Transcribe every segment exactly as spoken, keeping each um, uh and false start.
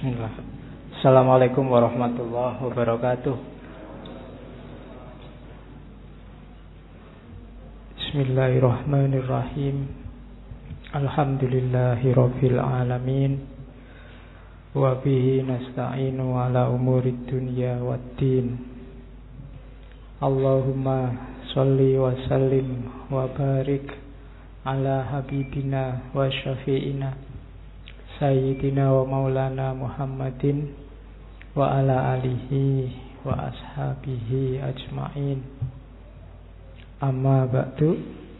Bismillah. Assalamualaikum warahmatullahi wabarakatuh. Bismillahirrahmanirrahim. Alhamdulillahi rabbil alamin. Wa bihi nasta'inu ala umurid dunya waddin. Allahumma sholli wa sallim wa barik ala habibina wa syafi'ina Sayyidina wa maulana Muhammadin wa ala alihi wa ashabihi ajma'in. Amma ba'du.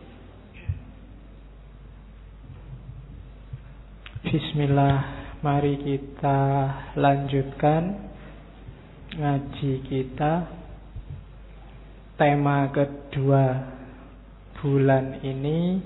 Bismillah, mari kita lanjutkan ngaji kita. Tema kedua bulan ini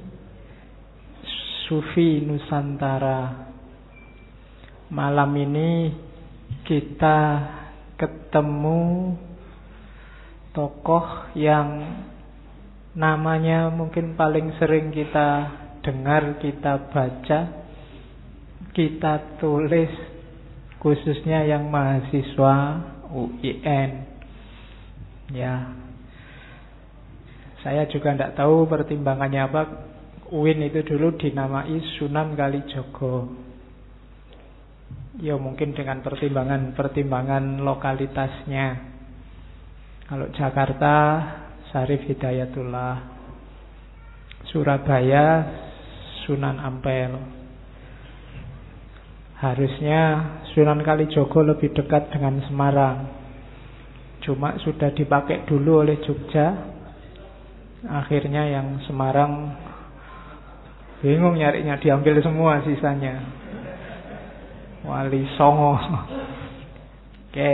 Sufi Nusantara. Malam ini kita ketemu tokoh yang namanya mungkin paling sering kita dengar, kita baca, kita tulis, khususnya yang mahasiswa U I N. Ya, saya juga tidak tahu pertimbangannya apa. U I N itu dulu dinamai Sunan Kalijaga. Ya mungkin dengan pertimbangan-pertimbangan lokalitasnya. Kalau Jakarta Syarif Hidayatullah, Surabaya Sunan Ampel. Harusnya Sunan Kalijaga lebih dekat dengan Semarang, cuma sudah dipakai dulu oleh Jogja. Akhirnya yang Semarang bingung nyarinya, diambil semua sisanya. Wali Songo. Oke.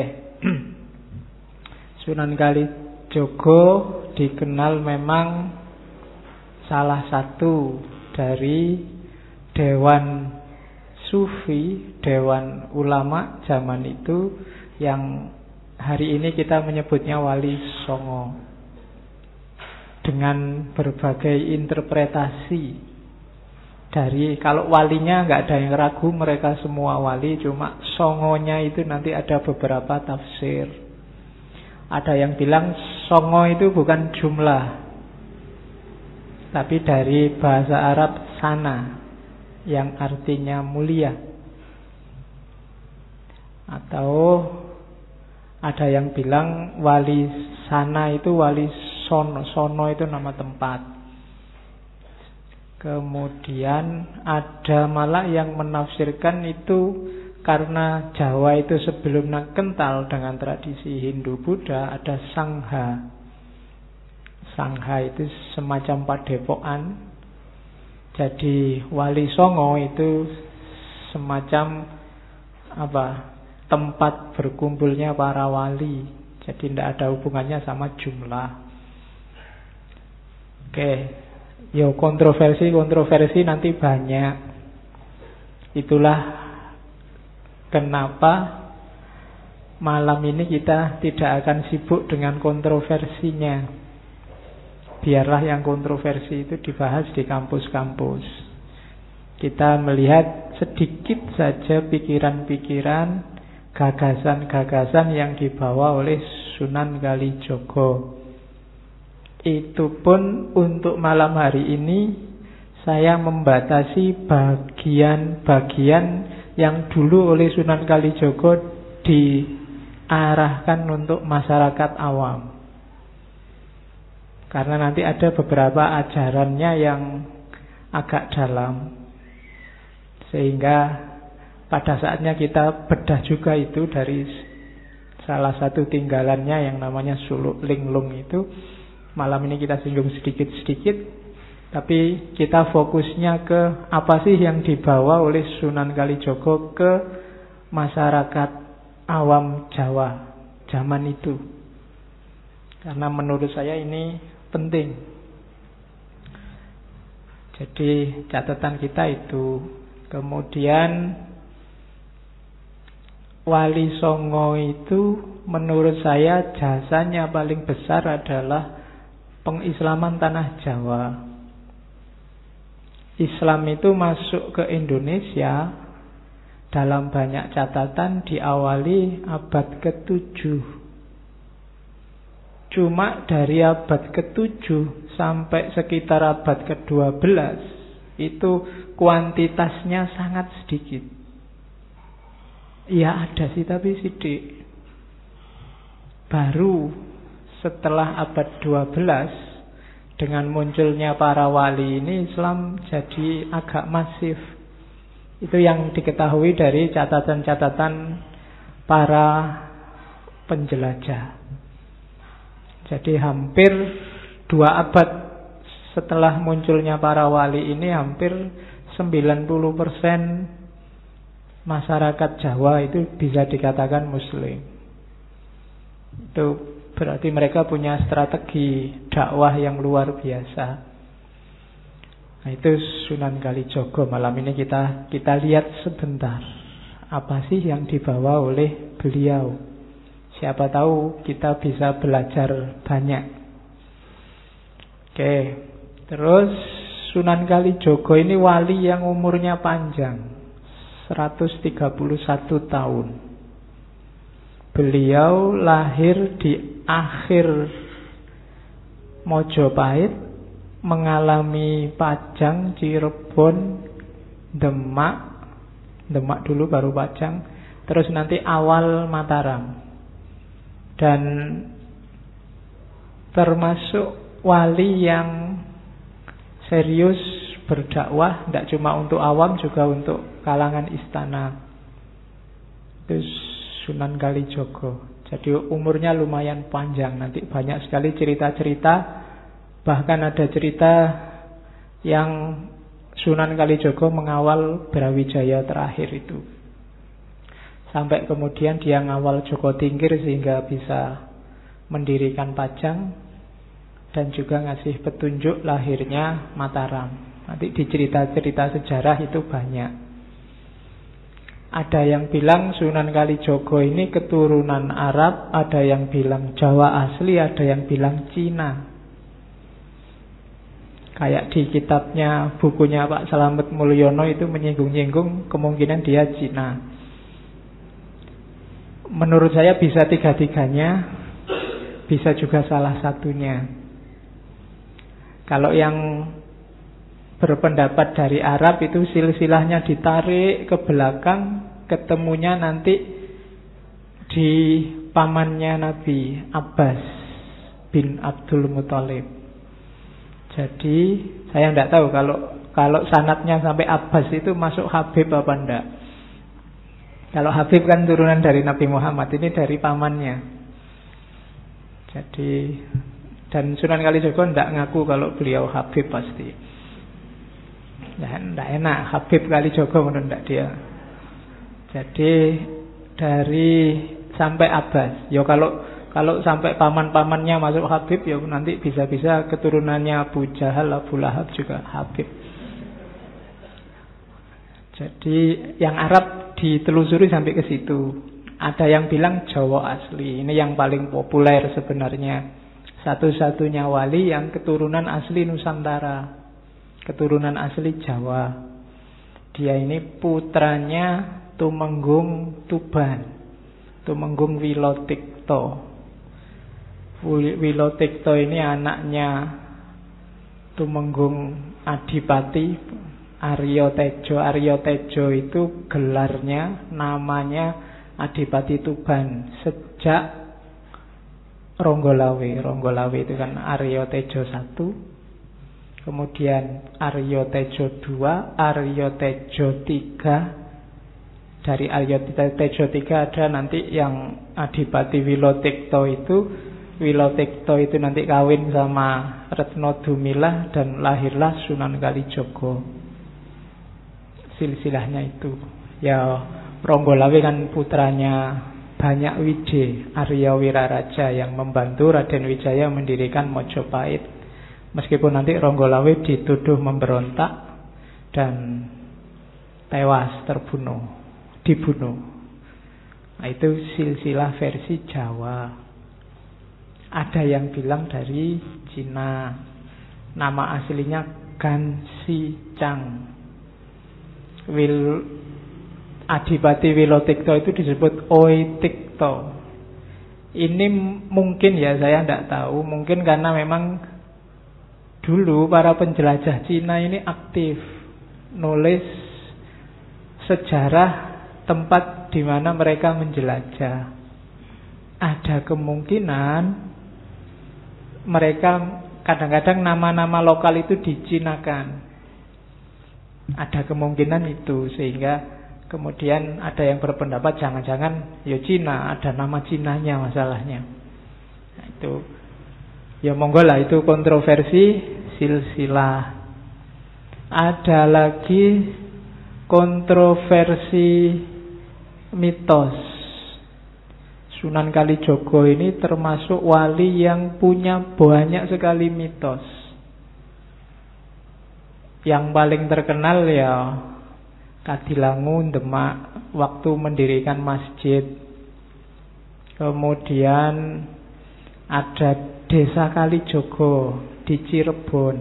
Sunan Kalijaga dikenal memang salah satu dari dewan sufi, dewan ulama zaman itu yang hari ini kita menyebutnya Wali Songo. Dengan berbagai interpretasi. Dari kalau walinya nggak ada yang ragu, mereka semua wali, cuma songonya itu nanti ada beberapa tafsir. Ada yang bilang songo itu bukan jumlah, tapi dari bahasa Arab sana, yang artinya mulia. Atau ada yang bilang wali sana itu wali sono, sono itu nama tempat. Kemudian ada malah yang menafsirkan itu karena Jawa itu sebelumnya kental dengan tradisi Hindu Buddha, ada Sangha. Sangha itu semacam padepokan. Jadi Wali Songo itu semacam apa? Tempat berkumpulnya para wali. Jadi tidak ada hubungannya sama jumlah. Oke. Yo, kontroversi-kontroversi nanti banyak. Itulah kenapa malam ini kita tidak akan sibuk dengan kontroversinya. Biarlah yang kontroversi itu dibahas di kampus-kampus. Kita melihat sedikit saja pikiran-pikiran, gagasan-gagasan yang dibawa oleh Sunan Kalijaga. Itu pun untuk malam hari ini saya membatasi bagian-bagian yang dulu oleh Sunan Kalijaga diarahkan untuk masyarakat awam. Karena nanti ada beberapa ajarannya yang agak dalam. Sehingga pada saatnya kita bedah juga itu dari salah satu tinggalannya yang namanya Suluk Linglung itu. Malam ini kita singgung sedikit-sedikit, tapi kita fokusnya ke apa sih yang dibawa oleh Sunan Kalijaga ke masyarakat awam Jawa zaman itu. Karena menurut saya ini penting. Jadi catatan kita itu. Kemudian Wali Songo itu menurut saya jasanya paling besar adalah pengislaman tanah Jawa. Islam itu masuk ke Indonesia dalam banyak catatan diawali abad ketujuh. Cuma dari abad ketujuh sampai sekitar abad kedua belas itu kuantitasnya sangat sedikit. Ya ada sih tapi sedikit. Baru setelah abad dua belas dengan munculnya para wali ini Islam jadi agak masif. Itu yang diketahui dari catatan-catatan para penjelajah. Jadi hampir dua abad setelah munculnya para wali ini, hampir sembilan puluh persen masyarakat Jawa itu bisa dikatakan Muslim. Itu berarti mereka punya strategi dakwah yang luar biasa. Nah, itu Sunan Kalijaga. Malam ini kita kita lihat sebentar apa sih yang dibawa oleh beliau. Siapa tahu kita bisa belajar banyak. Oke, terus Sunan Kalijaga ini wali yang umurnya panjang, seratus tiga puluh satu tahun. Beliau lahir di akhir Mojopahit, mengalami Pajang, Cirebon, Demak, Demak dulu baru Pajang, terus nanti awal Mataram. Dan termasuk wali yang serius berdakwah, tidak cuma untuk awam, juga untuk kalangan istana. Itu Sunan Kalijaga. Jadi umurnya lumayan panjang. Nanti banyak sekali cerita-cerita. Bahkan ada cerita yang Sunan Kalijaga mengawal Brawijaya terakhir itu. Sampai kemudian dia ngawal Joko Tingkir sehingga bisa mendirikan Pajang. Dan juga ngasih petunjuk lahirnya Mataram. Nanti di cerita-cerita sejarah itu banyak. Ada yang bilang Sunan Kalijaga ini keturunan Arab, ada yang bilang Jawa asli, ada yang bilang Cina. Kayak di kitabnya, bukunya Pak Slamet Mulyono itu menyinggung-nyinggung kemungkinan dia Cina. Menurut saya bisa tiga-tiganya, bisa juga salah satunya. Kalau yang berpendapat dari Arab itu silsilahnya ditarik ke belakang, ketemunya nanti di pamannya Nabi Abbas bin Abdul Muthalib. Jadi saya tidak tahu kalau kalau sanadnya sampai Abbas itu masuk Habib apa enggak. Kalau Habib kan turunan dari Nabi Muhammad, ini dari pamannya. Jadi dan Sunan Kalijaga tidak ngaku kalau beliau Habib pasti. Nah, tidak enak Habib Kalijaga menurut dia. Jadi dari sampai Abbas. Ya kalau kalau sampai paman-pamannya masuk Habib, ya nanti bisa-bisa keturunannya Abu Jahal, Abu Lahab juga Habib. Jadi yang Arab ditelusuri sampai ke situ. Ada yang bilang Jawa asli. Ini yang paling populer sebenarnya. Satu-satunya wali yang keturunan asli Nusantara, keturunan asli Jawa. Dia ini putranya Tumenggung Tuban, Tumenggung Wilotikto. Wilotikto ini anaknya Tumenggung Adipati Aryo Tejo. Aryo Tejo itu gelarnya, namanya Adipati Tuban sejak Ronggolawe. Ronggolawe itu kan Aryo Tejo satu, kemudian Aryo Tejo dua, Aryo Tejo tiga. Dari Aryo Tejo tiga ada nanti yang Adipati Wilotikto itu. Wilotikto itu nanti kawin sama Retno Dumilah dan lahirlah Sunan Kalijaga. Silsilahnya itu. Ya Ronggolawe kan putranya Banyak Wije, Arya Wiraraja yang membantu Raden Wijaya mendirikan Mojopahit. Meskipun nanti Ronggolawe dituduh memberontak dan tewas, terbunuh, dibunuh. Nah, itu silsilah versi Jawa. Ada yang bilang dari Cina. Nama aslinya Gan Si Chang. Wil Adipati Wilotikto itu disebut Oitikto. Ini mungkin ya, saya tidak tahu, mungkin karena memang dulu para penjelajah Cina ini aktif nulis sejarah tempat di mana mereka menjelajah. Ada kemungkinan mereka kadang-kadang nama-nama lokal itu dicinakan. Ada kemungkinan itu, sehingga kemudian ada yang berpendapat jangan-jangan ya Cina, ada nama Cinanya masalahnya. Nah, itu ya monggo lah, itu kontroversi silsilah. Ada lagi kontroversi mitos. Sunan Kalijogo ini termasuk wali yang punya banyak sekali mitos. Yang paling terkenal ya Kadilangu, Demak, waktu mendirikan masjid. Kemudian ada Desa Kalijogo di Cirebon,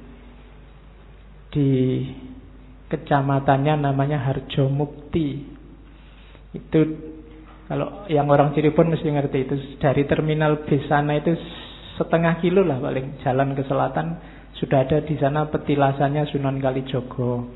di kecamatannya namanya Harjomukti. Itu kalau yang orang Cirebon mesti ngerti, itu dari terminal bis sana itu setengah kilo lah paling jalan ke selatan, sudah ada di sana petilasannya Sunan Kalijogo.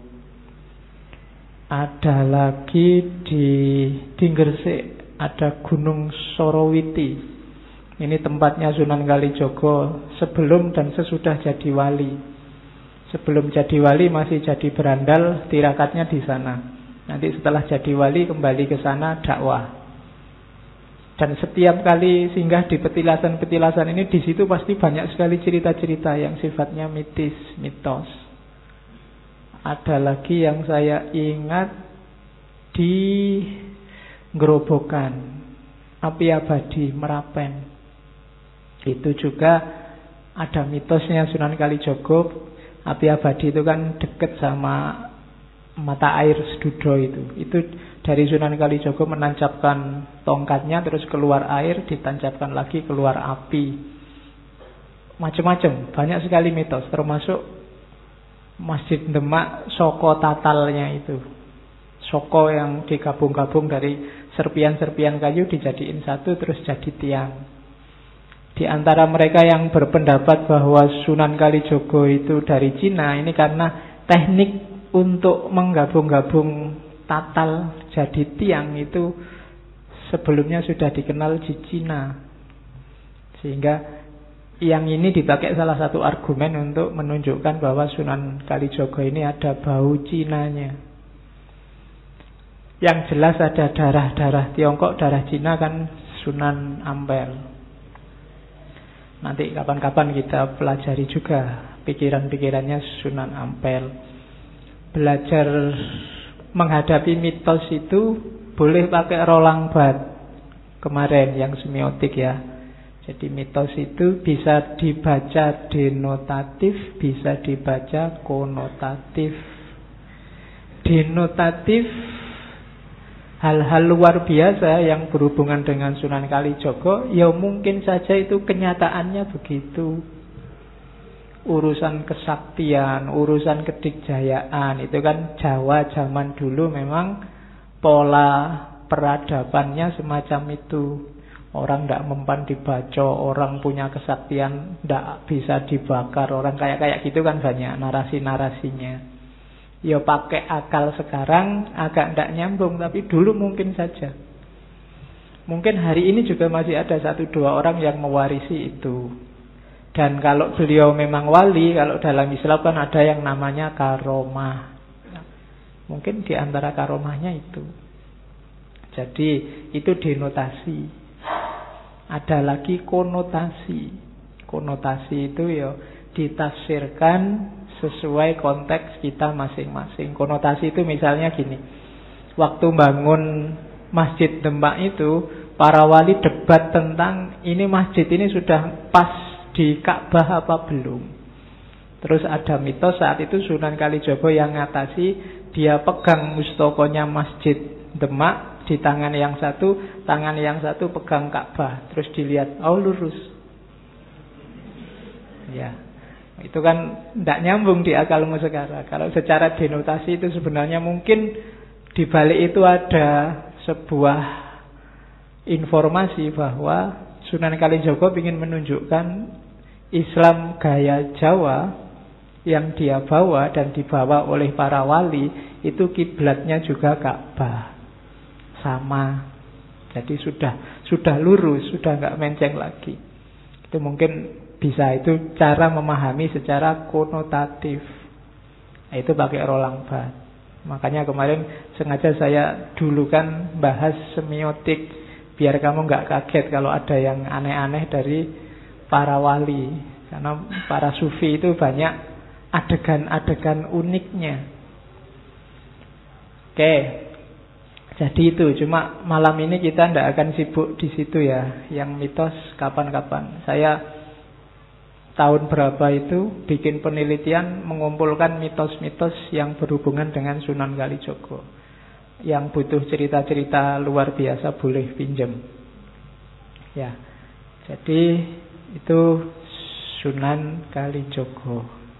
Ada lagi di di Gresik ada Gunung Sorowiti. Ini tempatnya Sunan Kalijogo sebelum dan sesudah jadi wali. Sebelum jadi wali masih jadi berandal, tirakatnya di sana. Nanti setelah jadi wali kembali ke sana dakwah. Dan setiap kali singgah di petilasan-petilasan ini, di situ pasti banyak sekali cerita-cerita yang sifatnya mitis, mitos. Ada lagi yang saya ingat di Gerobokan, api abadi Merapen. Itu juga ada mitosnya Sunan Kalijogo. Api abadi itu kan dekat sama mata air Sedudo itu. Itu dari Sunan Kalijogo menancapkan tongkatnya, terus keluar air, ditancapkan lagi, keluar api. Macam-macam, banyak sekali mitos, termasuk Masjid Demak Soko Tatalnya itu. Soko yang digabung-gabung dari serpian-serpian kayu dijadiin satu terus jadi tiang. Di antara mereka yang berpendapat bahwa Sunan Kalijogo itu dari Cina, ini karena teknik untuk menggabung-gabung tatal jadi tiang itu sebelumnya sudah dikenal di Cina. Sehingga yang ini dipakai salah satu argumen untuk menunjukkan bahwa Sunan Kalijogo ini ada bau Cinanya. Yang jelas ada darah-darah Tiongkok, darah Cina kan Sunan Ampel. Nanti kapan-kapan kita pelajari juga pikiran-pikirannya Sunan Ampel. Belajar menghadapi mitos itu boleh pakai rolang bat kemarin yang semiotik ya. Jadi mitos itu bisa dibaca denotatif, bisa dibaca konotatif. Denotatif hal-hal luar biasa yang berhubungan dengan Sunan Kalijogo, ya mungkin saja itu kenyataannya begitu. Urusan kesaktian, urusan kedikjayaan, itu kan Jawa zaman dulu memang pola peradabannya semacam itu. Orang tidak mempan dibaco, orang punya kesaktian tidak bisa dibakar, orang kayak-kayak gitu kan banyak narasi-narasinya. Ya pakai akal sekarang agak tidak nyambung, tapi dulu mungkin saja. Mungkin hari ini juga masih ada satu dua orang yang mewarisi itu. Dan kalau beliau memang wali, kalau dalam Islam kan ada yang namanya karomah. Mungkin di antara karomahnya itu. Jadi itu denotasi. Ada lagi konotasi. Konotasi itu ya ditafsirkan sesuai konteks kita masing-masing. Konotasi itu misalnya gini. Waktu bangun Masjid Demak itu, para wali debat tentang ini masjid ini sudah pas di Ka'bah apa belum. Terus ada mitos saat itu Sunan Kalijogo yang ngatasi, dia pegang mustokonya Masjid Demak di tangan yang satu, tangan yang satu pegang Ka'bah, terus dilihat, oh lurus. Ya, itu kan tidak nyambung di akalmu sekarang. Kalau secara denotasi itu sebenarnya mungkin di balik itu ada sebuah informasi bahwa Sunan Kalijaga ingin menunjukkan Islam gaya Jawa yang dia bawa dan dibawa oleh para wali itu kiblatnya juga Ka'bah, sama. Jadi sudah sudah lurus, sudah nggak menceng lagi. Itu mungkin bisa, itu cara memahami secara konotatif. Nah, itu pakai Roland Barthes. Makanya kemarin sengaja saya dulu kan bahas semiotik, biar kamu nggak kaget kalau ada yang aneh-aneh dari para wali. Karena para sufi itu banyak adegan-adegan uniknya. Oke, jadi itu. Cuma malam ini kita tidak akan sibuk di situ ya. Yang mitos kapan-kapan. Saya tahun berapa itu bikin penelitian mengumpulkan mitos-mitos yang berhubungan dengan Sunan Kalijaga. Yang butuh cerita-cerita luar biasa boleh pinjam. Ya, jadi itu Sunan Kalijaga.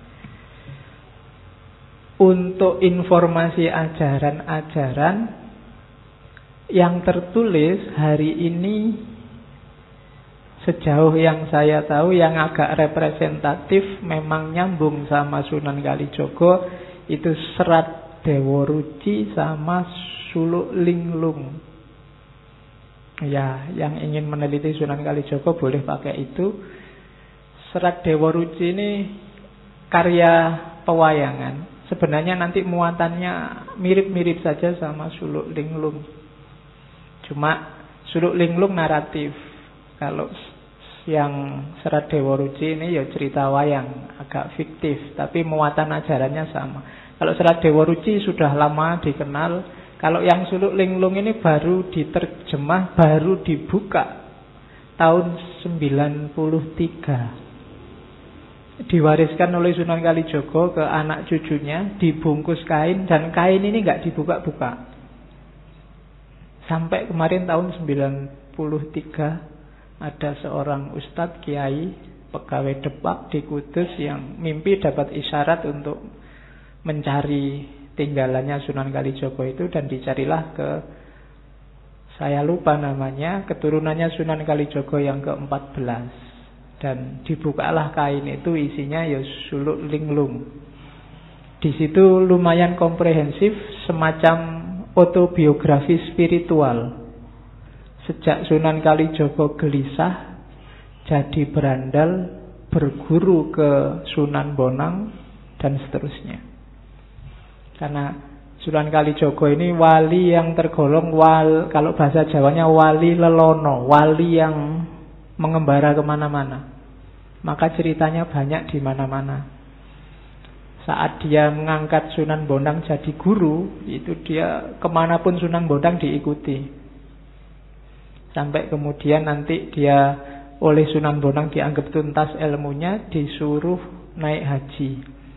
Untuk informasi ajaran-ajaran yang tertulis hari ini, sejauh yang saya tahu yang agak representatif memang nyambung sama Sunan Kalijaga itu Serat Dewa Ruci sama Suluk Linglung. Ya, yang ingin meneliti Sunan Kalijaga boleh pakai itu. Serat Dewa Ruci ini karya pewayangan. Sebenarnya nanti muatannya mirip-mirip saja sama Suluk Linglung. Cuma Suluk Linglung naratif. Kalau yang Serat Dewa Ruci ini ya cerita wayang, agak fiktif, tapi muatan ajarannya sama. Kalau Serat Dewa Ruci sudah lama dikenal. Kalau yang Suluk Linglung ini baru diterjemah, baru dibuka tahun sembilan puluh tiga. Diwariskan oleh Sunan Kalijaga ke anak cucunya, dibungkus kain, dan kain ini nggak dibuka-buka. Sampai kemarin tahun sembilan puluh tiga ada seorang ustadz kiai pegawai Depak di Kudus yang mimpi dapat isyarat untuk mencari tinggalannya Sunan Kalijaga itu, dan dicarilah ke, saya lupa namanya, keturunannya Sunan Kalijaga yang keempat belas, dan dibukalah kain itu, isinya ya Suluk Linglung. Di situ lumayan komprehensif, semacam autobiografi spiritual. Sejak Sunan Kalijaga gelisah, jadi berandal, berguru ke Sunan Bonang, dan seterusnya. Karena Sunan Kalijaga ini wali yang tergolong wal, kalau bahasa Jawanya wali lelono, wali yang mengembara kemana-mana. Maka ceritanya banyak di mana-mana. Saat dia mengangkat Sunan Bonang jadi guru, itu dia kemanapun Sunan Bonang diikuti. Sampai kemudian nanti dia oleh Sunan Bonang dianggap tuntas ilmunya, disuruh naik haji.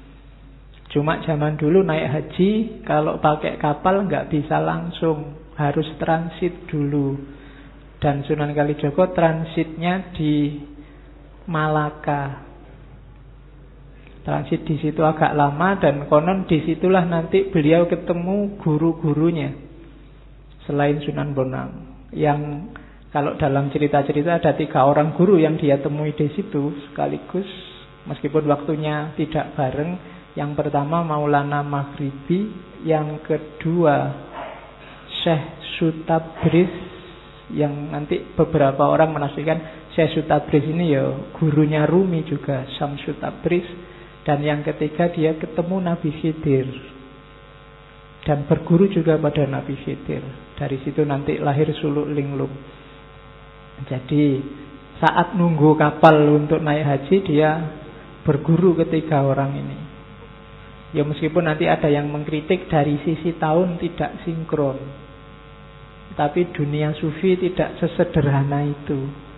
Cuma zaman dulu naik haji kalau pakai kapal nggak bisa langsung, harus transit dulu. Dan Sunan Kalijaga transitnya di Malaka. Transit di situ agak lama, dan konon disitulah nanti beliau ketemu guru-gurunya selain Sunan Bonang. Yang kalau dalam cerita-cerita ada tiga orang guru yang dia temui di situ sekaligus, meskipun waktunya tidak bareng. Yang pertama Maulana Maghribi, yang kedua Syekh Sutabris, yang nanti beberapa orang menafsirkan Syekh Sutabris ini ya gurunya Rumi juga, Syamsu Tabris. Dan yang ketiga dia ketemu Nabi Khidir dan berguru juga pada Nabi Khidir. Dari situ nanti lahir Suluk Linglung. Jadi saat nunggu kapal untuk naik haji, dia berguru ketiga orang ini. Ya meskipun nanti ada yang mengkritik dari sisi tahun tidak sinkron, tapi dunia sufi tidak sesederhana itu.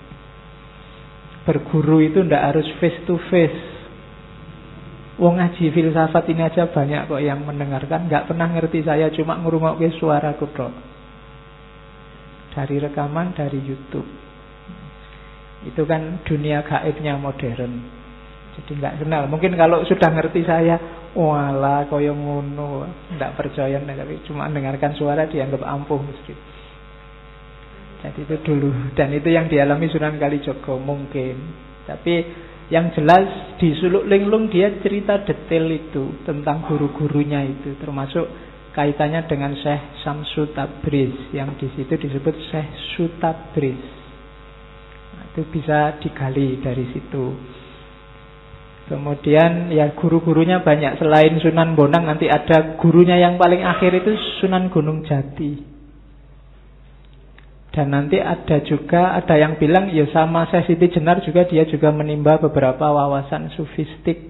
Berguru itu tidak harus face to face. Wong ngaji filsafat ini aja banyak kok yang mendengarkan, nggak pernah ngerti saya, cuma ngrungokke suara kutok dari rekaman dari YouTube. Itu kan dunia gaibnya modern. Jadi nggak kenal. Mungkin kalau sudah ngerti saya, Walah koyo ngono, ndak percaya tapi cuma dengarkan suara dianggap ampuh mesti. Jadi itu dulu, dan itu yang dialami Sunan Kalijaga mungkin. Tapi yang jelas di Suluk Linglung dia cerita detail itu tentang guru-gurunya itu, termasuk kaitannya dengan Syekh Samsu Tabriz yang di situ disebut Syekh Sutabriz. Nah, itu bisa digali dari situ. Kemudian ya guru-gurunya banyak. Selain Sunan Bonang nanti ada gurunya yang paling akhir itu Sunan Gunung Jati. Dan nanti ada juga, ada yang bilang ya sama Syekh Siti Jenar juga, dia juga menimba beberapa wawasan sufistik.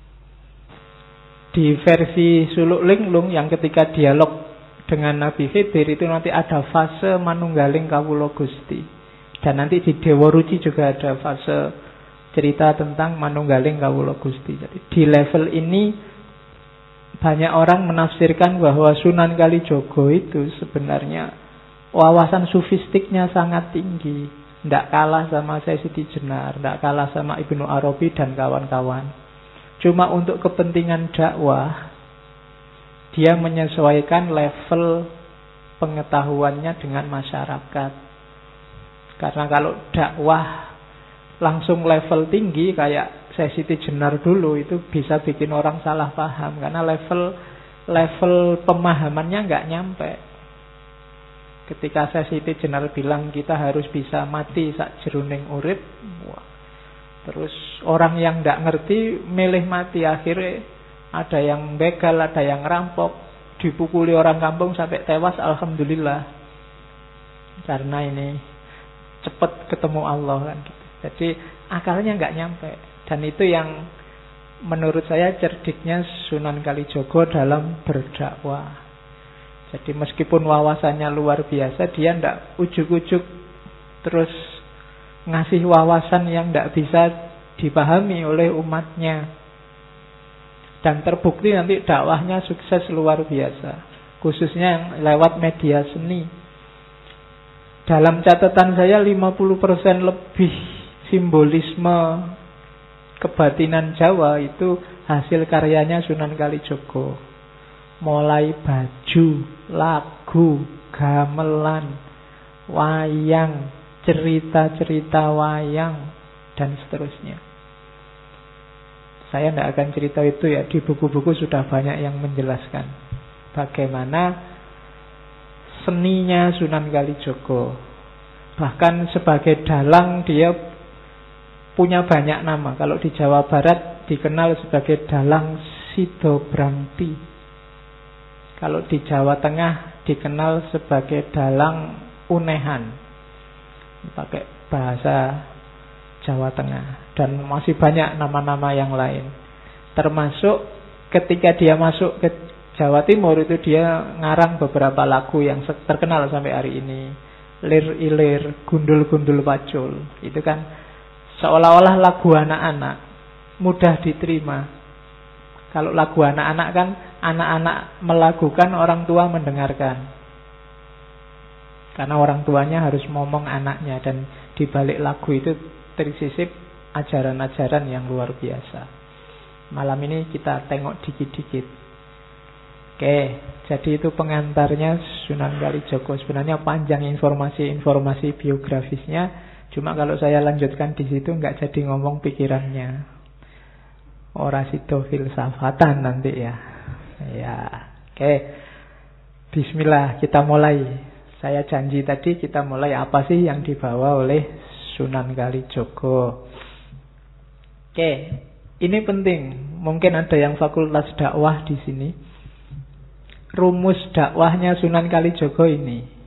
Di versi Suluk Linglung yang ketika dialog dengan Nabi Khidir itu nanti ada fase manunggaling kawula Gusti. Dan nanti di Dewa Ruci juga ada fase cerita tentang manunggaling kawula Gusti. Jadi di level ini banyak orang menafsirkan bahwa Sunan Kalijaga itu sebenarnya wawasan sufistiknya sangat tinggi, tidak kalah sama Syekh Siti Jenar, tidak kalah sama Ibnu Arabi dan kawan-kawan. Cuma untuk kepentingan dakwah dia menyesuaikan level pengetahuannya dengan masyarakat. Karena kalau dakwah langsung level tinggi kayak Syekh Siti Jenar dulu itu bisa bikin orang salah paham karena level level pemahamannya nggak nyampe. Ketika Syekh Siti Jenar bilang kita harus bisa mati sak jeruning urip, wah. Terus orang yang nggak ngerti milih mati, akhirnya ada yang begal, ada yang rampok, dipukuli orang kampung sampai tewas, alhamdulillah. Karena ini cepat ketemu Allah kan. Jadi akalnya nggak nyampe. Dan itu yang menurut saya cerdiknya Sunan Kalijaga dalam berdakwah. Jadi meskipun wawasannya luar biasa, dia tidak ujuk-ujuk terus ngasih wawasan yang tidak bisa dipahami oleh umatnya. Dan terbukti nanti dakwahnya sukses luar biasa, khususnya yang lewat media seni. Dalam catatan saya lima puluh persen lebih simbolisme kebatinan Jawa itu hasil karyanya Sunan Kalijaga. Mulai baju, lagu, gamelan, wayang, cerita-cerita wayang, dan seterusnya. Saya tidak akan cerita itu ya, di buku-buku sudah banyak yang menjelaskan bagaimana seninya Sunan Kalijaga. Bahkan sebagai dalang dia punya banyak nama. Kalau di Jawa Barat dikenal sebagai dalang Sidobrangti. Kalau di Jawa Tengah dikenal sebagai dalang Unehan, pakai bahasa Jawa Tengah. Dan masih banyak nama-nama yang lain. Termasuk ketika dia masuk ke Jawa Timur itu dia ngarang beberapa lagu yang terkenal sampai hari ini. Lir ilir, gundul-gundul pacul. Itu kan seolah-olah lagu anak-anak, mudah diterima. Kalau lagu anak-anak kan anak-anak melakukan, orang tua mendengarkan. Karena orang tuanya harus ngomong anaknya. Dan di balik lagu itu tersisip ajaran-ajaran yang luar biasa. Malam ini kita tengok dikit-dikit. Oke, jadi itu pengantarnya Sunan Kalijaga. Sebenarnya panjang informasi-informasi biografisnya. Cuma kalau saya lanjutkan di situ nggak jadi ngomong pikirannya. Ora sido filsafatan nanti ya. Ya, oke. Bismillah, kita mulai. Saya janji tadi kita mulai apa sih yang dibawa oleh Sunan Kalijaga. Oke, ini penting. Mungkin ada yang fakultas dakwah di sini. Rumus dakwahnya Sunan Kalijaga ini.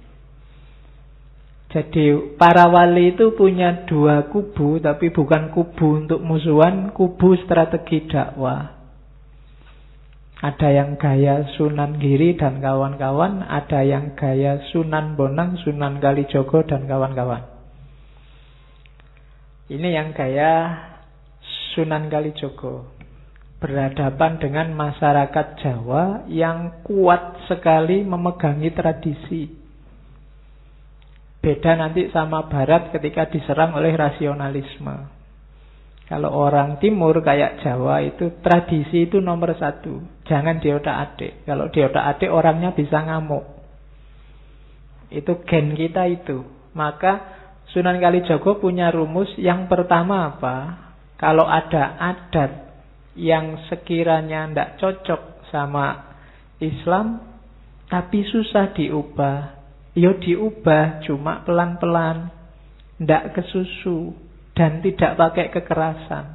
Jadi para wali itu punya dua kubu, tapi bukan kubu untuk musuhan, kubu strategi dakwah. Ada yang gaya Sunan Giri dan kawan-kawan, ada yang gaya Sunan Bonang, Sunan Kalijaga dan kawan-kawan. Ini yang gaya Sunan Kalijaga. Berhadapan dengan masyarakat Jawa yang kuat sekali memegangi tradisi. Beda nanti sama Barat ketika diserang oleh rasionalisme. Kalau orang timur kayak Jawa itu tradisi itu nomor satu. Jangan diotak-atik. Kalau diotak-atik orangnya bisa ngamuk. Itu gen kita itu. Maka Sunan Kalijaga punya rumus yang pertama apa? Kalau ada adat yang sekiranya tidak cocok sama Islam, tapi susah diubah, ya diubah cuma pelan-pelan, tidak kesusu, dan tidak pakai kekerasan.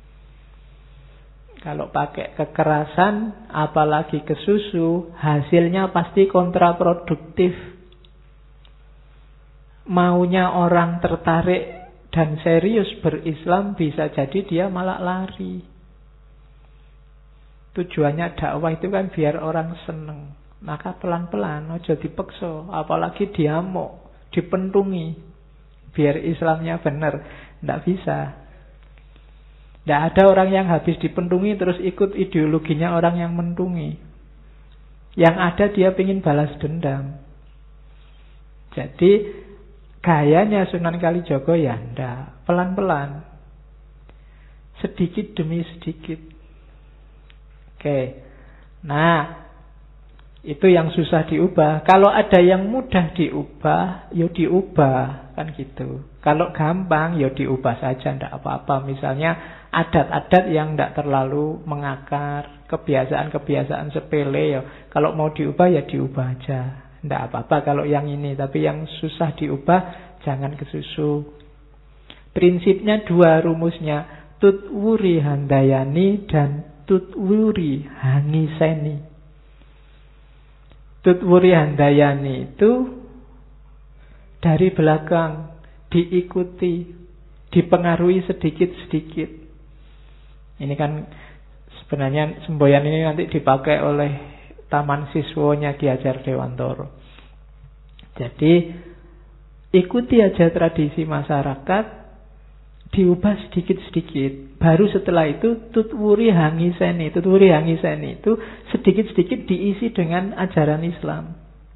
Kalau pakai kekerasan, apalagi kesusu, hasilnya pasti kontraproduktif. Maunya orang tertarik dan serius berislam, bisa jadi dia malah lari. Tujuannya dakwah itu kan biar orang seneng. Maka pelan-pelan, ojo dipeksa, apalagi diamuk, dipentungi, biar Islamnya benar. Tidak bisa. Tidak ada orang yang habis dipentungi terus ikut ideologinya orang yang mentungi. Yang ada dia ingin balas dendam. Jadi gayanya Sunan Kalijaga ya ndak, pelan-pelan, sedikit demi sedikit. Oke. Nah, itu yang susah diubah. Kalau ada yang mudah diubah, ya diubah, kan gitu. Kalau gampang, ya diubah saja, ndak apa-apa. Misalnya adat-adat yang ndak terlalu mengakar, kebiasaan-kebiasaan sepele, ya kalau mau diubah ya diubah aja. Ndak apa-apa kalau yang ini, tapi yang susah diubah jangan kesusu. Prinsipnya dua rumusnya, tutwuri handayani dan tutwuri hangiseni. Tutwuri handayani itu dari belakang, diikuti, dipengaruhi sedikit-sedikit. Ini kan sebenarnya semboyan ini nanti dipakai oleh Taman Siswonya Ki Hajar Dewantoro. Jadi ikuti aja tradisi masyarakat, diubah sedikit-sedikit. Baru setelah itu tutwuri hangiseni. Tutwuri hangiseni itu sedikit-sedikit diisi dengan ajaran Islam.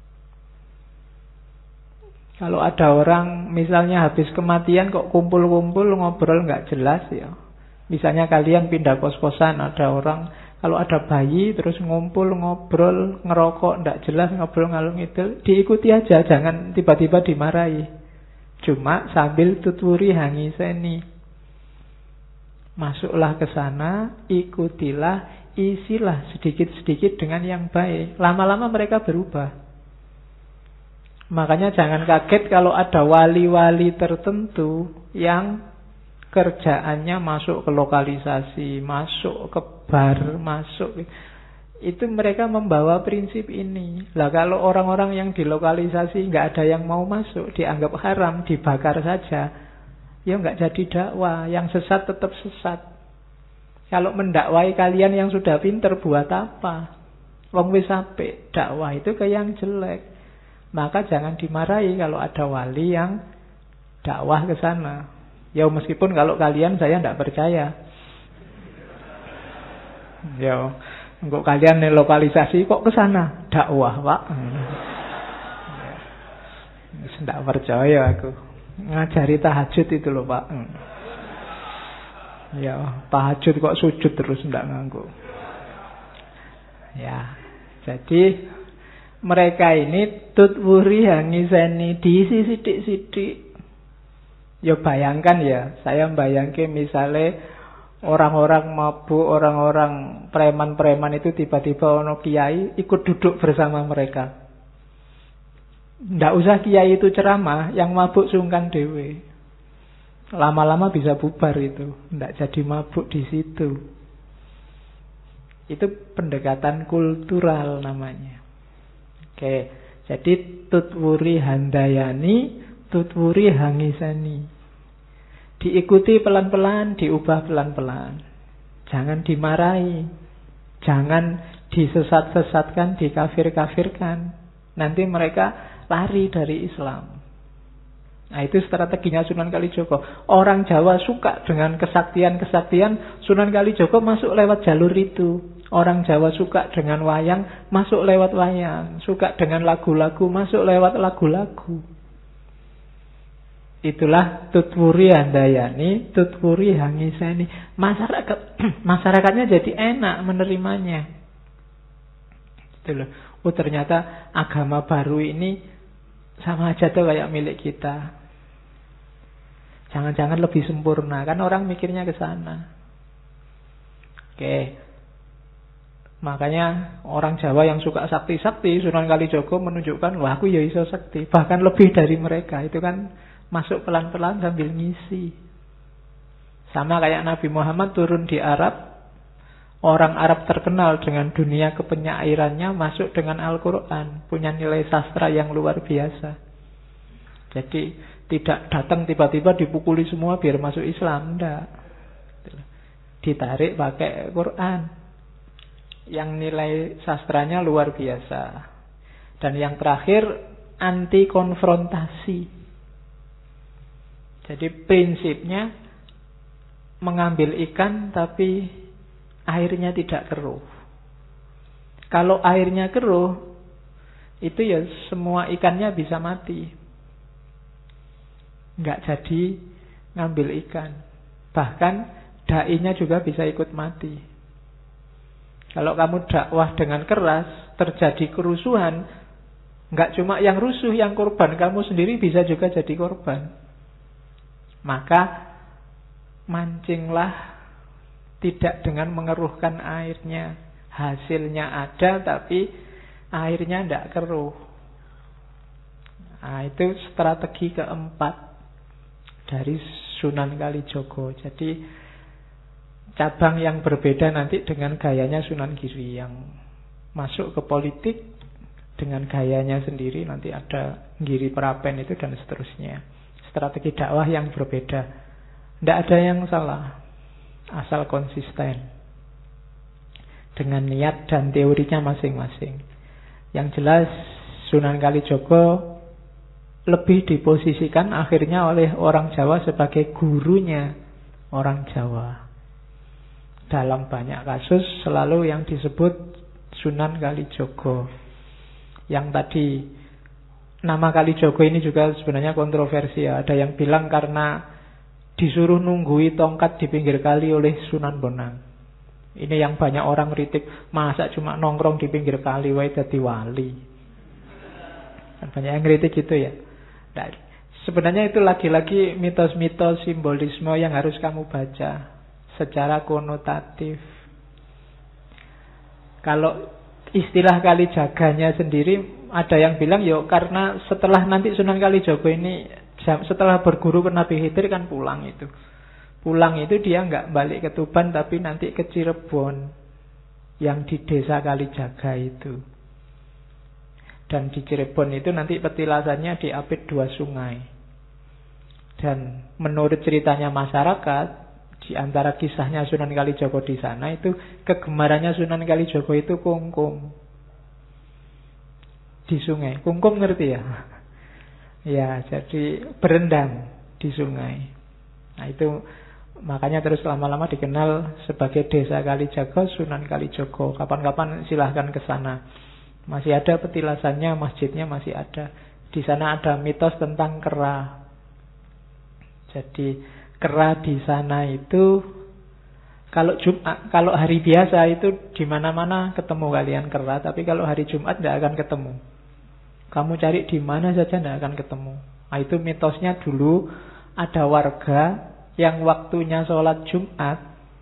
Kalau ada orang misalnya habis kematian kok kumpul-kumpul ngobrol nggak jelas ya. Misalnya kalian pindah kos-kosan, ada orang, kalau ada bayi terus ngumpul, ngobrol, ngerokok, ndak jelas, ngobrol ngalung itu, diikuti aja, jangan tiba-tiba dimarahi. Cuma sambil tuturi hangiseni. Masuklah ke sana, ikutilah, isilah sedikit-sedikit dengan yang baik. Lama-lama mereka berubah. Makanya jangan kaget kalau ada wali-wali tertentu yang kerjaannya masuk ke lokalisasi, masuk ke bar, masuk. Itu mereka membawa prinsip ini. Lah kalau orang-orang yang di lokalisasi nggak ada yang mau masuk, dianggap haram, dibakar saja, ya nggak jadi dakwah. Yang sesat tetap sesat. Kalau mendakwai kalian yang sudah pinter buat apa? Wong wis apik, dakwah itu ke yang jelek. Maka jangan dimarahi kalau ada wali yang dakwah ke sana. Ya meskipun kalau kalian saya tidak percaya. Ya, kok kalian nih lokalisasi kok ke sana dakwah, Pak. Tidak percaya aku. Ngajari tahajud itu loh, Pak. Ya, tahajud kok sujud terus tidak nganggu. Ya, jadi mereka ini tutwuri hangiseni, diisi sidik-sidik. Ya bayangkan ya, saya bayangkan misalnya orang-orang mabuk, orang-orang preman-preman itu tiba-tiba ono kiai ikut duduk bersama mereka. Nggak usah kiai itu ceramah, yang mabuk sungkan dewe. Lama-lama bisa bubar itu, nggak jadi mabuk di situ. Itu pendekatan kultural namanya. Oke, jadi tutwuri handayani, tutwuri hangisani. Diikuti pelan-pelan, diubah pelan-pelan. Jangan dimarahi. Jangan disesat-sesatkan, dikafir-kafirkan. Nanti mereka lari dari Islam. Nah itu strateginya Sunan Kalijaga. Orang Jawa suka dengan kesaktian-kesaktian, Sunan Kalijaga masuk lewat jalur itu. Orang Jawa suka dengan wayang, masuk lewat wayang. Suka dengan lagu-lagu, masuk lewat lagu-lagu. Itulah tutwuri handayani, tutwuri hangiseni. Masyarakat masyarakatnya jadi enak menerimanya. Itu loh. Oh ternyata agama baru ini sama aja tuh kayak milik kita. Jangan-jangan lebih sempurna, kan orang mikirnya ke sana. Oke. Makanya orang Jawa yang suka sakti-sakti, Sunan Kalijaga menunjukkan, wah aku ya iso sakti, bahkan lebih dari mereka. Itu kan masuk pelan-pelan sambil ngisi. Sama kayak Nabi Muhammad turun di Arab. Orang Arab terkenal dengan dunia kepenyairannya, masuk dengan Al-Quran, punya nilai sastra yang luar biasa. Jadi tidak datang tiba-tiba dipukuli semua biar masuk Islam, enggak. Ditarik pakai Quran yang nilai sastranya luar biasa. Dan yang terakhir, anti konfrontasi. Jadi prinsipnya mengambil ikan tapi airnya tidak keruh. Kalau airnya keruh, itu ya semua ikannya bisa mati. Nggak jadi ngambil ikan. Bahkan dai-nya juga bisa ikut mati. Kalau kamu dakwah dengan keras, terjadi kerusuhan, nggak cuma yang rusuh, yang korban, kamu sendiri bisa juga jadi korban. Maka mancinglah tidak dengan mengeruhkan airnya. Hasilnya ada tapi airnya tidak keruh. Nah, itu strategi keempat dari Sunan Kalijaga. Jadi cabang yang berbeda nanti dengan gayanya Sunan Giri, yang masuk ke politik dengan gayanya sendiri. Nanti ada Giri Prapen itu dan seterusnya. Strategi dakwah yang berbeda. Tidak ada yang salah, asal konsisten dengan niat dan teorinya masing-masing. Yang jelas Sunan Kalijaga lebih diposisikan akhirnya oleh orang Jawa sebagai gurunya orang Jawa. Dalam banyak kasus selalu yang disebut Sunan Kalijaga. Yang tadi nama Kalijaga ini juga sebenarnya kontroversial. Ada yang bilang karena disuruh nunggui tongkat di pinggir kali oleh Sunan Bonang. Ini yang banyak orang kritik, masa cuma nongkrong di pinggir kali wae dadi wali. Kan banyak yang kritik gitu ya. Nah, sebenarnya itu lagi-lagi mitos-mitos simbolisme yang harus kamu baca secara konotatif. Kalau istilah Kalijaganya sendiri, ada yang bilang yo karena setelah nanti Sunan Kalijaga ini setelah berguru ke Nabi Khidir kan pulang itu. Pulang itu dia nggak balik ke Tuban tapi nanti ke Cirebon yang di desa Kalijaga itu. Dan di Cirebon itu nanti petilasannya diapit dua sungai. Dan menurut ceritanya masyarakat, di antara kisahnya Sunan Kalijaga di sana itu kegemarannya Sunan Kalijaga itu kungkum di sungai. Kungkum ngerti ya? Ya, jadi berendam di sungai. Nah itu makanya terus lama-lama dikenal sebagai desa Kalijaga, Sunan Kalijaga. Kapan-kapan silahkan ke sana. Masih ada petilasannya, masjidnya masih ada. Di sana ada mitos tentang kera. Jadi kera di sana itu kalau Jumat, kalau hari biasa itu di mana-mana ketemu kalian kera, tapi kalau hari Jumat tidak akan ketemu. Kamu cari di mana saja tidak akan ketemu. Nah, itu mitosnya dulu ada warga yang waktunya sholat Jumat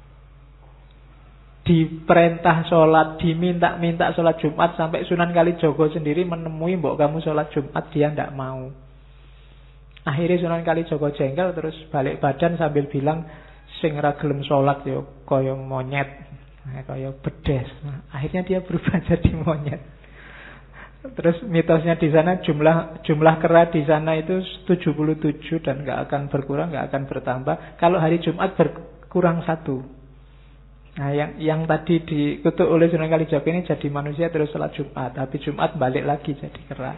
diperintah sholat, diminta-minta sholat Jumat, sampai Sunan Kalijaga sendiri menemui mbok kamu sholat Jumat, dia tidak mau. Akhirnya Sunan Kalijaga jengkel, terus balik badan sambil bilang, sing ra gelem sholat yo kaya monyet, kaya bedes. Nah, akhirnya dia berubah jadi monyet. Terus mitosnya di sana jumlah jumlah kera di sana itu tujuh puluh tujuh dan nggak akan berkurang, nggak akan bertambah. Kalau hari Jumat berkurang satu. Nah, yang yang tadi dikutuk oleh Sunan Kalijaga ini jadi manusia terus sholat Jumat, tapi Jumat balik lagi jadi kera.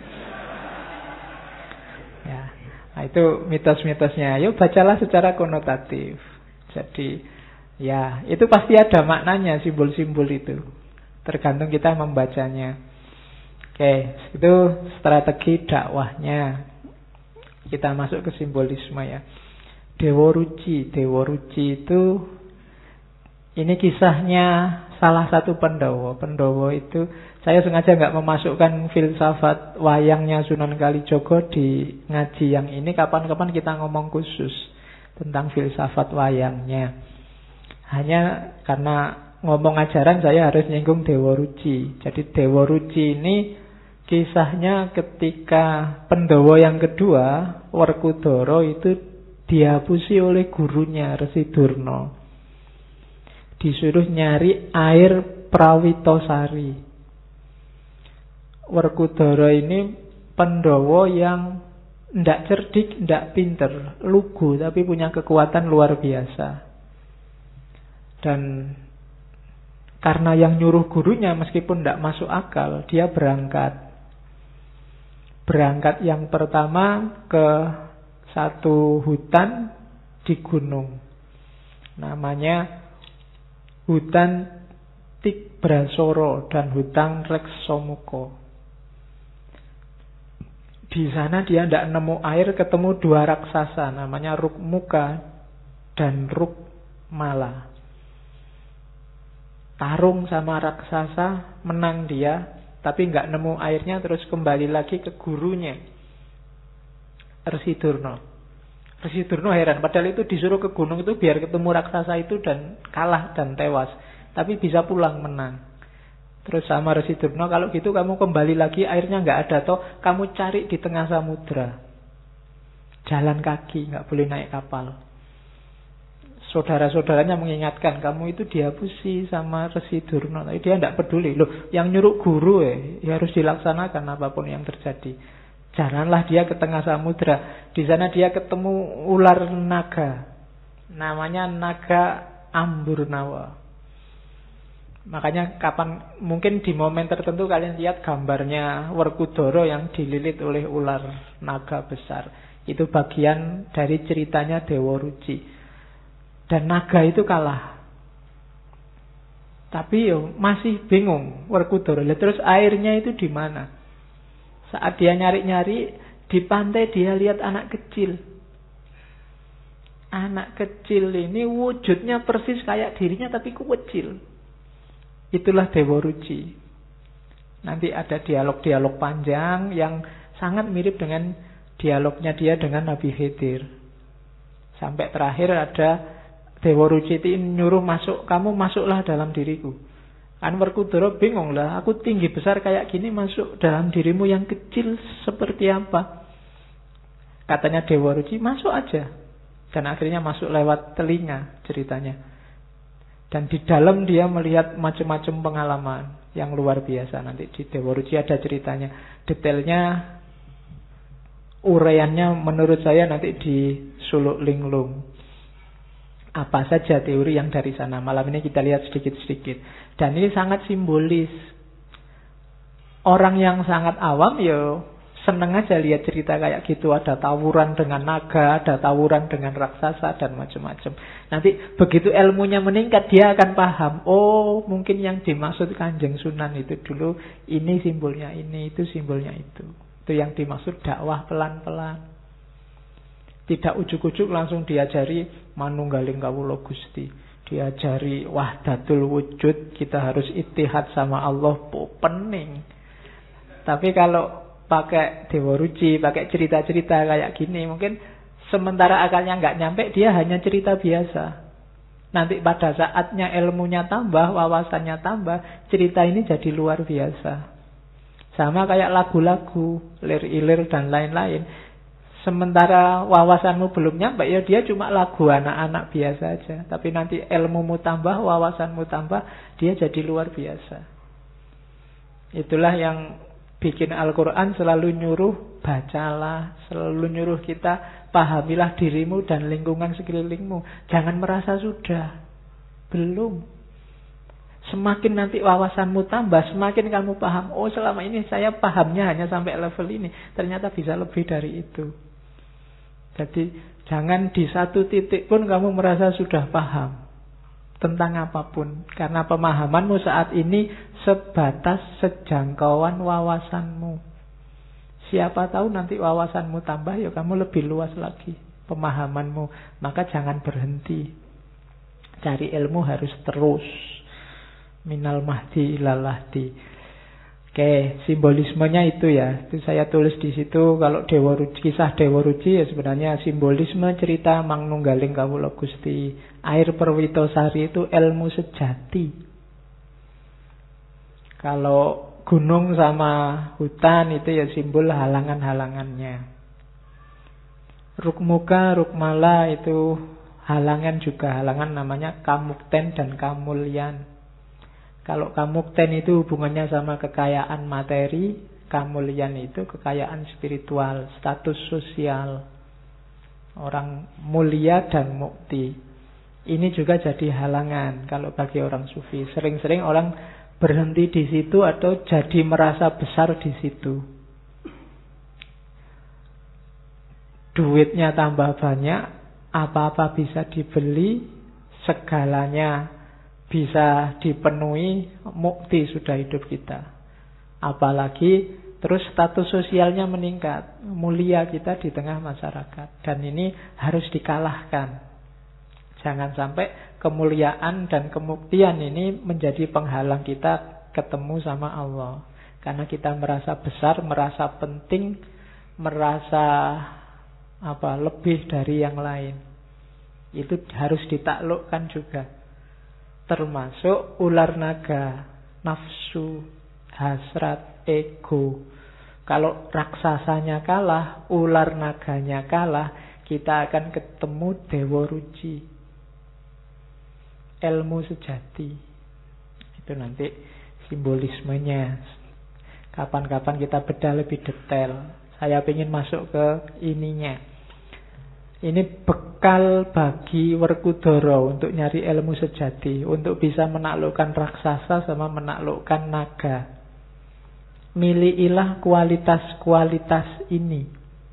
Ya, nah itu mitos-mitosnya. Yuk bacalah secara konotatif. Jadi ya itu pasti ada maknanya simbol-simbol itu. Tergantung kita membacanya. Oke, itu strategi dakwahnya. Kita masuk ke simbolisme ya. Dewa Ruci. Dewa Ruci itu, ini kisahnya salah satu Pandhawa. Pandhawa itu, saya sengaja nggak memasukkan filsafat wayangnya Sunan Kalijaga di ngaji yang ini. Kapan-kapan kita ngomong khusus tentang filsafat wayangnya. Hanya karena ngomong ajaran saya harus nyinggung Dewa Ruci. Jadi Dewa Ruci ini kisahnya ketika Pandhawa yang kedua, Werkudara, itu dihapusi oleh gurunya Resi Durna. Disuruh nyari air Prawitosari. Werkudara ini Pandhawa yang ndak cerdik, ndak pinter, lugu, tapi punya kekuatan luar biasa. Dan karena yang nyuruh gurunya meskipun tidak masuk akal, dia berangkat. Berangkat yang pertama ke satu hutan di gunung. Namanya hutan Tikbrasara dan hutan Reksamuka. Di sana dia tidak nemu air, ketemu dua raksasa, namanya Rukmuka dan Rukmala. Tarung sama raksasa, menang dia, tapi nggak nemu airnya, terus kembali lagi ke gurunya Resi Durna. Resi Durna heran, padahal itu disuruh ke gunung itu biar ketemu raksasa itu dan kalah dan tewas, tapi bisa pulang menang. Terus sama Resi Durna, kalau gitu kamu kembali lagi, airnya nggak ada toh, kamu cari di tengah samudra, jalan kaki, nggak boleh naik kapal. Saudara-saudaranya mengingatkan, kamu itu dihapusi sama Resi Durna, tapi dia tidak peduli. Loh, yang nyuruh guru eh, ya harus dilaksanakan apapun yang terjadi. Jalanlah dia ke tengah samudra. Di sana dia ketemu ular naga, namanya naga Amburnawa. Makanya kapan mungkin di momen tertentu kalian lihat gambarnya Werkudara yang dililit oleh ular naga besar. Itu bagian dari ceritanya Dewa Ruci. Dan naga itu kalah. Tapi yo masih bingung Werkudara. Terus airnya itu di mana? Saat dia nyari-nyari di pantai, dia lihat anak kecil. Anak kecil ini wujudnya persis kayak dirinya tapi kecil. Itulah Dewa Ruci. Nanti ada dialog-dialog panjang yang sangat mirip dengan dialognya dia dengan Nabi Khidir. Sampai terakhir ada Dewa Ruci itu nyuruh masuk, kamu masuklah dalam diriku. Kan Werkudara bingung lah, aku tinggi besar kayak gini masuk dalam dirimu yang kecil seperti apa? Katanya Dewa Ruci, masuk aja. Dan akhirnya masuk lewat telinga ceritanya. Dan di dalam dia melihat macam-macam pengalaman yang luar biasa. Nanti di Dewa Ruci ada ceritanya. Detailnya, uraiannya menurut saya nanti di Suluk Linglung. Apa saja teori yang dari sana. Malam ini kita lihat sedikit-sedikit. Dan ini sangat simbolis. Orang yang sangat awam ya seneng aja lihat cerita kayak gitu. Ada tawuran dengan naga, ada tawuran dengan raksasa dan macam-macam. Nanti begitu ilmunya meningkat dia akan paham. Oh, mungkin yang dimaksud Kanjeng Sunan itu dulu ini simbolnya ini, itu simbolnya itu. Itu yang dimaksud dakwah pelan-pelan. Tidak ujuk-ujuk langsung diajari manunggaling kawula Gusti. Diajari wahdatul wujud, kita harus ittihad sama Allah, pening. Tapi kalau pakai Dewa Ruci, pakai cerita-cerita kayak gini, mungkin sementara akalnya nggak nyampe, dia hanya cerita biasa. Nanti pada saatnya ilmunya tambah, wawasannya tambah, cerita ini jadi luar biasa. Sama kayak lagu-lagu, lir-ilir dan lain-lain. Sementara wawasanmu belum nyampe, ya dia cuma lagu anak-anak biasa aja. Tapi nanti ilmumu tambah, wawasanmu tambah, dia jadi luar biasa. Itulah yang bikin Al-Quran selalu nyuruh, bacalah, selalu nyuruh kita, pahamilah dirimu dan lingkungan sekelilingmu. Jangan merasa sudah, belum. Semakin nanti wawasanmu tambah, semakin kamu paham, oh selama ini saya pahamnya hanya sampai level ini, ternyata bisa lebih dari itu. Jadi jangan di satu titik pun kamu merasa sudah paham tentang apapun. Karena pemahamanmu saat ini sebatas sejangkauan wawasanmu. Siapa tahu nanti wawasanmu tambah, ya kamu lebih luas lagi pemahamanmu. Maka jangan berhenti. Cari ilmu harus terus. Minal mahdi ilal lahdi. Oke, simbolismenya itu ya. Itu saya tulis di situ. Kalau Dewa Ruci, kisah Dewa Ruci ya sebenarnya simbolisme cerita Mangnunggaling Kawula Gusti. Air Perwitosari itu ilmu sejati. Kalau gunung sama hutan itu ya simbol halangan-halangannya. Rukmuka, Rukmala itu halangan juga. Halangan namanya Kamukten dan Kamulyan. Kalau Kamukten itu hubungannya sama kekayaan materi, Kamulyan itu kekayaan spiritual, status sosial. Orang mulia dan mukti. Ini juga jadi halangan kalau bagi orang sufi. Sering-sering orang berhenti di situ atau jadi merasa besar di situ. Duitnya tambah banyak, apa-apa bisa dibeli, segalanya bisa dipenuhi, mukti sudah hidup kita. Apalagi terus status sosialnya meningkat, mulia kita di tengah masyarakat. Dan ini harus dikalahkan. Jangan sampai kemuliaan dan kemuktian ini menjadi penghalang kita ketemu sama Allah. Karena kita merasa besar, merasa penting, merasa apa lebih dari yang lain. Itu harus ditaklukkan juga. Termasuk ular naga, nafsu, hasrat, ego. Kalau raksasanya kalah, ular naganya kalah, kita akan ketemu Dewa Ruci, ilmu sejati. Itu nanti simbolismenya. Kapan-kapan kita bedah lebih detail. Saya ingin masuk ke ininya. Ini bekal bagi Werkudara untuk nyari ilmu sejati, untuk bisa menaklukkan raksasa sama menaklukkan naga. Milikilah kualitas-kualitas ini.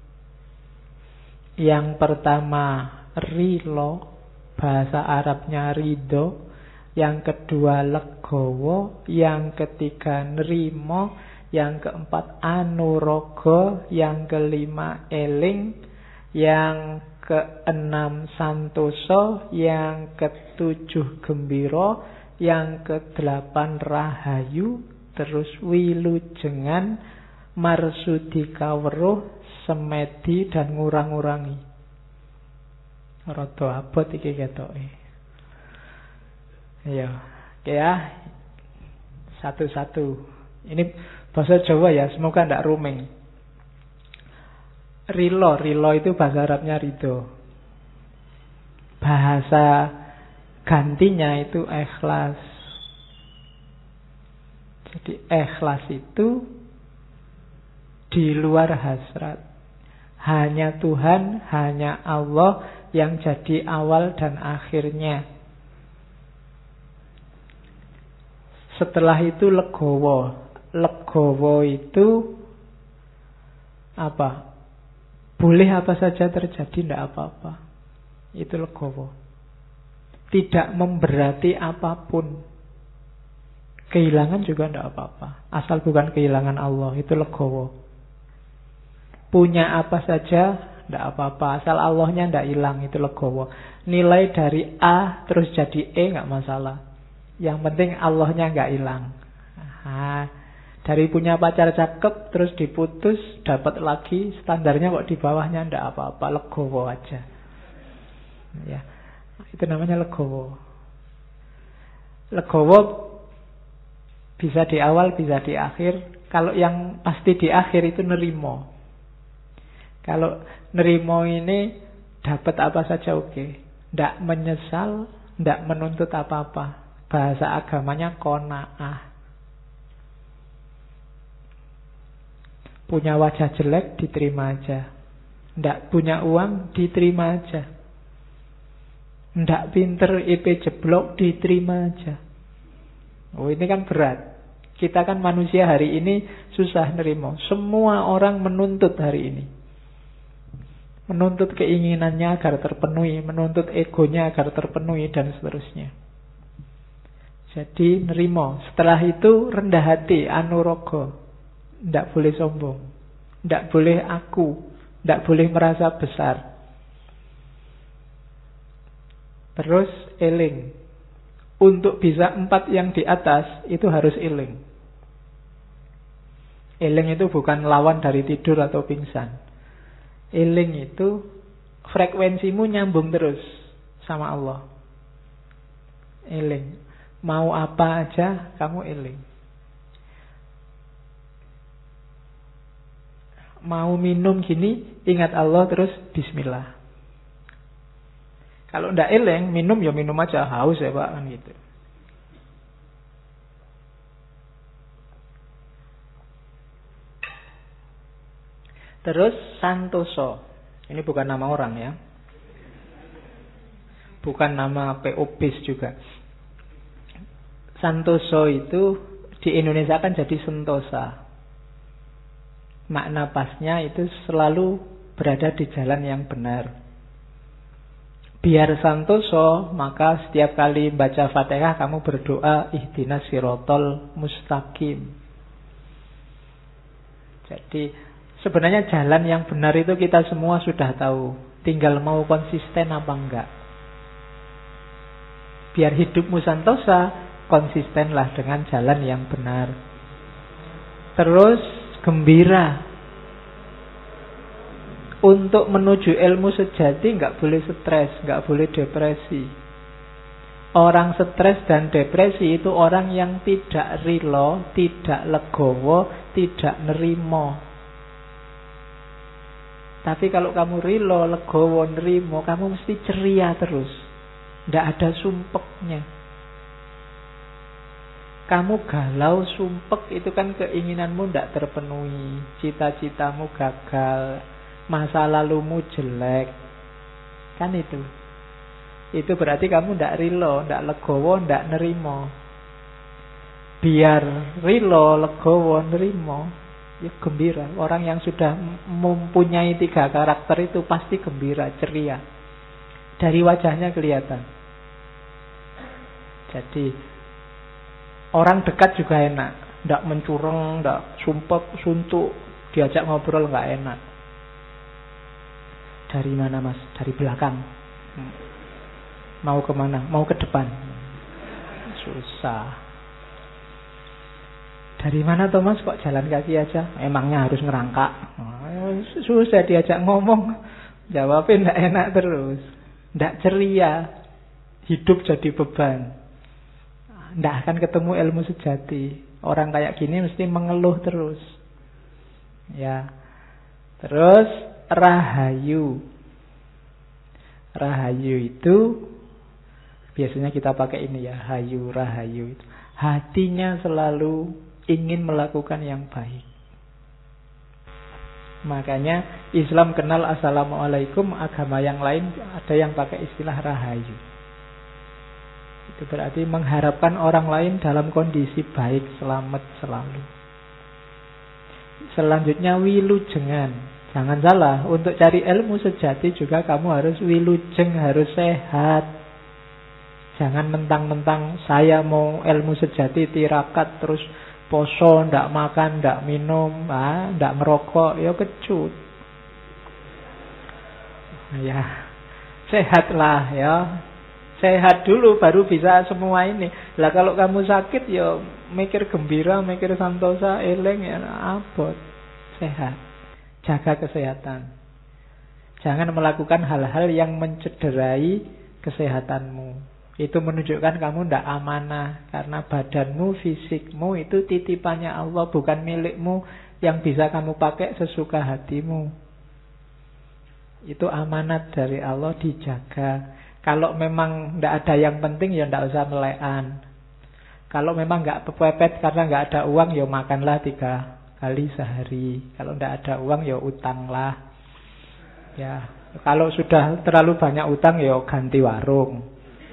Yang pertama, rilo, bahasa Arabnya ridho. Yang kedua, legowo. Yang ketiga, nerimo. Yang keempat, anurogo. Yang kelima, eling. Yang keenam santoso, yang ketujuh gembira, yang kedelapan rahayu, terus wilujengan, marsudi kaweruh, semedi dan ngurang-ngurangi. Rada abot iki ketoke. Ya, ya. Satu-satu. Ini bahasa Jawa ya, semoga tidak ruming. Rilo, rilo itu bahasa Arabnya ridho. Bahasa gantinya itu ikhlas. Jadi ikhlas itu di luar hasrat. Hanya Tuhan, hanya Allah yang jadi awal dan akhirnya. Setelah itu legowo. Legowo itu apa? Boleh apa saja terjadi, tidak apa-apa. Itu legowo. Tidak memberati apapun. Kehilangan juga tidak apa-apa. Asal bukan kehilangan Allah, itu legowo. Punya apa saja, tidak apa-apa. Asal Allahnya tidak hilang, itu legowo. Nilai dari A terus jadi E, nggak masalah. Yang penting Allahnya nggak hilang. Nah, dari punya pacar cakep terus diputus, dapat lagi, standarnya kok di bawahnya ndak apa-apa, legowo aja. Ya. Itu namanya legowo. Legowo bisa di awal, bisa di akhir. Kalau yang pasti di akhir itu nerimo. Kalau nerimo ini dapat apa saja oke. Ndak menyesal, ndak menuntut apa-apa. Bahasa agamanya qanaah. Punya wajah jelek, diterima aja. Ndak punya uang, diterima aja. Ndak pinter, I P jeblok, diterima aja. Oh, ini kan berat. Kita kan manusia hari ini susah nerima. Semua orang menuntut hari ini. Menuntut keinginannya agar terpenuhi, menuntut egonya agar terpenuhi, dan seterusnya. Jadi nerimo. Setelah itu rendah hati, anurogo. Tidak boleh sombong. Tidak boleh aku, tidak boleh merasa besar. Terus eling. Untuk bisa empat yang di atas itu harus eling. Eling itu bukan lawan dari tidur atau pingsan. Eling itu frekuensimu nyambung terus sama Allah. Eling. Mau apa aja kamu eling. Mau minum gini, ingat Allah terus bismillah. Kalau ndak eling, minum ya minum aja, haus ya Pak, kan gitu. Terus santoso. Ini bukan nama orang ya. Bukan nama P O bis juga. Santoso itu di Indonesia kan jadi sentosa. Makna pasnya itu selalu berada di jalan yang benar. Biar santoso, maka setiap kali baca Fatihah kamu berdoa ihdinas sirotol mustaqim. Jadi sebenarnya jalan yang benar itu kita semua sudah tahu. Tinggal mau konsisten apa enggak. Biar hidupmu santosa, konsistenlah dengan jalan yang benar. Terus gembira. Untuk menuju ilmu sejati nggak boleh stres, nggak boleh depresi. Orang stres dan depresi itu orang yang tidak rilo, tidak legowo, tidak nerimo. Tapi kalau kamu rilo, legowo, nerimo, kamu mesti ceria terus. Nggak ada sumpeknya. Kamu galau, sumpek, itu kan keinginanmu nggak terpenuhi, cita-citamu gagal, masa lalumu jelek. Kan itu. Itu berarti kamu ndak rilo, ndak legowo, ndak nerimo. Biar rilo, legowo, nerimo, ya gembira. Orang yang sudah mempunyai tiga karakter itu pasti gembira, ceria. Dari wajahnya kelihatan. Jadi orang dekat juga enak, ndak mencurang, ndak sumpek, suntuk, diajak ngobrol nggak enak. Dari mana mas? Dari belakang. Mau kemana? Mau ke depan. Susah. Dari mana tuh mas? Kok jalan kaki aja? Emangnya harus ngerangkak? Susah diajak ngomong. Jawabnya ndak enak terus. Ndak ceria. Hidup jadi beban. Ndak akan ketemu ilmu sejati. Orang kayak gini mesti mengeluh terus. Ya. Terus rahayu. Rahayu itu biasanya kita pakai ini ya, hayu, rahayu itu. Hatinya selalu ingin melakukan yang baik. Makanya Islam kenal assalamualaikum, agama yang lain ada yang pakai istilah rahayu. Itu berarti mengharapkan orang lain dalam kondisi baik, selamat selalu. Selanjutnya wilujengan. Jangan salah, untuk cari ilmu sejati juga kamu harus wilujeng, harus sehat. Jangan mentang-mentang saya mau ilmu sejati tirakat terus poso, ndak makan, ndak minum, ah, ndak ngerokok, ya kecut. Ya, sehatlah ya. Sehat dulu baru bisa semua ini. Lah kalau kamu sakit ya mikir gembira, mikir santosa, eleng ya abot. Sehat. Jaga kesehatan. Jangan melakukan hal-hal yang mencederai kesehatanmu. Itu menunjukkan kamu tidak amanah. Karena badanmu, fisikmu itu titipannya Allah, bukan milikmu yang bisa kamu pakai sesuka hatimu. Itu amanat dari Allah, dijaga. Kalau memang tidak ada yang penting ya tidak usah melekan. Kalau memang nggak pepepet karena nggak ada uang ya makanlah tiga kali sehari. Kalau tidak ada uang ya utanglah. Ya, kalau sudah terlalu banyak utang ya ganti warung.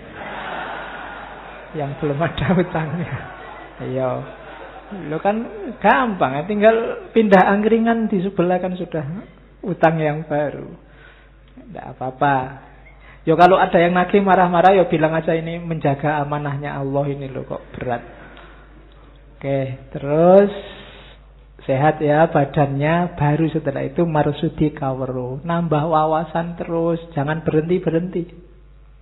Yang belum ada utangnya. Ayo. Lo kan gampang ya, tinggal pindah angkringan di sebelah kan sudah utang yang baru. Tidak apa-apa. Ya kalau ada yang nagih marah-marah ya bilang aja ini menjaga amanahnya Allah ini loh, kok berat. Oke, terus sehat ya badannya, baru setelah itu marsudi kawero, nambah wawasan terus, jangan berhenti-berhenti.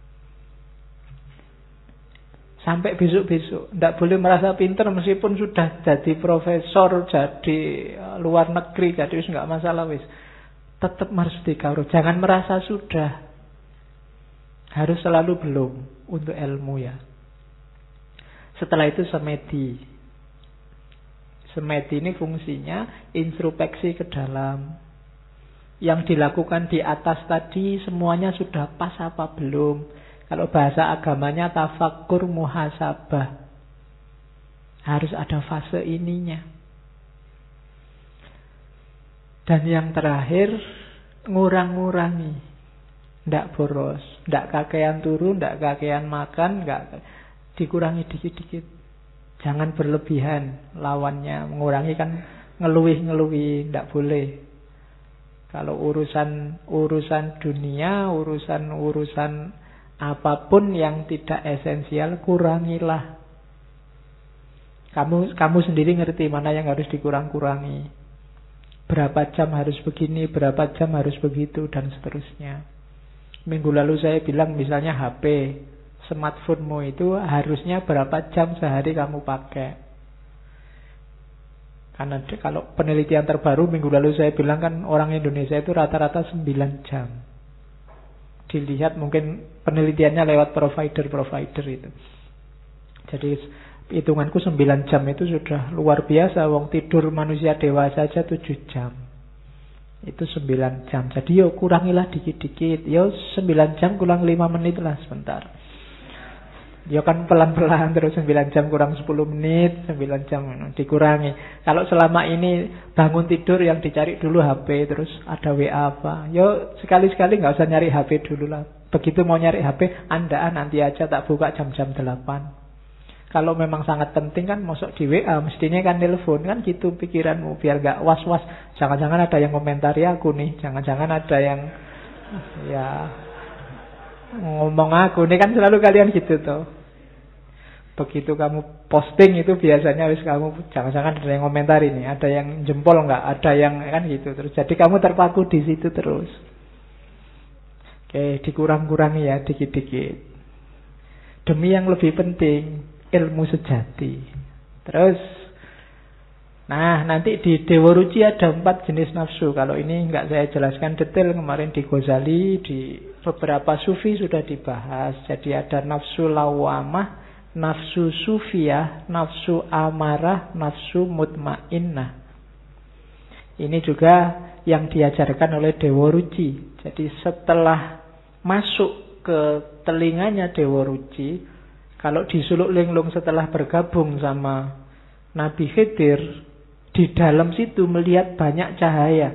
Sampai besok-besok. Tidak boleh merasa pintar meskipun sudah jadi profesor, jadi luar negeri, jadi wis nggak masalah wis. Tetap marsudi kawero. Jangan merasa sudah. Harus selalu belum untuk ilmu ya. Setelah itu semedi. Semedi ini fungsinya introspeksi ke dalam. Yang dilakukan di atas tadi semuanya sudah pas apa belum? Kalau bahasa agamanya tafakkur muhasabah. Harus ada fase ininya. Dan yang terakhir, ngurang-ngurangi. Ndak boros, ndak kakean turu, ndak kakean makan, ndak, dikurangi dikit-dikit. Jangan berlebihan lawannya. Mengurangi kan ngeluih-ngeluih, ndak boleh. Kalau urusan urusan dunia, urusan-urusan apapun yang tidak esensial, kurangilah. Kamu kamu sendiri ngerti mana yang harus dikurang-kurangi. Berapa jam harus begini, berapa jam harus begitu, dan seterusnya. Minggu lalu saya bilang misalnya H P, smartphone-mu itu harusnya berapa jam sehari kamu pakai. Karena kalau penelitian terbaru minggu lalu saya bilang kan orang Indonesia itu rata-rata sembilan jam. Dilihat mungkin penelitiannya lewat provider-provider itu. Jadi hitunganku sembilan jam itu sudah luar biasa. Wong tidur manusia dewasa saja tujuh jam. Itu sembilan jam. Jadi yo kurangilah dikit-dikit. Yo sembilan jam kurang lima menit lah sebentar. Yo kan pelan-pelan terus sembilan jam kurang sepuluh menit, sembilan jam dikurangi. Kalau selama ini bangun tidur yang dicari dulu H P, terus ada W A apa. Yo sekali-sekali nggak usah nyari H P dulu lah. Begitu mau nyari H P, andaan nanti aja tak buka jam-jam delapan. Kalau memang sangat penting kan masuk di W A, mestinya kan telepon kan gitu pikiranmu biar gak was-was. Jangan-jangan ada yang komentari aku nih, jangan-jangan ada yang ya ngomong aku nih, kan selalu kalian gitu tuh. Begitu kamu posting itu biasanya wis kamu jangan-jangan ada yang komentari nih, ada yang jempol nggak, ada yang kan gitu terus. Jadi kamu terpaku di situ terus. Oke, dikurang-kurangi ya dikit-dikit. Demi yang lebih penting, ilmu sejati. Terus, nah nanti di Dewa Ruci ada empat jenis nafsu. Kalau ini nggak saya jelaskan detail, kemarin di Ghazali, di beberapa sufi sudah dibahas. Jadi ada nafsu lawamah, nafsu sufiyah, nafsu amarah, nafsu mutmainnah. Ini juga yang diajarkan oleh Dewa Ruci. Jadi setelah masuk ke telinganya Dewa Ruci, kalau di Suluk Linglung setelah bergabung sama Nabi Khidir, di dalam situ melihat banyak cahaya.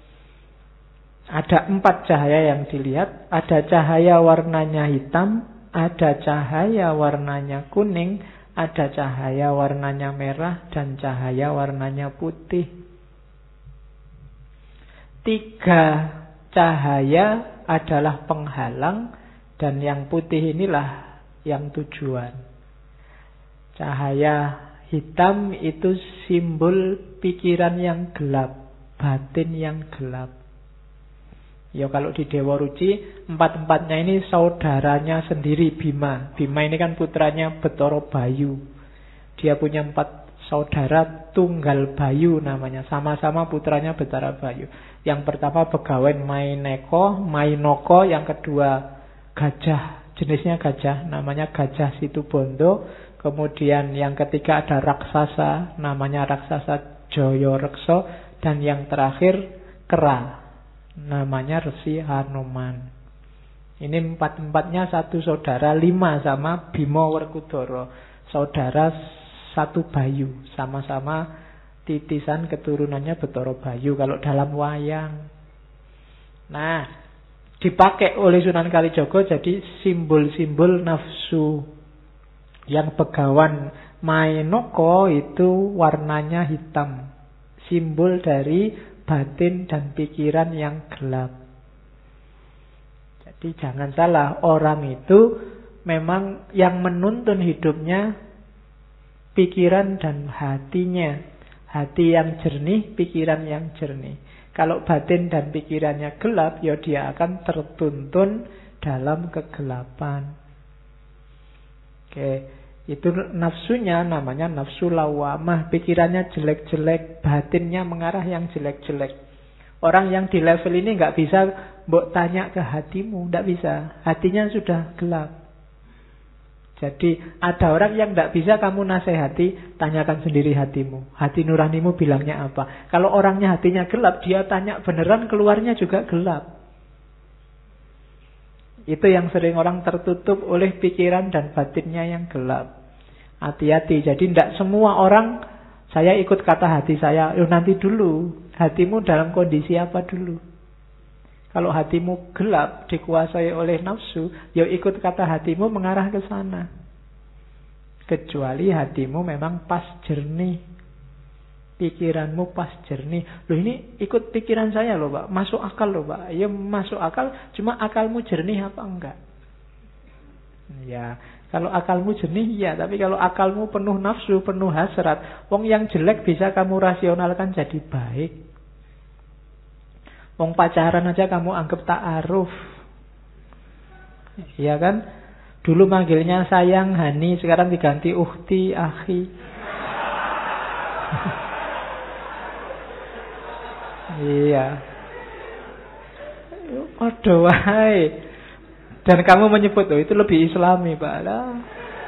Ada empat cahaya yang dilihat. Ada cahaya warnanya hitam, ada cahaya warnanya kuning, ada cahaya warnanya merah, dan cahaya warnanya putih. Tiga cahaya adalah penghalang, dan yang putih inilah yang tujuan. Cahaya hitam itu simbol pikiran yang gelap, batin yang gelap. Ya kalau di Dewa Ruci, empat-empatnya ini saudaranya sendiri Bima. Bima ini kan putranya Betara Bayu. Dia punya empat saudara, Tunggal Bayu namanya. Sama-sama putranya Betara Bayu. Yang pertama Begawan Maineko, Mainoko. Yang kedua gajah, jenisnya gajah, namanya Gajah Situbondo. Kemudian yang ketiga ada raksasa, namanya raksasa Joyorekso. Dan yang terakhir kera, namanya Resi Hanuman. Ini empat-empatnya satu saudara, lima sama Bima Werkudara. Saudara satu Bayu, sama-sama titisan keturunannya Betara Bayu kalau dalam wayang. Nah, dipakai oleh Sunan Kalijaga jadi simbol-simbol nafsu. Yang Begawan Mainoko itu warnanya hitam, simbol dari batin dan pikiran yang gelap. Jadi jangan salah, orang itu memang yang menuntun hidupnya pikiran dan hatinya. Hati yang jernih, pikiran yang jernih. Kalau batin dan pikirannya gelap, ya dia akan tertuntun dalam kegelapan. Oke, itu nafsunya namanya nafsu lawamah. Pikirannya jelek-jelek, batinnya mengarah yang jelek-jelek. Orang yang di level ini nggak bisa mbok tanya ke hatimu, nggak bisa. Hatinya sudah gelap. Jadi ada orang yang tidak bisa kamu nasihati, tanyakan sendiri hatimu. Hati nuranimu bilangnya apa? Kalau orangnya hatinya gelap, dia tanya beneran, keluarnya juga gelap. Itu yang sering orang tertutup oleh pikiran dan batinnya yang gelap. Hati-hati, jadi tidak semua orang, saya ikut kata hati saya. Yo, nanti dulu, hatimu dalam kondisi apa dulu? Kalau hatimu gelap, dikuasai oleh nafsu, ya ikut kata hatimu mengarah ke sana. Kecuali hatimu memang pas jernih. Pikiranmu pas jernih. Loh, ini ikut pikiran saya loh Pak. Masuk akal loh Pak. Ya masuk akal, cuma akalmu jernih apa enggak? Ya, kalau akalmu jernih ya. Tapi kalau akalmu penuh nafsu, penuh hasrat, wong yang jelek bisa kamu rasionalkan jadi baik. Wong pacaran aja kamu anggap ta'aruf. Iya kan? Dulu manggilnya sayang, hani, sekarang diganti ukhti, akhi. Iya. Aduh, wahai. Dan kamu menyebut, oh itu lebih islami, Pak. Lah.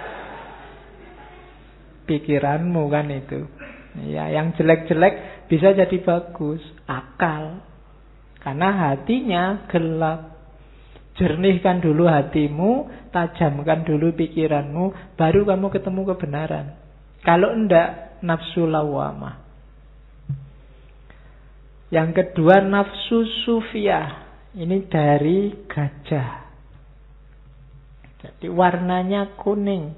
Pikiranmu kan itu. Ya, yang jelek-jelek bisa jadi bagus. Akal. Karena hatinya gelap. Jernihkan dulu hatimu, tajamkan dulu pikiranmu, baru kamu ketemu kebenaran. Kalau enggak, nafsu lawamah. Yang kedua, nafsu sufiyah. Ini dari gajah. Jadi warnanya kuning.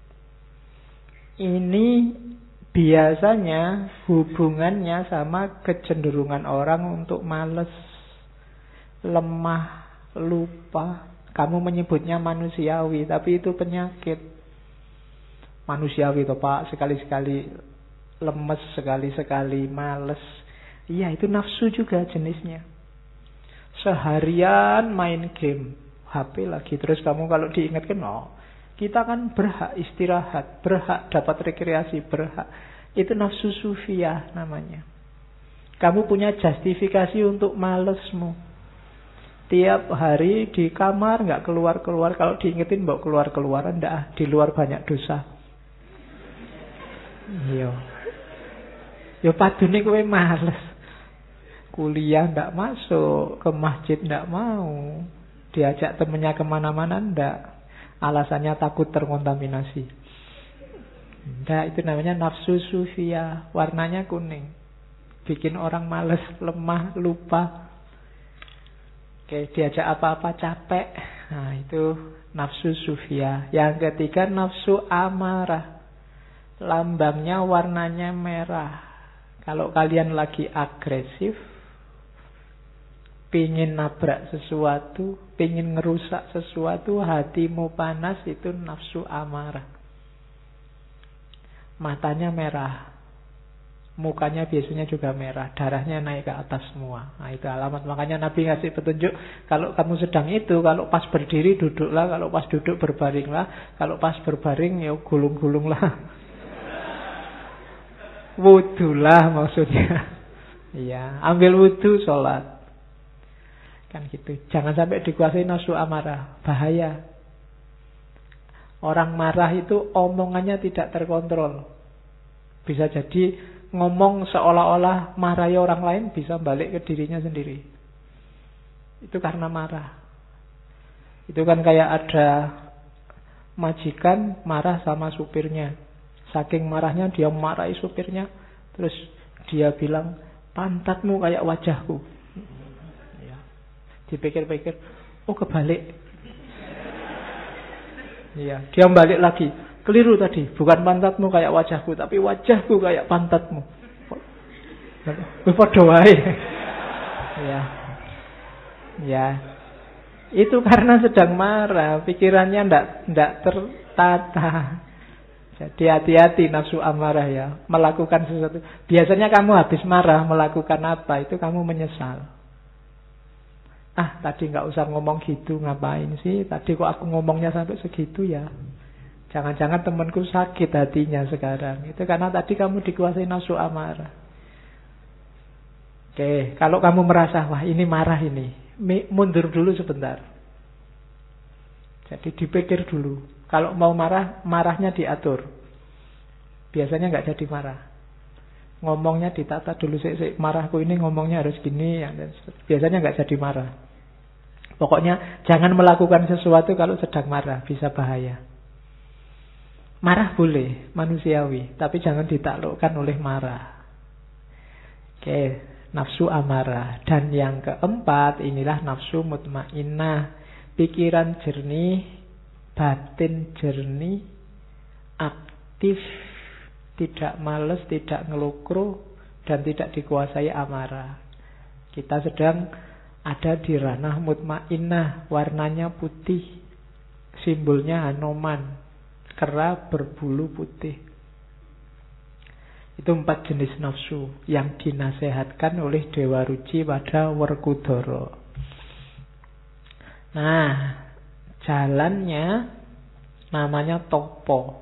Ini biasanya hubungannya sama kecenderungan orang untuk malas, lemah, lupa. Kamu menyebutnya manusiawi, tapi itu penyakit. Manusiawi toh Pak, sekali-sekali lemes, sekali-sekali males. Iya, itu nafsu juga jenisnya. Seharian main game, H P lagi. Terus kamu kalau diingatkan, oh, kita kan berhak istirahat, berhak dapat rekreasi, berhak. Itu nafsu sufiyah namanya. Kamu punya justifikasi untuk malesmu. Tiap hari di kamar nggak keluar-keluar. Kalau diingetin bawa keluar-keluaran, ndak, di luar banyak dosa. Yo, yo padune kowe males. Kuliah ndak masuk, ke masjid ndak mau, diajak temennya kemana-mana ndak. Alasannya takut terkontaminasi. Ndak, itu namanya nafsu sufiyah. Warnanya kuning. Bikin orang males, lemah, lupa. Oke, diajak apa-apa capek. Nah, itu nafsu sufiyah. Yang ketiga, nafsu amarah. Lambangnya warnanya merah. Kalau kalian lagi agresif, pingin nabrak sesuatu, pingin ngerusak sesuatu, hatimu panas, itu nafsu amarah. Matanya merah. Mukanya biasanya juga merah, darahnya naik ke atas semua. Nah, itu alamat. Makanya Nabi ngasih petunjuk, kalau kamu sedang itu, kalau pas berdiri duduklah, kalau pas duduk berbaringlah, kalau pas berbaring ya gulung-gulunglah. Wudulah maksudnya. Iya, ambil wudu, sholat. Kan gitu. Jangan sampai dikuasai nafsu amarah, bahaya. Orang marah itu omongannya tidak terkontrol. Bisa jadi ngomong seolah-olah marahi orang lain, bisa balik ke dirinya sendiri. Itu karena marah. Itu kan kayak ada majikan marah sama supirnya. Saking marahnya dia marahi supirnya, terus dia bilang, pantatmu kayak wajahku. Ya. Dipikir-pikir, oh kebalik. Iya, dia balik lagi. Keliru tadi, bukan pantatmu kayak wajahku, tapi wajahku kayak pantatmu. Padha wae. Ya. Ya. Itu karena sedang marah, pikirannya ndak ndak tertata. Jadi hati-hati nafsu amarah ya, melakukan sesuatu. Biasanya kamu habis marah melakukan apa, itu kamu menyesal. Ah, tadi nggak usah ngomong gitu, ngapain sih? Tadi kok aku ngomongnya sampai segitu ya? Jangan-jangan temanku sakit hatinya sekarang. Itu karena tadi kamu dikuasai nafsu amarah. Oke, kalau kamu merasa, wah ini marah ini, mundur dulu sebentar. Jadi dipikir dulu. Kalau mau marah, marahnya diatur. Biasanya nggak jadi marah. Ngomongnya ditata dulu. Sik, sik, marahku ini ngomongnya harus gini. Biasanya nggak jadi marah. Pokoknya jangan melakukan sesuatu kalau sedang marah. Bisa bahaya. Marah boleh, manusiawi. Tapi jangan ditaklukkan oleh marah. Oke, nafsu amarah. Dan yang keempat, inilah nafsu mutmainnah. Pikiran jernih, batin jernih, aktif, tidak males, tidak ngelukro, dan tidak dikuasai amarah. Kita sedang ada di ranah mutmainnah, warnanya putih, simbolnya Hanoman, kera berbulu putih. Itu empat jenis nafsu yang dinasehatkan oleh Dewa Ruci pada Werkudara. Nah, jalannya namanya topo.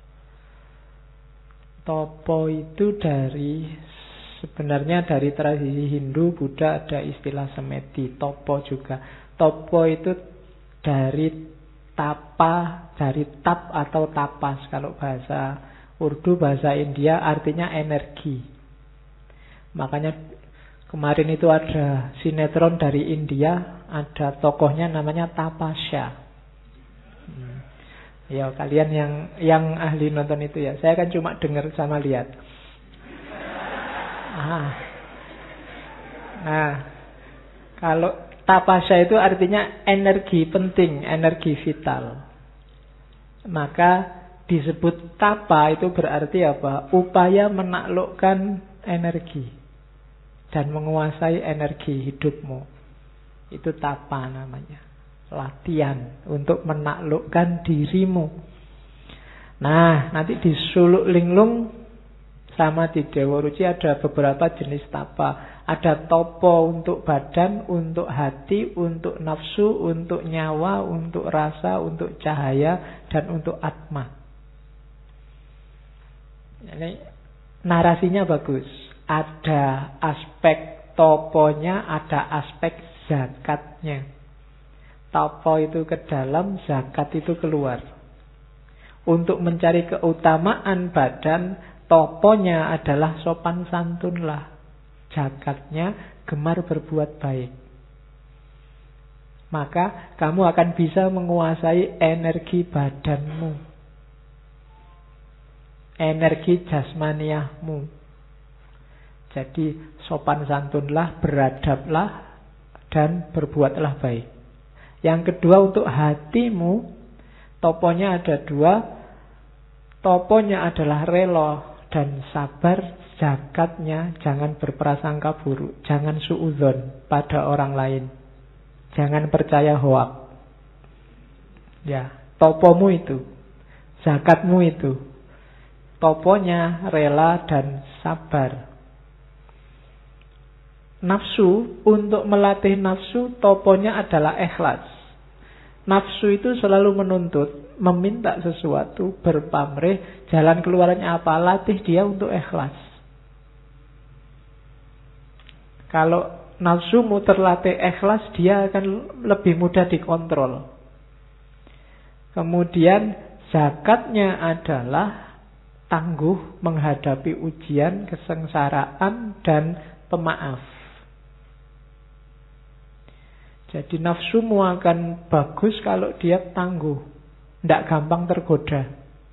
Topo itu dari, sebenarnya dari tradisi Hindu, Buddha ada istilah semeti, topo juga. Topo itu dari tapa, dari tap atau tapas. Kalau bahasa Urdu, bahasa India artinya energi. Makanya kemarin itu ada sinetron dari India, ada tokohnya namanya Tapasya. Hmm. Ya kalian yang yang ahli nonton itu ya, saya kan cuma dengar sama lihat. Ah. Nah, kalau Tapasya itu artinya energi penting, energi vital. Maka disebut tapa itu berarti apa? Upaya menaklukkan energi dan menguasai energi hidupmu. Itu tapa namanya. Latihan untuk menaklukkan dirimu. Nah, nanti di Suluk Linglung sama di Dewa Ruci ada beberapa jenis tapa. Ada topo untuk badan, untuk hati, untuk nafsu, untuk nyawa, untuk rasa, untuk cahaya, dan untuk atma. Ini narasinya bagus. Ada aspek toponya, ada aspek zakatnya. Topo itu ke dalam, zakat itu keluar. Untuk mencari keutamaan badan, toponya adalah sopan santunlah. Zakatnya gemar berbuat baik. Maka kamu akan bisa menguasai energi badanmu, energi jasmaniahmu. Jadi sopan santunlah, beradablah, dan berbuatlah baik. Yang kedua untuk hatimu, toponya ada dua. Toponya adalah rela dan sabar. Zakatnya jangan berprasangka buruk, jangan suudzon pada orang lain, jangan percaya hoak. Ya, topomu itu, zakatmu itu. Toponya rela dan sabar. Nafsu, untuk melatih nafsu, toponya adalah ikhlas. Nafsu itu selalu menuntut, meminta sesuatu, berpamrih. Jalan keluarnya apa? Latih dia untuk ikhlas. Kalau nafsumu terlatih ikhlas, dia akan lebih mudah dikontrol. Kemudian zakatnya adalah tangguh menghadapi ujian, kesengsaraan, dan pemaaf. Jadi nafsumu akan bagus kalau dia tangguh, tidak gampang tergoda,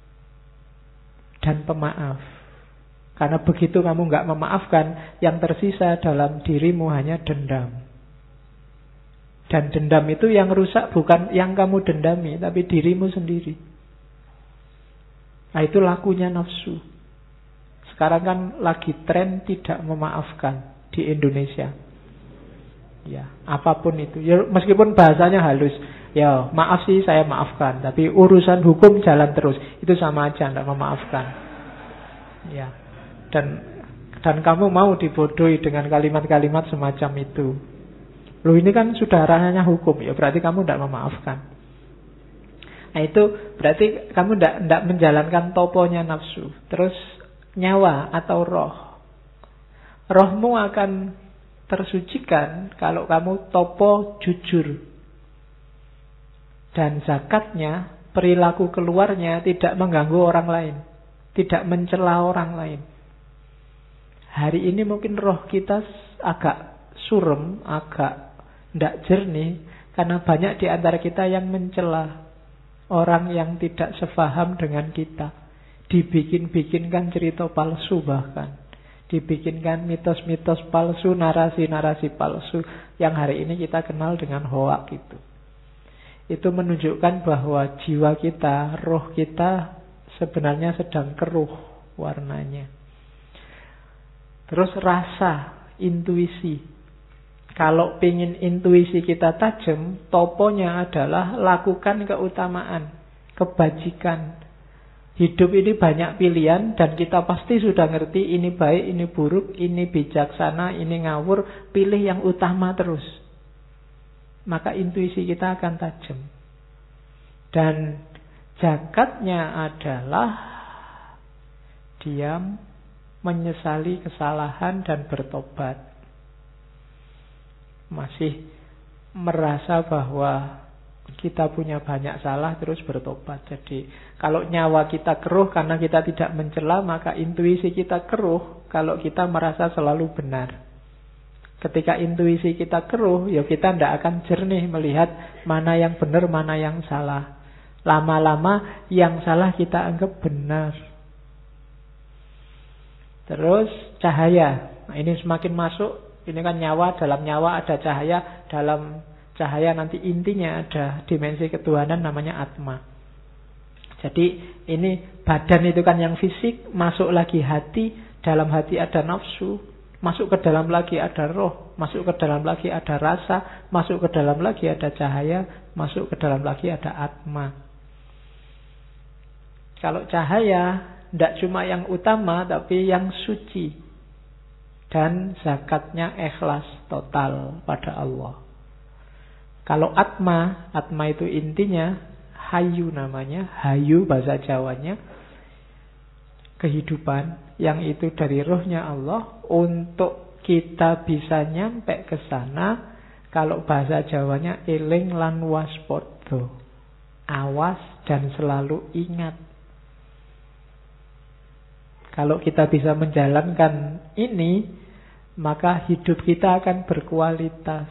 dan pemaaf. Karena begitu kamu nggak memaafkan, yang tersisa dalam dirimu hanya dendam. Dan dendam itu yang rusak bukan yang kamu dendami, tapi dirimu sendiri. Nah, itu lakunya nafsu. Sekarang kan lagi tren tidak memaafkan di Indonesia. Ya, apapun itu. Ya, meskipun bahasanya halus. Ya, maaf sih saya maafkan. Tapi urusan hukum jalan terus. Itu sama aja, tidak memaafkan. Ya. Dan dan kamu mau dibodohi dengan kalimat-kalimat semacam itu. Loh, ini kan sudah ranahnya hukum. Ya, berarti kamu tidak memaafkan. Nah, itu berarti kamu tidak tidak menjalankan toponya nafsu. Terus nyawa atau roh. Rohmu akan tersucikan kalau kamu topo jujur. Dan zakatnya, perilaku keluarnya tidak mengganggu orang lain. Tidak mencela orang lain. Hari ini mungkin roh kita agak surem, agak tidak jernih. Karena banyak di antara kita yang mencela orang yang tidak sefaham dengan kita. Dibikin-bikinkan cerita palsu bahkan. Dibikinkan mitos-mitos palsu, narasi-narasi palsu yang hari ini kita kenal dengan hoak itu. Itu menunjukkan bahwa jiwa kita, roh kita sebenarnya sedang keruh warnanya. Terus rasa, intuisi. Kalau ingin intuisi kita tajam, toponya adalah lakukan keutamaan, kebajikan. Hidup ini banyak pilihan dan kita pasti sudah ngerti ini baik, ini buruk, ini bijaksana, ini ngawur. Pilih yang utama terus. Maka intuisi kita akan tajam. Dan zakatnya adalah diam, menyesali kesalahan dan bertobat. Masih merasa bahwa kita punya banyak salah terus bertobat. Jadi kalau nyawa kita keruh karena kita tidak mencela, maka intuisi kita keruh kalau kita merasa selalu benar. Ketika intuisi kita keruh, ya kita tidak akan jernih melihat mana yang benar, mana yang salah. Lama-lama yang salah kita anggap benar. Terus cahaya. Nah, ini semakin masuk. Ini kan nyawa, dalam nyawa ada cahaya, dalam cahaya nanti intinya ada dimensi ketuhanan namanya Atma. Jadi ini badan itu kan yang fisik, masuk lagi hati, dalam hati ada nafsu, masuk ke dalam lagi ada roh, masuk ke dalam lagi ada rasa, masuk ke dalam lagi ada cahaya, masuk ke dalam lagi ada Atma. Kalau cahaya, tidak cuma yang utama, tapi yang suci. Dan zakatnya ikhlas total pada Allah. Kalau Atma, Atma itu intinya Hayu namanya, Hayu bahasa Jawanya, kehidupan yang itu dari rohnya Allah. Untuk kita bisa nyampe ke sana, kalau bahasa Jawanya eling lan waspodo, awas dan selalu ingat. Kalau kita bisa menjalankan ini, maka hidup kita akan berkualitas.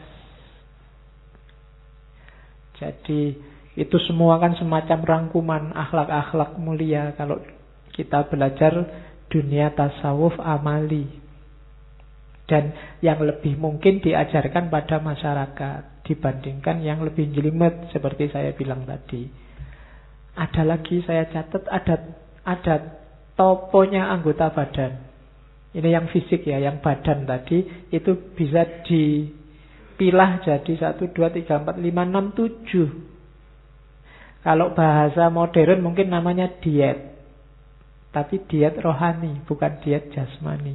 Jadi itu semua kan semacam rangkuman akhlak-akhlak mulia kalau kita belajar dunia tasawuf amali. Dan yang lebih mungkin diajarkan pada masyarakat dibandingkan yang lebih jelimet seperti saya bilang tadi. Ada lagi saya catat, ada ada toponya anggota badan. Ini yang fisik ya, yang badan tadi itu bisa dipilah jadi satu, dua, tiga, empat, lima, enam, tujuh. Kalau bahasa modern mungkin namanya diet. Tapi diet rohani, bukan diet jasmani.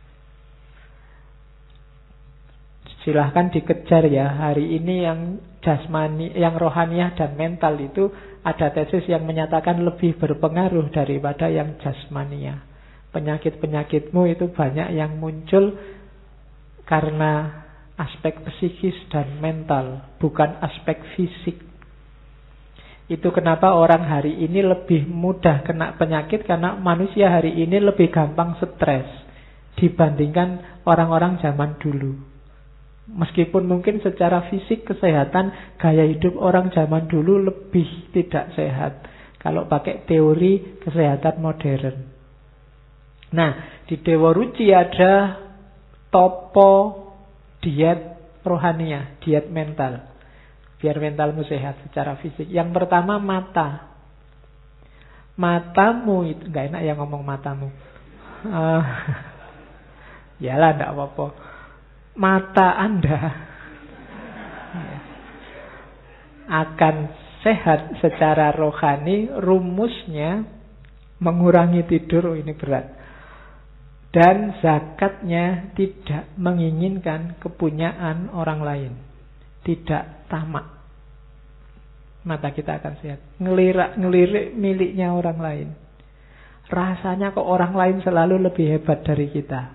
Silahkan dikejar ya, hari ini yang jasmani, yang rohaniah dan mental itu ada tesis yang menyatakan lebih berpengaruh daripada yang jasmaniah. Penyakit-penyakitmu itu banyak yang muncul karena aspek psikis dan mental, bukan aspek fisik. Itu kenapa orang hari ini lebih mudah kena penyakit, karena manusia hari ini lebih gampang stres dibandingkan orang-orang zaman dulu. Meskipun mungkin secara fisik kesehatan, gaya hidup orang zaman dulu lebih tidak sehat kalau pakai teori kesehatan modern. Nah, di Dewa Ruci ada topo diet rohaniah, diet mental. Biar mentalmu sehat secara fisik. Yang pertama mata. Matamu itu, gak enak ya ngomong matamu. Uh, Yalah, gak apa-apa. Mata Anda akan sehat secara rohani, rumusnya mengurangi tidur. Oh, ini berat. Dan zakatnya tidak menginginkan kepunyaan orang lain. Tidak tamak. Mata kita akan sehat. Ngelirik-ngelirik miliknya orang lain. Rasanya kok orang lain selalu lebih hebat dari kita.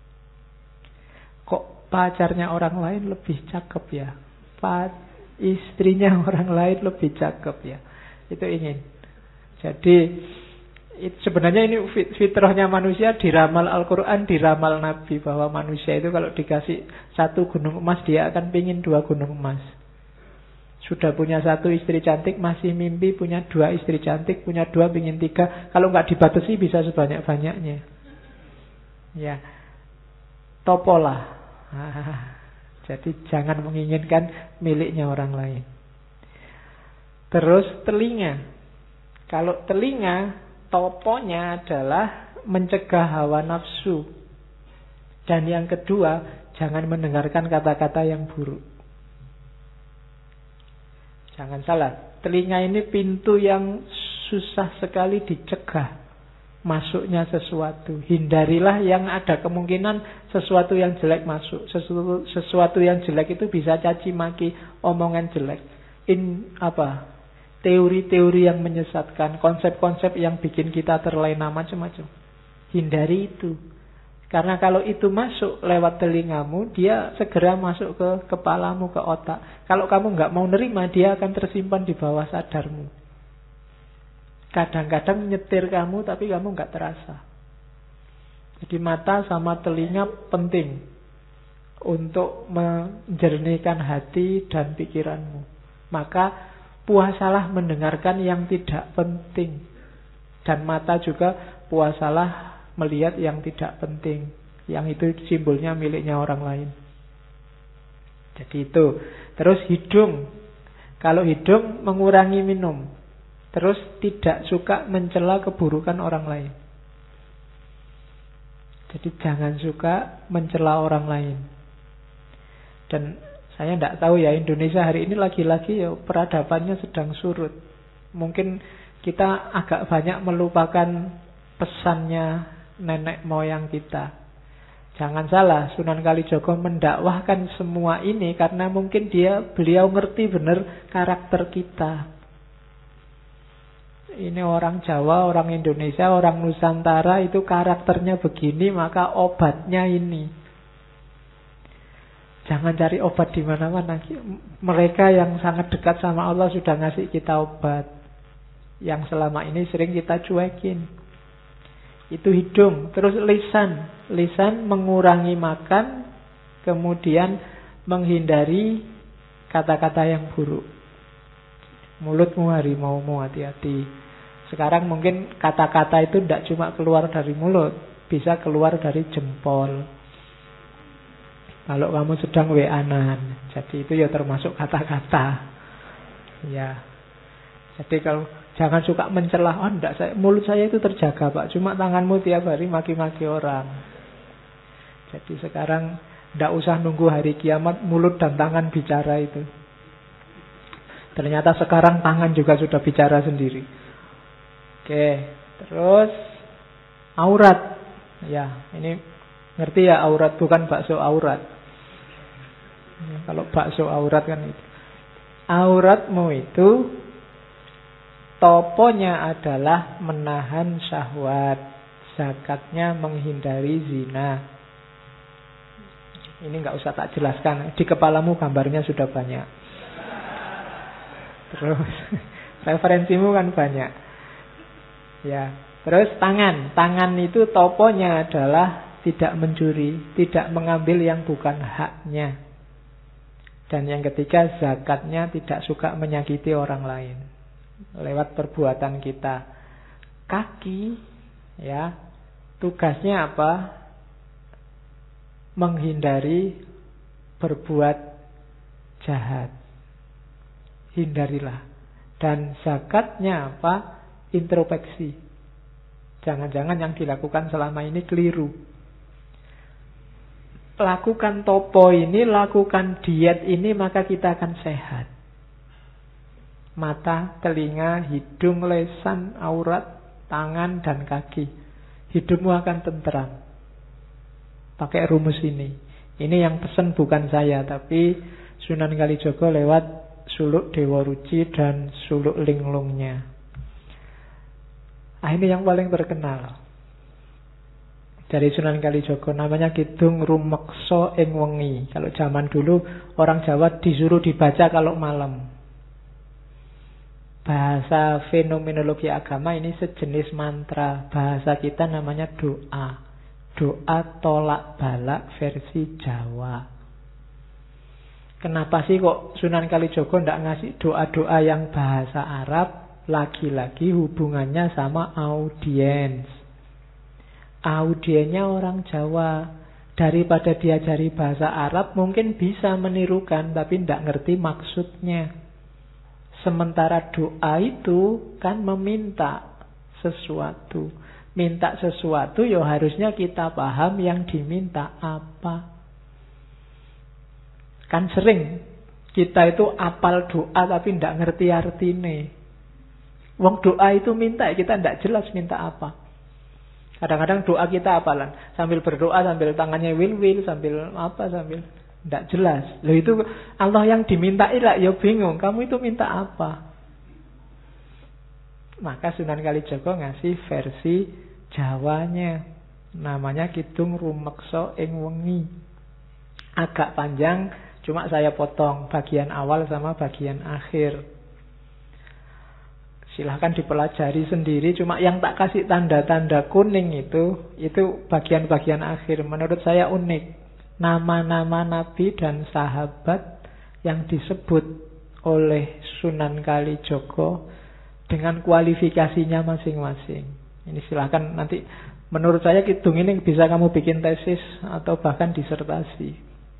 Kok pacarnya orang lain lebih cakep ya. Istrinya orang lain lebih cakep ya. Itu ingin. Jadi it, sebenarnya ini fitrahnya manusia, diramal Al-Quran, diramal Nabi, bahwa manusia itu kalau dikasih satu gunung emas, dia akan pingin dua gunung emas. Sudah punya satu istri cantik, masih mimpi punya dua istri cantik, punya dua pingin tiga. Kalau nggak dibatasi bisa sebanyak-banyaknya. Ya, topolah. Jadi jangan menginginkan miliknya orang lain. Terus telinga. Kalau telinga, toponya adalah mencegah hawa nafsu. Dan yang kedua, jangan mendengarkan kata-kata yang buruk. Jangan salah, telinga ini pintu yang susah sekali dicegah masuknya sesuatu. Hindarilah yang ada kemungkinan sesuatu yang jelek masuk. Sesuatu, sesuatu yang jelek itu bisa caci maki, omongan jelek. In apa? Teori-teori yang menyesatkan, konsep-konsep yang bikin kita terlena macam-macam. Hindari itu. Karena kalau itu masuk lewat telingamu, dia segera masuk ke kepalamu, ke otak. Kalau kamu nggak mau nerima, dia akan tersimpan di bawah sadarmu. Kadang-kadang nyetir kamu, tapi kamu nggak terasa. Jadi mata sama telinga penting untuk menjernihkan hati dan pikiranmu. Maka puasalah mendengarkan yang tidak penting. Dan mata juga puasalah melihat yang tidak penting, yang itu simbolnya miliknya orang lain. Jadi itu. Terus hidung. Kalau hidung mengurangi minum. Terus tidak suka mencela keburukan orang lain. Jadi jangan suka mencela orang lain. Dan saya tidak tahu ya, Indonesia hari ini lagi-lagi ya peradabannya sedang surut. Mungkin kita agak banyak melupakan pesannya nenek moyang kita. Jangan salah, Sunan Kalijogo mendakwahkan semua ini karena mungkin dia beliau ngerti benar karakter kita. Ini orang Jawa, orang Indonesia, orang Nusantara itu karakternya begini, maka obatnya ini. Jangan cari obat di mana-mana. Mereka yang sangat dekat sama Allah sudah ngasih kita obat. Yang selama ini sering kita cuekin. Itu hidung. Terus lisan. Lisan mengurangi makan, kemudian menghindari kata-kata yang buruk. Mulutmu harimaumu, hati-hati. Sekarang mungkin kata-kata itu tidak cuma keluar dari mulut, bisa keluar dari jempol. Kalau kamu sedang W A-an, jadi itu ya termasuk kata-kata. Ya. Jadi kalau jangan suka mencela, oh enggak, saya, mulut saya itu terjaga Pak, cuma tanganmu tiap hari maki-maki orang. Jadi sekarang enggak usah nunggu hari kiamat, mulut dan tangan bicara itu. Ternyata sekarang tangan juga sudah bicara sendiri. Oke, terus aurat. Ya, ini ngerti ya aurat, bukan bakso aurat. Ya, kalau bakso aurat kan itu. Auratmu itu toponya adalah menahan syahwat. Zakatnya menghindari zina. Ini nggak usah tak jelaskan. Di kepalamu gambarnya sudah banyak. Terus referensimu kan banyak. Ya. Terus tangan. Tangan itu toponya adalah tidak mencuri, tidak mengambil yang bukan haknya. Dan yang ketiga, zakatnya tidak suka menyakiti orang lain lewat perbuatan kita. Kaki, ya, tugasnya apa? Menghindari berbuat jahat. Hindarilah. Dan zakatnya apa? Introspeksi. Jangan-jangan yang dilakukan selama ini keliru. Lakukan topo ini, lakukan diet ini, maka kita akan sehat. Mata, telinga, hidung, lesan, aurat, tangan, dan kaki. Hidupmu akan tentram. Pakai rumus ini. Ini yang pesan bukan saya, tapi Sunan Kalijaga lewat suluk Dewa Ruci dan suluk linglungnya. Ah, ini yang paling terkenal dari Sunan Kalijaga, namanya Kidung Rumeksa ing Wengi. Kalau zaman dulu orang Jawa disuruh dibaca kalau malam. Bahasa fenomenologi agama ini sejenis mantra. Bahasa kita namanya doa. Doa tolak balak versi Jawa. Kenapa sih kok Sunan Kalijaga tidak ngasih doa-doa yang bahasa Arab? Lagi-lagi hubungannya sama audiens. Audiennya orang Jawa. Daripada diajari bahasa Arab mungkin bisa menirukan tapi tidak ngerti maksudnya. Sementara doa itu kan meminta sesuatu. Minta sesuatu ya harusnya kita paham yang diminta apa. Kan sering kita itu apal doa tapi tidak ngerti artinya. Wong doa itu minta, kita tidak jelas minta apa. Kadang-kadang doa kita apalan, sambil berdoa, sambil tangannya wil-wil, sambil apa, sambil tidak jelas. Loh itu Allah yang dimintai lah, ya bingung. Kamu itu minta apa? Maka Sunan Kalijaga ngasih versi Jawanya. Namanya Kidung Rumeksa ing Wengi. Agak panjang, cuma saya potong bagian awal sama bagian akhir. Silahkan dipelajari sendiri. Cuma yang tak kasih tanda-tanda kuning itu, itu bagian-bagian akhir. Menurut saya unik. Nama-nama nabi dan sahabat yang disebut oleh Sunan Kalijaga dengan kualifikasinya masing-masing. Ini silahkan nanti, menurut saya kidung ini bisa kamu bikin tesis atau bahkan disertasi.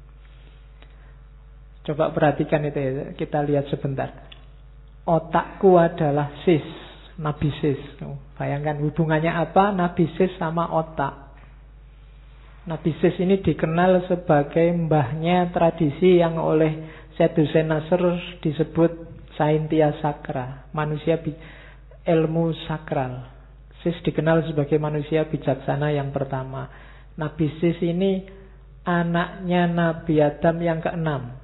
Coba perhatikan itu ya, kita lihat sebentar. Otakku adalah sis, Nabi Sis. Bayangkan hubungannya apa Nabi Sis sama otak. Nabi Sis ini dikenal sebagai mbahnya tradisi yang oleh Syed Hussein Nasr disebut Saintia Sakra, manusia bi- ilmu sakral. Sis dikenal sebagai manusia bijaksana yang pertama. Nabi Sis ini anaknya Nabi Adam yang keenam.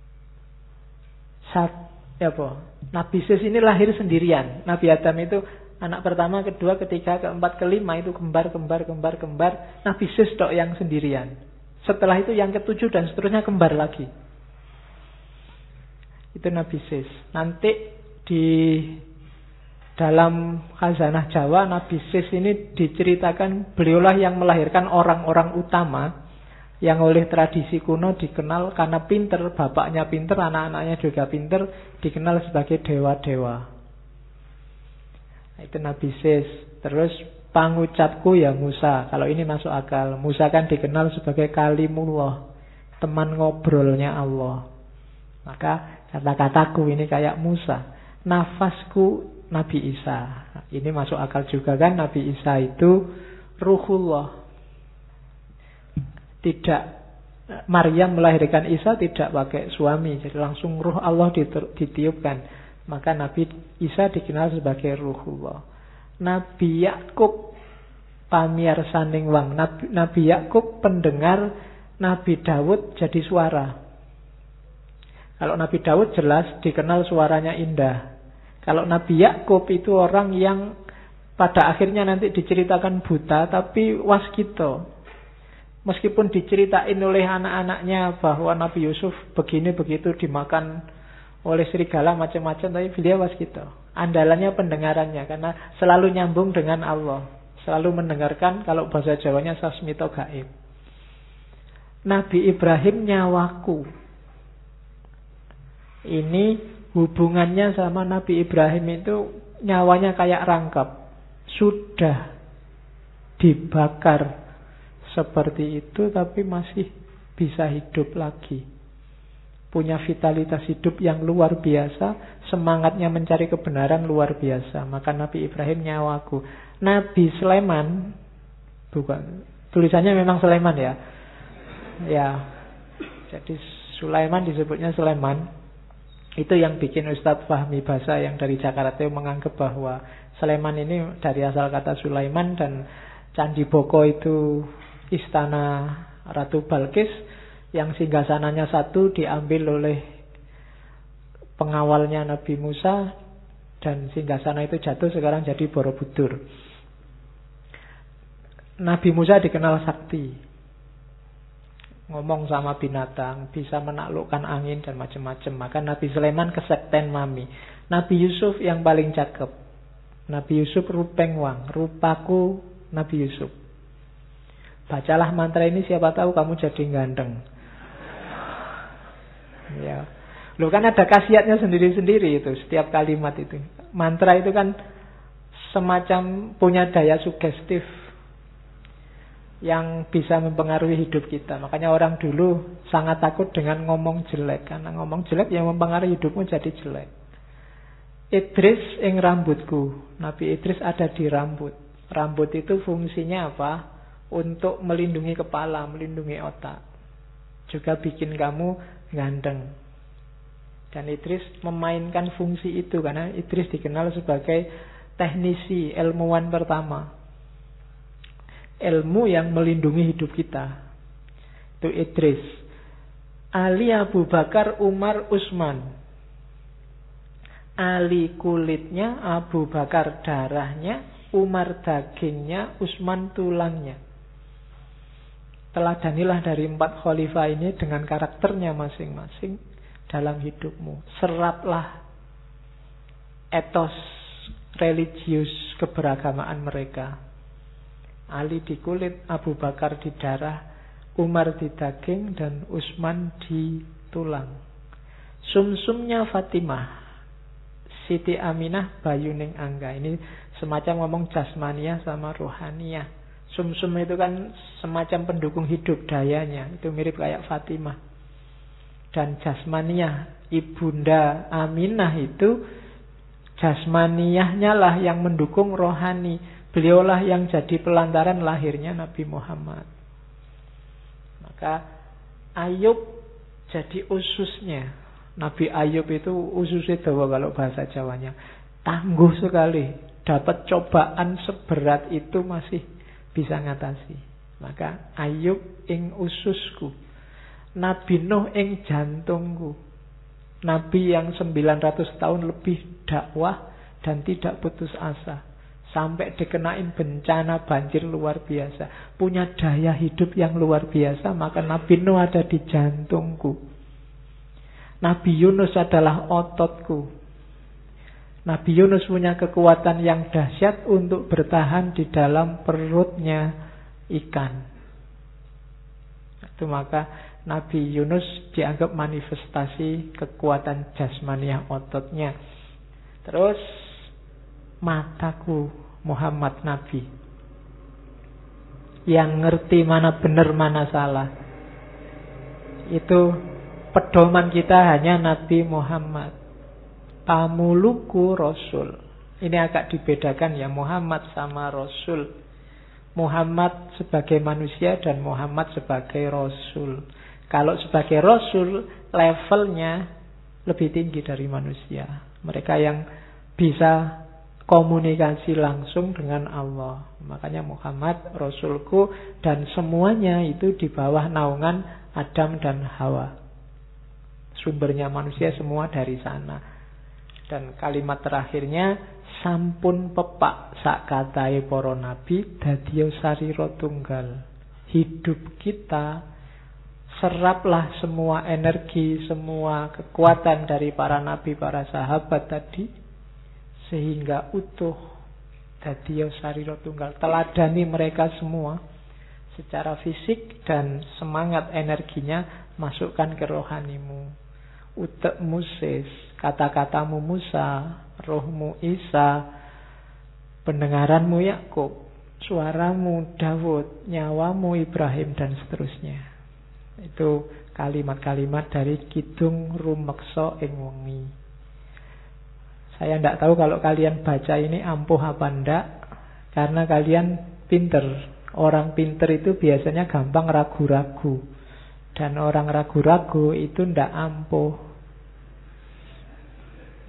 Sat, ya apa? Nabi Sis ini lahir sendirian. Nabi Adam itu anak pertama, kedua, ketiga, keempat, kelima itu kembar, kembar, kembar, kembar. Nabi Sis dok yang sendirian. Setelah itu yang ketujuh dan seterusnya kembar lagi. Itu Nabi Sis. Nanti di dalam Khazanah Jawa, Nabi Sis ini diceritakan beliaulah yang melahirkan orang-orang utama yang oleh tradisi kuno dikenal karena pinter, bapaknya pinter, anak-anaknya juga pinter, dikenal sebagai dewa-dewa. Itu Nabi Sis. Terus pangucapku ya Musa. Kalau ini masuk akal. Musa kan dikenal sebagai kalimullah, teman ngobrolnya Allah. Maka kata-kataku ini kayak Musa. Nafasku Nabi Isa. Ini masuk akal juga kan. Nabi Isa itu ruhullah. Tidak, Maryam melahirkan Isa tidak pakai suami, jadi langsung ruh Allah ditiupkan. Maka Nabi Isa dikenal sebagai ruhullah. Nabi Yakub pamiarsaning wang. Nabi, Nabi Yakub pendengar, Nabi Daud jadi suara. Kalau Nabi Daud jelas dikenal suaranya indah. Kalau Nabi Yakub itu orang yang pada akhirnya nanti diceritakan buta tapi waskito. Meskipun diceritain oleh anak-anaknya bahwa Nabi Yusuf begini begitu dimakan oleh serigala macam-macam, tapi beliau waskito. Andalannya pendengarannya karena selalu nyambung dengan Allah, selalu mendengarkan. Kalau bahasa Jawanya sasmito gaib. Nabi Ibrahim nyawaku. Ini hubungannya sama Nabi Ibrahim itu nyawanya kayak rangkap, sudah dibakar seperti itu tapi masih bisa hidup lagi. Punya vitalitas hidup yang luar biasa, semangatnya mencari kebenaran luar biasa. Maka Nabi Ibrahim nyawaku. Nabi Sulaiman, bukan, tulisannya memang Sulaiman ya. Ya. Jadi Sulaiman disebutnya Sulaiman. Itu yang bikin Ustadz Fahmi Basa yang dari Jakarta itu menganggap bahwa Sleman ini dari asal kata Sulaiman, dan Candi Boko itu istana Ratu Balkis yang singgasananya satu diambil oleh pengawalnya Nabi Musa, dan singgasana itu jatuh sekarang jadi Borobudur. Nabi Musa dikenal sakti, ngomong sama binatang, bisa menaklukkan angin dan macam-macam. Maka Nabi Sulaiman kesekten mami. Nabi Yusuf yang paling cakep. Nabi Yusuf rupeng wang, rupaku Nabi Yusuf. Bacalah mantra ini, siapa tahu kamu jadi ganteng. Ya. Loh, kan ada khasiatnya sendiri-sendiri itu setiap kalimat itu. Mantra itu kan semacam punya daya sugestif yang bisa mempengaruhi hidup kita. Makanya orang dulu sangat takut dengan ngomong jelek, karena ngomong jelek yang mempengaruhi hidupmu jadi jelek. Idris ing rambutku. Nabi Idris ada di rambut. Rambut itu fungsinya apa? Untuk melindungi kepala, melindungi otak. Juga bikin kamu ganteng. Dan Idris memainkan fungsi itu, karena Idris dikenal sebagai teknisi, ilmuwan pertama. Ilmu yang melindungi hidup kita. Itu Idris. Ali Abu Bakar, Umar, Utsman. Ali kulitnya, Abu Bakar darahnya, Umar dagingnya, Utsman tulangnya. Teladanilah dari empat khalifah ini dengan karakternya masing-masing dalam hidupmu. Seraplah etos religius keberagamaan mereka. Ali di kulit, Abu Bakar di darah, Umar di daging, dan Utsman di tulang. Sumsumnya Fatimah, Siti Aminah, Bayuning Angga. Ini semacam ngomong jasmaniah sama rohaniah. Sumsum itu kan semacam pendukung hidup, dayanya. Itu mirip kayak Fatimah. Dan jasmaniah, Ibunda Aminah itu jasmaniahnya lah yang mendukung rohani. Beliaulah yang jadi pelantaran lahirnya Nabi Muhammad. Maka Ayub jadi ususnya. Nabi Ayub itu ususnya dawa kalau bahasa Jawanya. Tangguh sekali. Dapat cobaan seberat itu masih bisa ngatasi. Maka Ayub ing ususku. Nabi Nuh ing jantungku. Nabi yang sembilan ratus tahun lebih dakwah dan tidak putus asa. Sampai dikenain bencana banjir luar biasa. Punya daya hidup yang luar biasa. Maka Nabi Nuh ada di jantungku. Nabi Yunus adalah ototku. Nabi Yunus punya kekuatan yang dahsyat untuk bertahan di dalam perutnya ikan. Itu maka Nabi Yunus dianggap manifestasi kekuatan jasmaniah ototnya. Terus mataku Muhammad Nabi, yang ngerti mana benar mana salah. Itu pedoman kita hanya Nabi Muhammad. Pamuluku Rasul. Ini agak dibedakan ya, Muhammad sama Rasul. Muhammad sebagai manusia dan Muhammad sebagai Rasul. Kalau sebagai Rasul, levelnya lebih tinggi dari manusia. Mereka yang bisa komunikasi langsung dengan Allah. Makanya Muhammad Rasulku, dan semuanya itu di bawah naungan Adam dan Hawa. Sumbernya manusia semua dari sana. Dan kalimat terakhirnya, sampun pepak sak katai para nabi dadiya sarira tunggal. Hidup kita, seraplah semua energi, semua kekuatan dari para nabi, para sahabat tadi, sehingga utuh dadiya sarira tunggal. Teladani mereka semua secara fisik, dan semangat energinya masukkan ke rohanimu. Utekmu Sis, kata-katamu Musa, rohmu Isa, pendengaranmu Yakub, suaramu Daud, nyawamu Ibrahim, dan seterusnya. Itu kalimat-kalimat dari Kidung Rumeksa ing Wengi. Saya tidak tahu kalau kalian baca ini ampuh apa ndak, karena kalian pinter. Orang pinter itu biasanya gampang ragu-ragu, dan orang ragu-ragu itu ndak ampuh.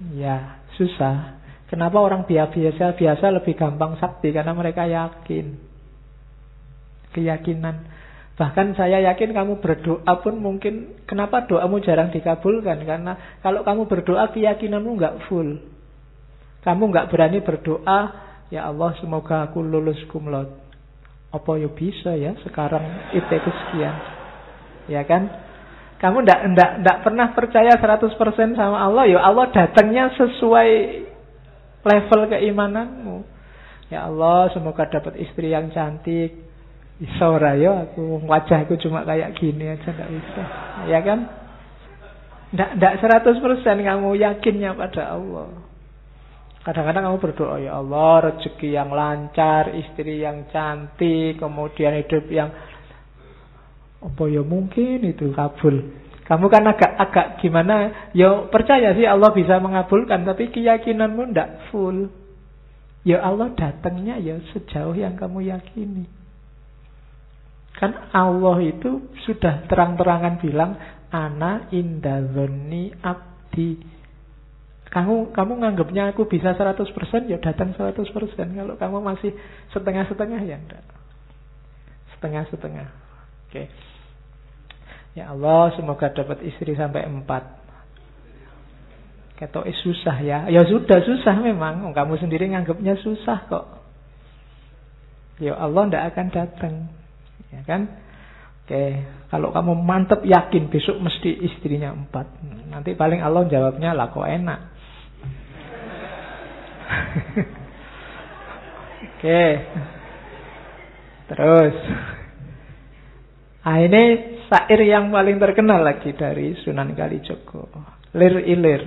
Ya, susah. Kenapa orang biasa-biasa lebih gampang sakti? Karena mereka yakin. Keyakinan. Bahkan saya yakin kamu berdoa pun mungkin, kenapa doamu jarang dikabulkan? Karena kalau kamu berdoa keyakinanmu nggak full. Kamu nggak berani berdoa, ya Allah semoga aku lulus kumlot. Apa ya bisa ya sekarang I P ku sekian. Ya kan? Kamu ndak ndak ndak pernah percaya seratus persen sama Allah, ya Allah datangnya sesuai level keimananmu. Ya Allah, semoga dapat istri yang cantik. Bisa ora ya aku wajahku cuma kayak gini aja ndak bisa. Ya kan? Ndak ndak seratus persen kamu yakinnya pada Allah. Kadang-kadang kamu berdoa, ya Allah rezeki yang lancar, istri yang cantik, kemudian hidup yang apa ya mungkin itu kabul. Kamu kan agak-agak gimana, ya percaya sih Allah bisa mengabulkan, tapi keyakinanmu ndak full. Ya Allah datangnya ya sejauh yang kamu yakini. Kan Allah itu sudah terang-terangan bilang, ana inda dzanni abdi. Kamu kamu nganggapnya aku bisa seratus persen, ya datang seratus persen. Kalau kamu masih setengah-setengah, ya enggak. Setengah-setengah. Oke. Ya Allah, semoga dapat istri sampai empat. Ketok susah ya. Ya sudah susah memang. Kamu sendiri nganggapnya susah kok. Ya Allah ndak akan datang. Ya kan? Oke, kalau kamu mantep yakin besok mesti istrinya empat. Nanti paling Allah jawabnya lah kok enak. Oke. Terus. Nah, ini syair yang paling terkenal lagi dari Sunan Kalijogo. Lir ilir.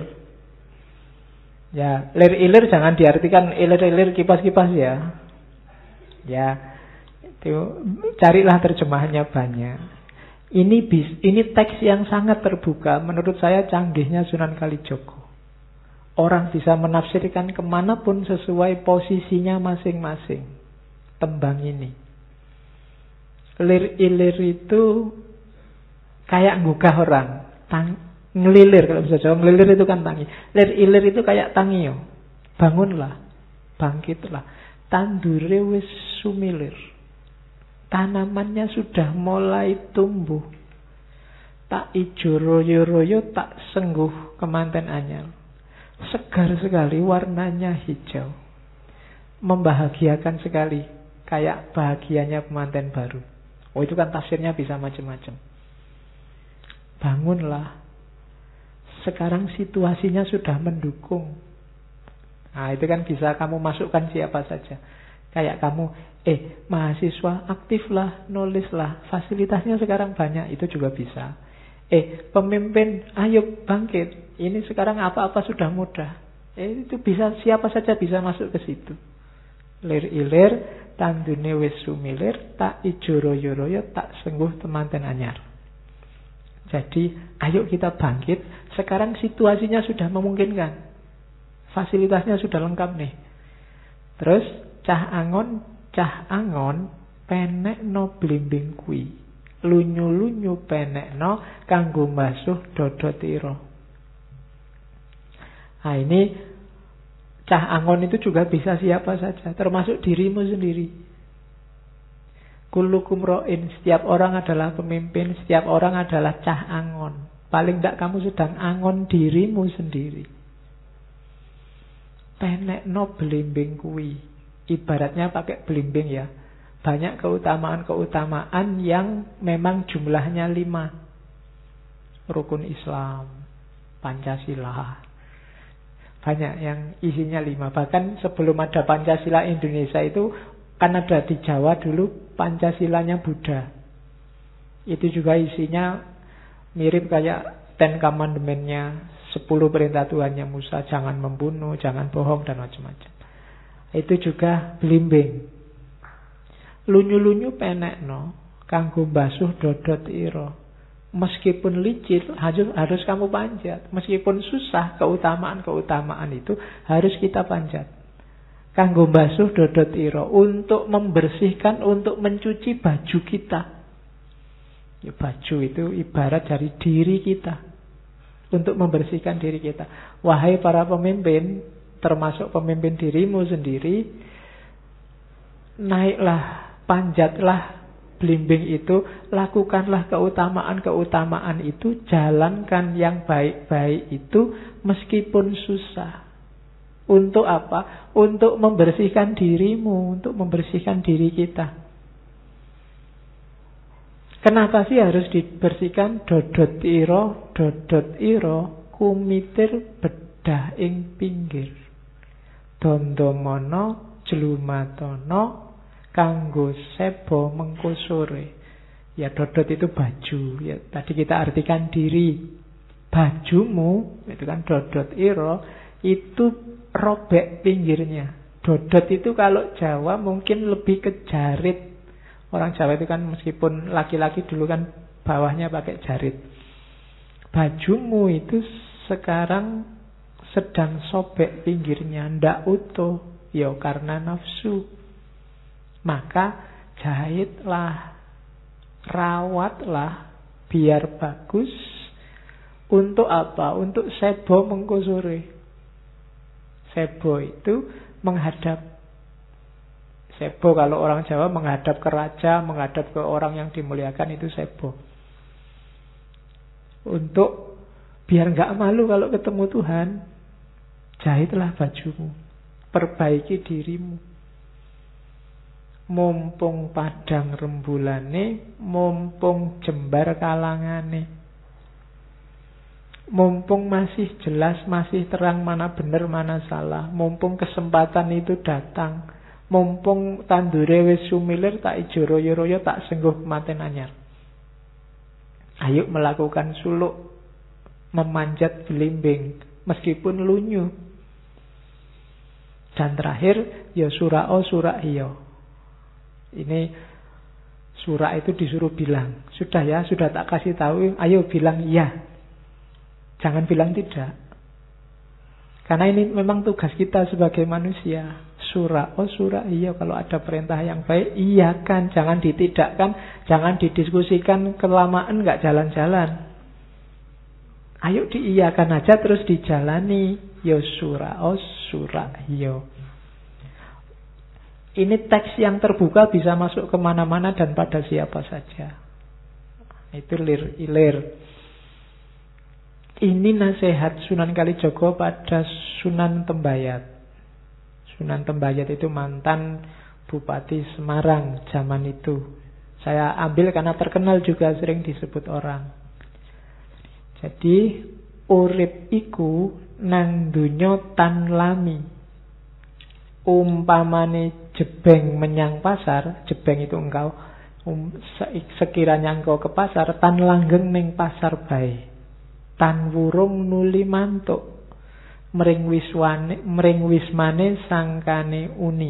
Ya, lir ilir jangan diartikan ilir-ilir kipas-kipas ya. Ya. Itu carilah terjemahannya banyak. Ini bis, ini teks yang sangat terbuka. Menurut saya canggihnya Sunan Kalijogo. Orang bisa menafsirkan kemanapun sesuai posisinya masing-masing. Tembang ini. Lir-ilir itu kayak nggugah orang. Tang, ngelilir kalau bisa jawab. Ngelilir itu kan tangi. Lir-ilir itu kayak tangio. Bangunlah. Bangkitlah. Tandure wis sumilir. Tanamannya sudah mulai tumbuh. Tak ijo royo-royo, tak sengguh kemanten anyar. Segar sekali, warnanya hijau. Membahagiakan sekali. Kayak bahagianya pengantin baru. Oh itu kan tafsirnya bisa macam-macam. Bangunlah. Sekarang situasinya sudah mendukung. Nah itu kan bisa kamu masukkan siapa saja. Kayak kamu, eh mahasiswa aktiflah, nulislah. Fasilitasnya sekarang banyak, itu juga bisa. Eh pemimpin, ayo bangkit. Ini sekarang apa-apa sudah mudah. Eh itu bisa, siapa saja bisa masuk ke situ. Lir ilir, tandune wis sumilir, tak ijo royo-royo, tak sengguh temanten anyar. Jadi, ayo kita bangkit. Sekarang situasinya sudah memungkinkan. Fasilitasnya sudah lengkap nih. Terus cah angon, cah angon penek no blimbing kui. Lunyu-lunyu penek no kanggo mbasuh dodotiro. Nah ini cah angon itu juga bisa siapa saja, termasuk dirimu sendiri. Kullukum ro'in, setiap orang adalah pemimpin, setiap orang adalah cah angon. Paling tidak kamu sedang angon dirimu sendiri. Penek no blimbing kui. Ibaratnya pakai blimbing ya. Banyak keutamaan-keutamaan yang memang jumlahnya lima. Rukun Islam, Pancasila. Banyak yang isinya lima. Bahkan sebelum ada Pancasila Indonesia itu kan ada di Jawa dulu Pancasilanya Buddha. Itu juga isinya mirip kayak Ten Commandment-nya, sepuluh perintah Tuhannya Musa, jangan membunuh, jangan bohong dan macam-macam. Itu juga blimbing. Lunyu-lunyu penekno kanggo basuh dodot ira. Meskipun licin harus, harus kamu panjat. Meskipun susah, keutamaan-keutamaan itu harus kita panjat. Kanggo basuh dodot ira, untuk membersihkan, untuk mencuci baju kita. Ya, baju itu ibarat dari diri kita. untuk membersihkan diri kita. Wahai para pemimpin, termasuk pemimpin dirimu sendiri, naiklah, panjatlah belimbing itu, lakukanlah keutamaan-keutamaan itu, jalankan yang baik-baik itu meskipun susah. Untuk apa? Untuk membersihkan dirimu, untuk membersihkan diri kita. Kenapa sih harus dibersihkan? Dodot iro, dodot iro, kumitir bedah ing pinggir. Dondomono, jelumatono, kanggo sebo mengko sore. Ya, dodot itu baju. Ya, tadi kita artikan diri. Bajumu, itu kan dodot iro, itu robek pinggirnya. Dodot itu kalau Jawa mungkin lebih ke jarit. Orang Jawa itu kan meskipun laki-laki dulu kan bawahnya pakai jarit. Bajumu itu sekarang sedang sobek pinggirnya, ndak utuh. Ya karena nafsu. Maka jahitlah, rawatlah biar bagus. Untuk apa? Untuk sebo mengko sore. Sebo itu menghadap. Sebo kalau orang Jawa menghadap ke raja, menghadap ke orang yang dimuliakan, itu sebo. Untuk biar nggak malu kalau ketemu Tuhan, jahitlah bajumu, perbaiki dirimu. Mumpung padang rembulane, mumpung jembar kalangane. Mumpung masih jelas, masih terang mana benar, mana salah. Mumpung kesempatan itu datang. Mumpung tandure wis sumilir, tak ijo royo-royo, tak sengguh maten anyar. Ayo melakukan suluk, memanjat belimbing meskipun lunyu. Dan terakhir, ya sura'o surah iyo. Ini surah itu disuruh bilang, sudah ya, sudah tak kasih tahu, ayo bilang iya. Jangan bilang tidak. Karena ini memang tugas kita sebagai manusia. Surah, oh surah, iya, kalau ada perintah yang baik, iya kan, jangan ditidakkan, jangan didiskusikan kelamaan, nggak jalan-jalan. Ayo diiyakan aja terus dijalani. Yo surah, oh surah, iya. Ini teks yang terbuka bisa masuk kemana-mana dan pada siapa saja. Itu lir ilir. Ini nasihat Sunan Kalijogo pada Sunan Tembayat. Sunan Tembayat itu mantan Bupati Semarang zaman itu. Saya ambil karena terkenal juga, sering disebut orang. Jadi urip iku nang donya tan lami. Umpamane jebeng menyang pasar, jebeng itu engkau, um, sekiranya engkau ke pasar, tan langgeng ning pasar bae. Tan wurung nuli mantuk. Mring wiswane, mring wismane sangkane uni.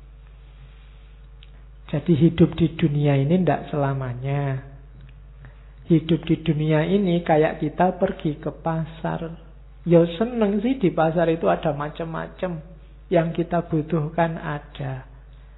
Jadi hidup di dunia ini tidak selamanya. Hidup di dunia ini kayak kita pergi ke pasar. Ya seneng sih di pasar itu ada macam-macam. Yang kita butuhkan ada.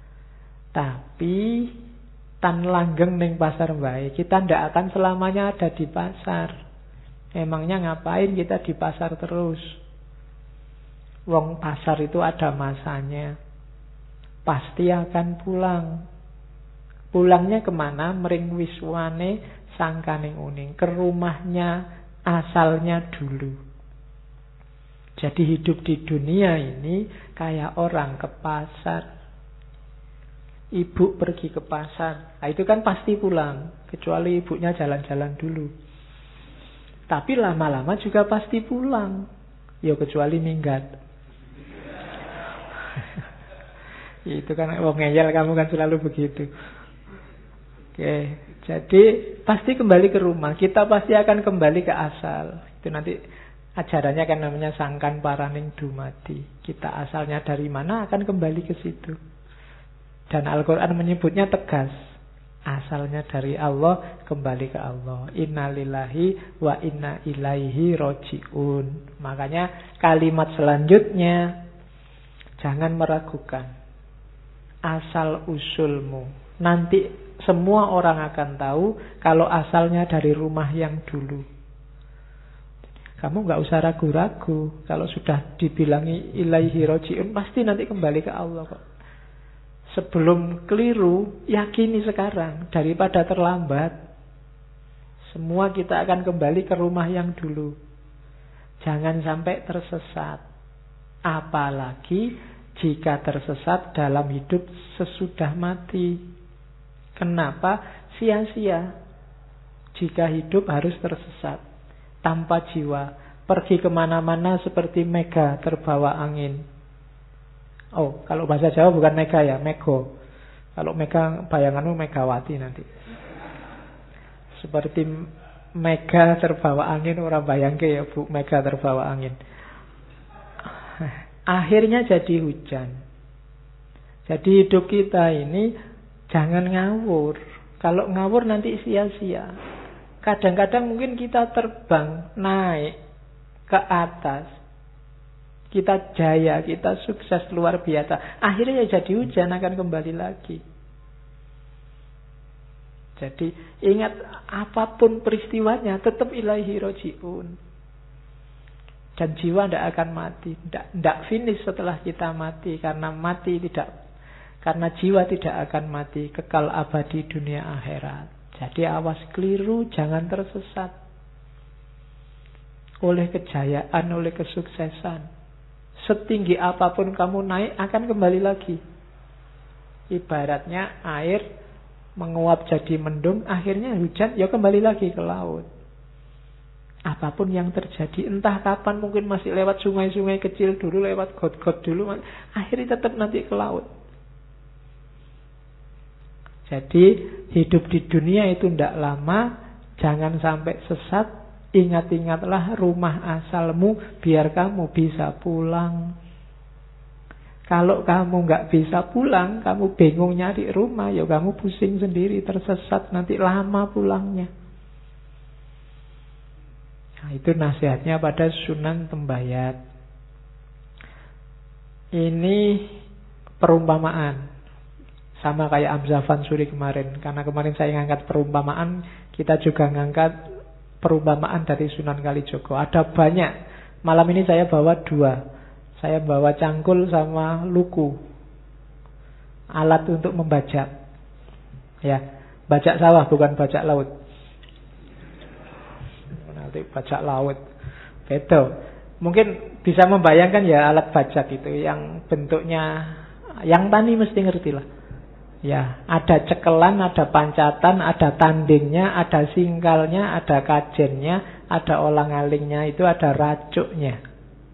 Tapi tan langgeng ning pasar bae. Kita tidak akan selamanya ada di pasar. Emangnya ngapain kita di pasar terus? Wong pasar itu ada masanya. Pasti akan pulang. Pulangnya kemana? Mring wiswane sangkaning uning. Ke rumahnya asalnya dulu. Jadi hidup di dunia ini kayak orang ke pasar. Ibu pergi ke pasar. Nah, itu kan pasti pulang. Kecuali ibunya jalan-jalan dulu. Tapi lama-lama juga pasti pulang. Ya kecuali minggat. Itu kan wong ngeyel, kamu kan selalu begitu. Oke, jadi pasti kembali ke rumah. Kita pasti akan kembali ke asal. Itu nanti ajarannya kan namanya sangkan paraning dumadi. Kita asalnya dari mana akan kembali ke situ. Dan Al-Quran menyebutnya tegas. Asalnya dari Allah, kembali ke Allah. Innalillahi wa inna ilaihi roji'un. Makanya kalimat selanjutnya, jangan meragukan asal usulmu. Nanti semua orang akan tahu kalau asalnya dari rumah yang dulu. Kamu nggak usah ragu-ragu. Kalau sudah dibilangi ilaihi roji'un, pasti nanti kembali ke Allah kok. Sebelum keliru, yakini sekarang daripada terlambat. Semua kita akan kembali ke rumah yang dulu. Jangan sampai tersesat. Apalagi jika tersesat dalam hidup sesudah mati. Kenapa? Sia-sia. Jika hidup harus tersesat tanpa jiwa, pergi kemana-mana seperti mega terbawa angin. Oh, kalau bahasa Jawa bukan mega ya, mego. Kalau mega, bayanganmu Megawati nanti. Seperti mega terbawa angin, orang bayangke ya Bu, mega terbawa angin. Akhirnya jadi hujan. Jadi hidup kita ini jangan ngawur. Kalau ngawur nanti sia-sia. Kadang-kadang mungkin kita terbang, naik ke atas. Kita jaya, kita sukses luar biasa. Akhirnya ya jadi hujan, akan kembali lagi. Jadi ingat, apapun peristiwanya tetap ilaihi roji'un. Dan jiwa tidak akan mati. Tidak finish setelah kita mati. Karena mati tidak, karena jiwa tidak akan mati. Kekal abadi dunia akhirat. Jadi awas keliru, jangan tersesat oleh kejayaan, oleh kesuksesan. Setinggi apapun kamu naik, akan kembali lagi. Ibaratnya air menguap jadi mendung, akhirnya hujan, ya kembali lagi ke laut. Apapun yang terjadi, entah kapan, mungkin masih lewat sungai-sungai kecil dulu, lewat got-got dulu, akhirnya tetap nanti ke laut. Jadi hidup di dunia itu tidak lama. Jangan sampai sesat. Ingat-ingatlah rumah asalmu, biar kamu bisa pulang. Kalau kamu nggak bisa pulang, kamu bingung nyari rumah, ya kamu pusing sendiri, tersesat, nanti lama pulangnya. Nah, itu nasihatnya pada Sunan Tembayat. Ini perumpamaan. Sama kayak Amzafan Suri kemarin. Karena kemarin saya ngangkat perumpamaan, kita juga ngangkat perumpamaan dari Sunan Kalijogo. Ada banyak. Malam ini saya bawa dua. Saya bawa cangkul sama luku. Alat untuk membajak. Ya, bajak sawah bukan bajak laut. Nanti bajak laut. Beda. Mungkin bisa membayangkan ya alat bajak itu yang bentuknya, yang tani mesti ngerti lah. Ya, ada cekelan, ada pancatan, ada tandingnya, ada singkalnya, ada kajennya, ada olang-alingnya, itu ada racuknya.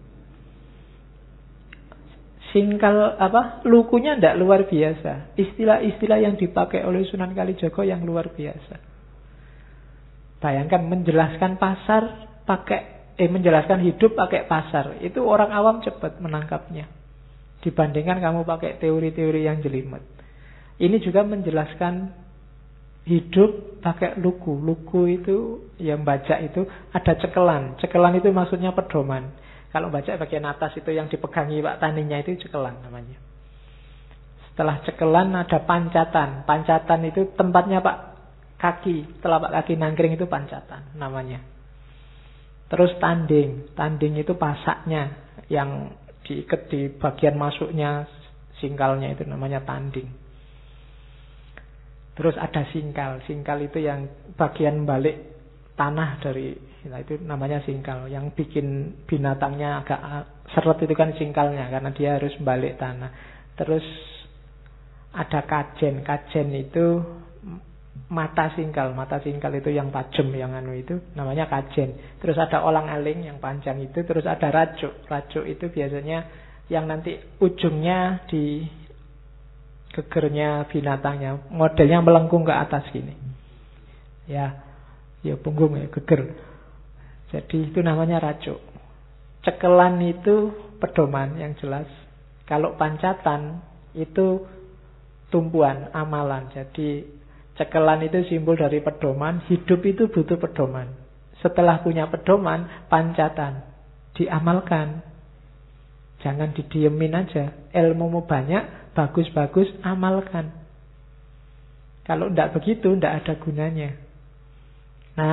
Singkal apa? Lukunya tidak luar biasa. Istilah-istilah yang dipakai oleh Sunan Kalijogo yang luar biasa. Bayangkan menjelaskan pasar pakai eh menjelaskan hidup pakai pasar. Itu orang awam cepat menangkapnya. Dibandingkan kamu pakai teori-teori yang jelimet. Ini juga menjelaskan hidup pakai luku. Luku itu, yang bajak itu ada cekelan. Cekelan itu maksudnya pedoman. Kalau bajak bagian atas itu yang dipegangi Pak Taninya itu cekelan namanya. Setelah cekelan ada pancatan. Pancatan itu tempatnya Pak kaki. Telapak kaki nangkring itu pancatan namanya. Terus tanding. Tanding itu pasaknya yang diikat di bagian masuknya singkalnya itu namanya tanding. Terus ada singkal. Singkal itu yang bagian balik tanah dari, nah itu namanya singkal. Yang bikin binatangnya agak seret itu kan singkalnya, karena dia harus balik tanah. Terus ada kajen. Kajen itu mata singkal. Mata singkal itu yang tajam, yang anu itu namanya kajen. Terus ada olang-aling yang panjang itu. Terus ada racuk. Racuk itu biasanya yang nanti ujungnya di gegernya binatangnya, modelnya melengkung ke atas gini. Ya, ya punggung ya, geger. Jadi itu namanya racuk. Cekelan itu pedoman yang jelas. Kalau pancatan itu tumpuan, amalan. Jadi cekelan itu simbol dari pedoman. Hidup itu butuh pedoman. Setelah punya pedoman, pancatan. Diamalkan. Jangan didiemin aja. Ilmumu banyak, bagus-bagus, amalkan. Kalau tidak begitu, tidak ada gunanya. Nah,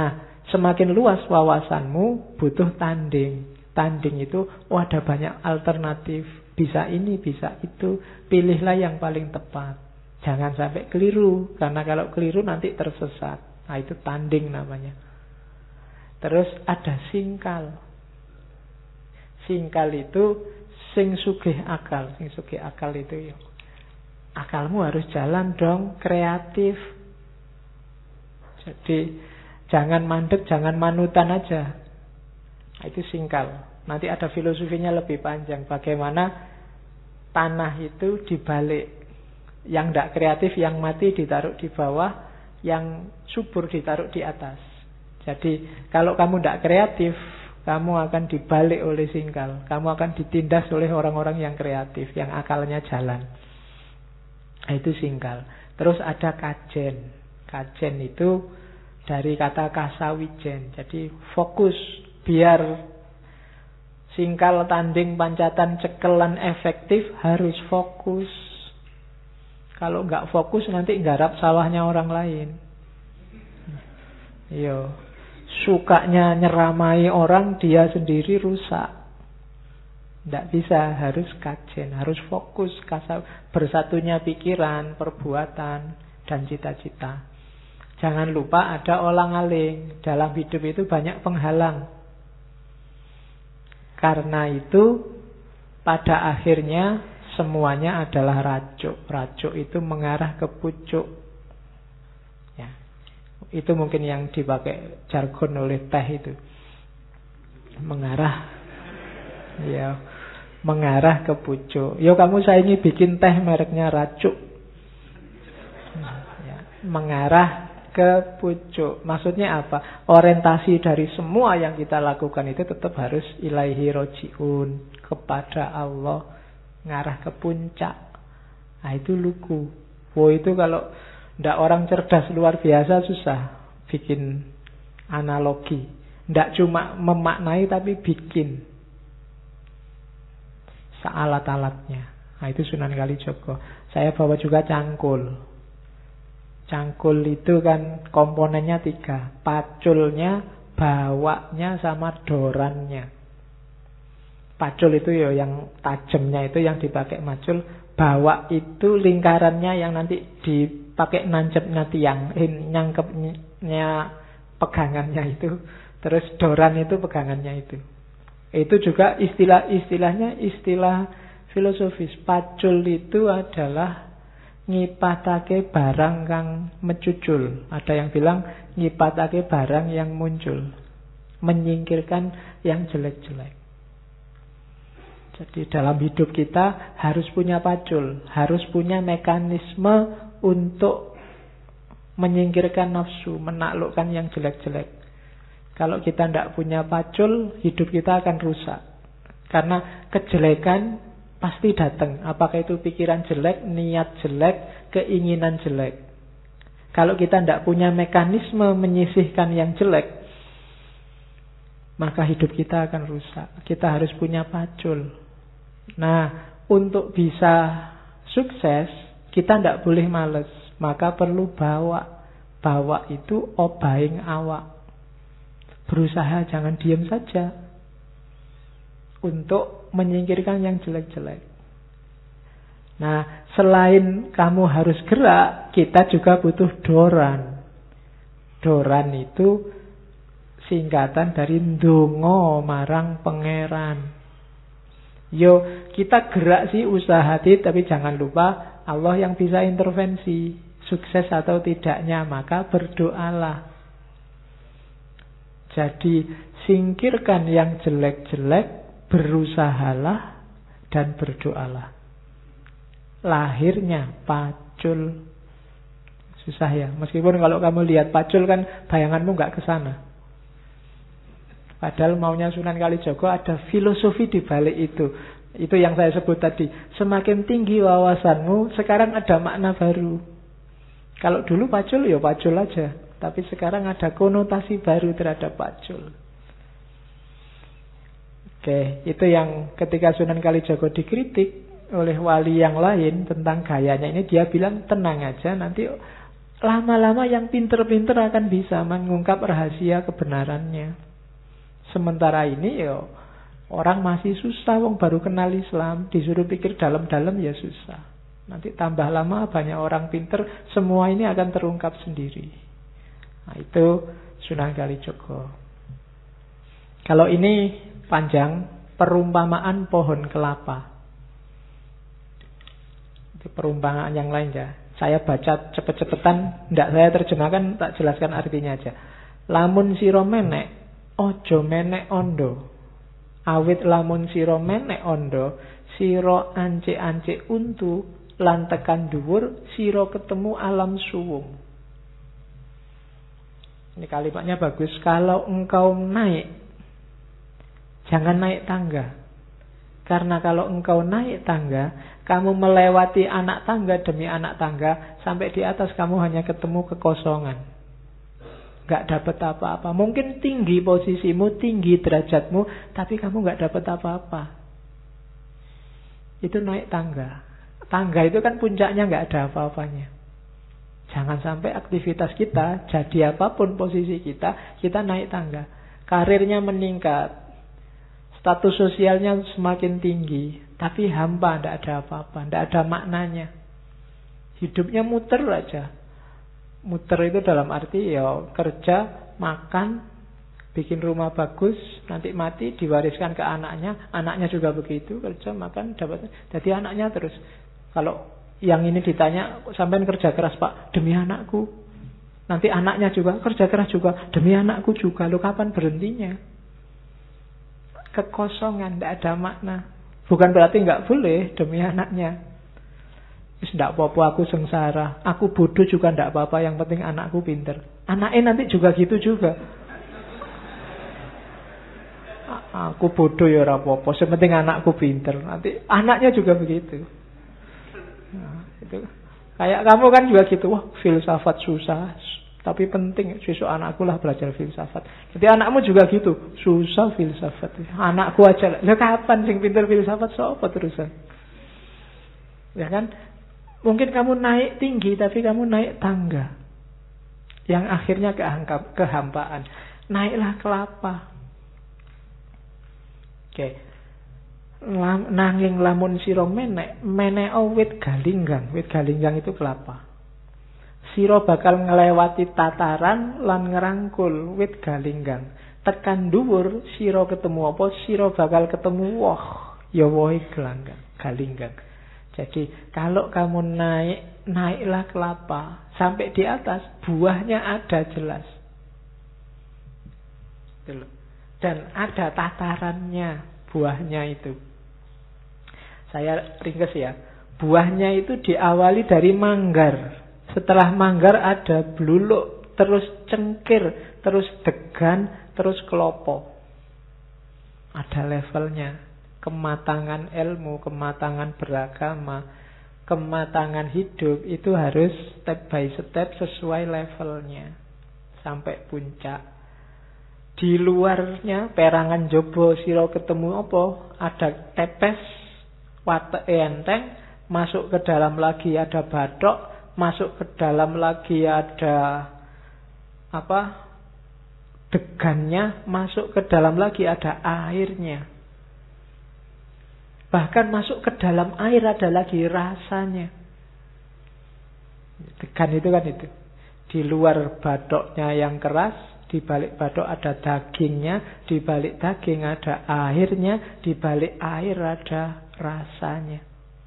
Semakin luas wawasanmu, butuh tanding. Tanding itu, oh ada banyak alternatif. Bisa ini, bisa itu. Pilihlah yang paling tepat. Jangan sampai keliru. Karena kalau keliru nanti tersesat. Nah itu tanding namanya. Terus ada singkal. Singkal itu sing sugih akal. Sing sugih akal itu ya. Akalmu harus jalan dong, kreatif. Jadi jangan mandek, jangan manutan aja. Nah, itu singkal. Nanti ada filosofinya lebih panjang. Bagaimana tanah itu dibalik. Yang tidak kreatif, yang mati ditaruh di bawah, yang subur ditaruh di atas. Jadi kalau kamu tidak kreatif, kamu akan dibalik oleh singkal. Kamu akan ditindas oleh orang-orang yang kreatif, yang akalnya jalan. Nah, itu singkal. Terus ada kajen. Kajen itu dari kata kasawijen. Jadi fokus. Biar singkal, tanding, pancatan, cekelan efektif, harus fokus. Kalau nggak fokus nanti nggarap sawahnya orang lain. Iya. Sukanya nyeramai orang, dia sendiri rusak. Tidak bisa, harus kajen, harus fokus, kasar, bersatunya pikiran, perbuatan, dan cita-cita. Jangan lupa ada olang-aling. Dalam hidup itu banyak penghalang. Karena itu, pada akhirnya semuanya adalah racuk. Racuk itu mengarah ke pucuk. Ya. Itu mungkin yang dipakai jargon oleh teh itu. Mengarah. Ya. Mengarah ke pucuk. Yo kamu saingi bikin teh mereknya racuk. Ya, mengarah ke pucuk. Maksudnya apa? Orientasi dari semua yang kita lakukan itu tetap harus ilaihi roji'un, kepada Allah, ngarah ke puncak. Nah itu lugu. Wow, itu kalau ndak orang cerdas luar biasa susah bikin analogi. Ndak cuma memaknai tapi bikin alat-alatnya. Nah itu Sunan Kalijaga. Saya bawa juga cangkul. Cangkul itu kan komponennya tiga. Paculnya, bawaknya, sama dorannya. Pacul itu ya yang tajamnya itu yang dipakai macul. Bawak itu lingkarannya yang nanti dipakai nancepnya tiang. Eh, nyangkepnya pegangannya itu. Terus doran itu pegangannya itu. Itu juga istilah-istilahnya istilah filosofis. Pacul itu adalah ngipatake barang kang mecucul. Ada yang bilang ngipatake barang yang muncul. Menyingkirkan yang jelek-jelek. Jadi dalam hidup kita harus punya pacul. Harus punya mekanisme untuk menyingkirkan nafsu, menaklukkan yang jelek-jelek. Kalau kita tidak punya pacul, hidup kita akan rusak. Karena kejelekan pasti datang. Apakah itu pikiran jelek, niat jelek, keinginan jelek. Kalau kita tidak punya mekanisme menyisihkan yang jelek, maka hidup kita akan rusak. Kita harus punya pacul. Nah, untuk bisa sukses, kita tidak boleh males. Maka perlu bawa. Bawa itu obaing awak. Berusaha jangan diam saja untuk menyingkirkan yang jelek-jelek. Nah, selain kamu harus gerak, kita juga butuh doran. Doran itu singkatan dari ndonga marang pangeran. Yo, kita gerak sih usaha hati, tapi jangan lupa Allah yang bisa intervensi sukses atau tidaknya, maka berdoalah. Jadi singkirkan yang jelek-jelek, berusahalah dan berdoalah. Lahirnya pacul. Susah ya. Meskipun kalau kamu lihat pacul kan bayanganmu nggak ke sana. Padahal maunya Sunan Kalijaga ada filosofi di balik itu. Itu yang saya sebut tadi. Semakin tinggi wawasanmu, sekarang ada makna baru. Kalau dulu pacul ya pacul aja. Tapi sekarang ada konotasi baru terhadap pacul. Oke, itu yang ketika Sunan Kalijaga dikritik oleh wali yang lain tentang gayanya ini, dia bilang tenang aja, nanti lama-lama yang pinter-pinter akan bisa mengungkap rahasia kebenarannya. Sementara ini ya orang masih susah, wong baru kenal Islam, disuruh pikir dalam-dalam ya susah. Nanti tambah lama banyak orang pinter, semua ini akan terungkap sendiri. Nah, itu Sunan Kalijogo. Kalau ini panjang, perumpamaan pohon kelapa. Itu perumpamaan yang lain ya. Saya baca cepet-cepetan, tidak saya terjemahkan, tak jelaskan artinya aja. Lamun siro menek, ojo menek ondo. Awit lamun siro menek ondo, siro ance-ance untu, lan tekan dhuwur, siro ketemu alam suwung. Ini kalimatnya bagus. Kalau engkau naik, jangan naik tangga. Karena kalau engkau naik tangga, kamu melewati anak tangga demi anak tangga, sampai di atas kamu hanya ketemu kekosongan. Gak dapat apa-apa. Mungkin tinggi posisimu, tinggi derajatmu, tapi kamu gak dapat apa-apa. Itu naik tangga. Tangga itu kan puncaknya gak ada apa-apanya. Jangan sampai aktivitas kita, jadi apapun posisi kita, kita naik tangga. Karirnya meningkat, status sosialnya semakin tinggi, tapi hampa, tidak ada apa-apa, tidak ada maknanya. Hidupnya muter aja. Muter itu dalam arti ya kerja, makan, bikin rumah bagus, nanti mati diwariskan ke anaknya, anaknya juga begitu, kerja, makan, dapat. Jadi anaknya terus. Kalau yang ini ditanya, sampean kerja keras Pak, demi anakku. Nanti anaknya juga kerja keras juga, demi anakku juga. Lu kapan berhentinya? Kekosongan, tidak ada makna. Bukan berarti nggak boleh demi anaknya. Tidak apa-apa aku sengsara, aku bodoh juga tidak apa-apa, yang penting anakku pinter. Anaknya nanti juga gitu juga. Aku bodoh ya ora apa-apa, yang penting anakku pinter. Nanti anaknya juga begitu. Nah, itu. Kayak kamu kan juga gitu, wah filsafat susah, tapi penting, besok anakku lah belajar filsafat. Jadi anakmu juga gitu, susah filsafat. Anakku aja lah. Lah kapan sing pinter filsafat sapa terusan? Ya kan? Mungkin kamu naik tinggi tapi kamu naik tangga yang akhirnya keangkap, kehampaan. Naiklah kelapa. Oke. Lam, nanging lamun sira menek, menek wit galinggang. Wit galinggang itu kelapa. Siro bakal ngelewati tataran lan ngerangkul wit galinggang. Tekan dhuwur siro ketemu apa? Siro bakal ketemu woh. Ya wohe gelanggang, galinggang. Jadi kalau kamu naik, naiklah kelapa. Sampai di atas buahnya ada jelas. Dan ada tatarannya buahnya itu. Saya ringkas ya. Buahnya itu diawali dari manggar. Setelah manggar ada bluluk, terus cengkir, terus degan, terus kelopo. Ada levelnya. Kematangan ilmu, kematangan beragama, kematangan hidup itu harus step by step sesuai levelnya. Sampai puncak. Di luarnya perangan jobo siro ketemu apa? Ada tepes, wateke enteng, masuk ke dalam lagi ada bathok, masuk ke dalam lagi ada apa? Degannya, masuk ke dalam lagi ada airnya. Bahkan masuk ke dalam air ada lagi rasanya. Degan itu kan itu. Di luar bathoknya yang keras, di balik bathok ada dagingnya, di balik daging ada airnya, di balik air ada rasanya.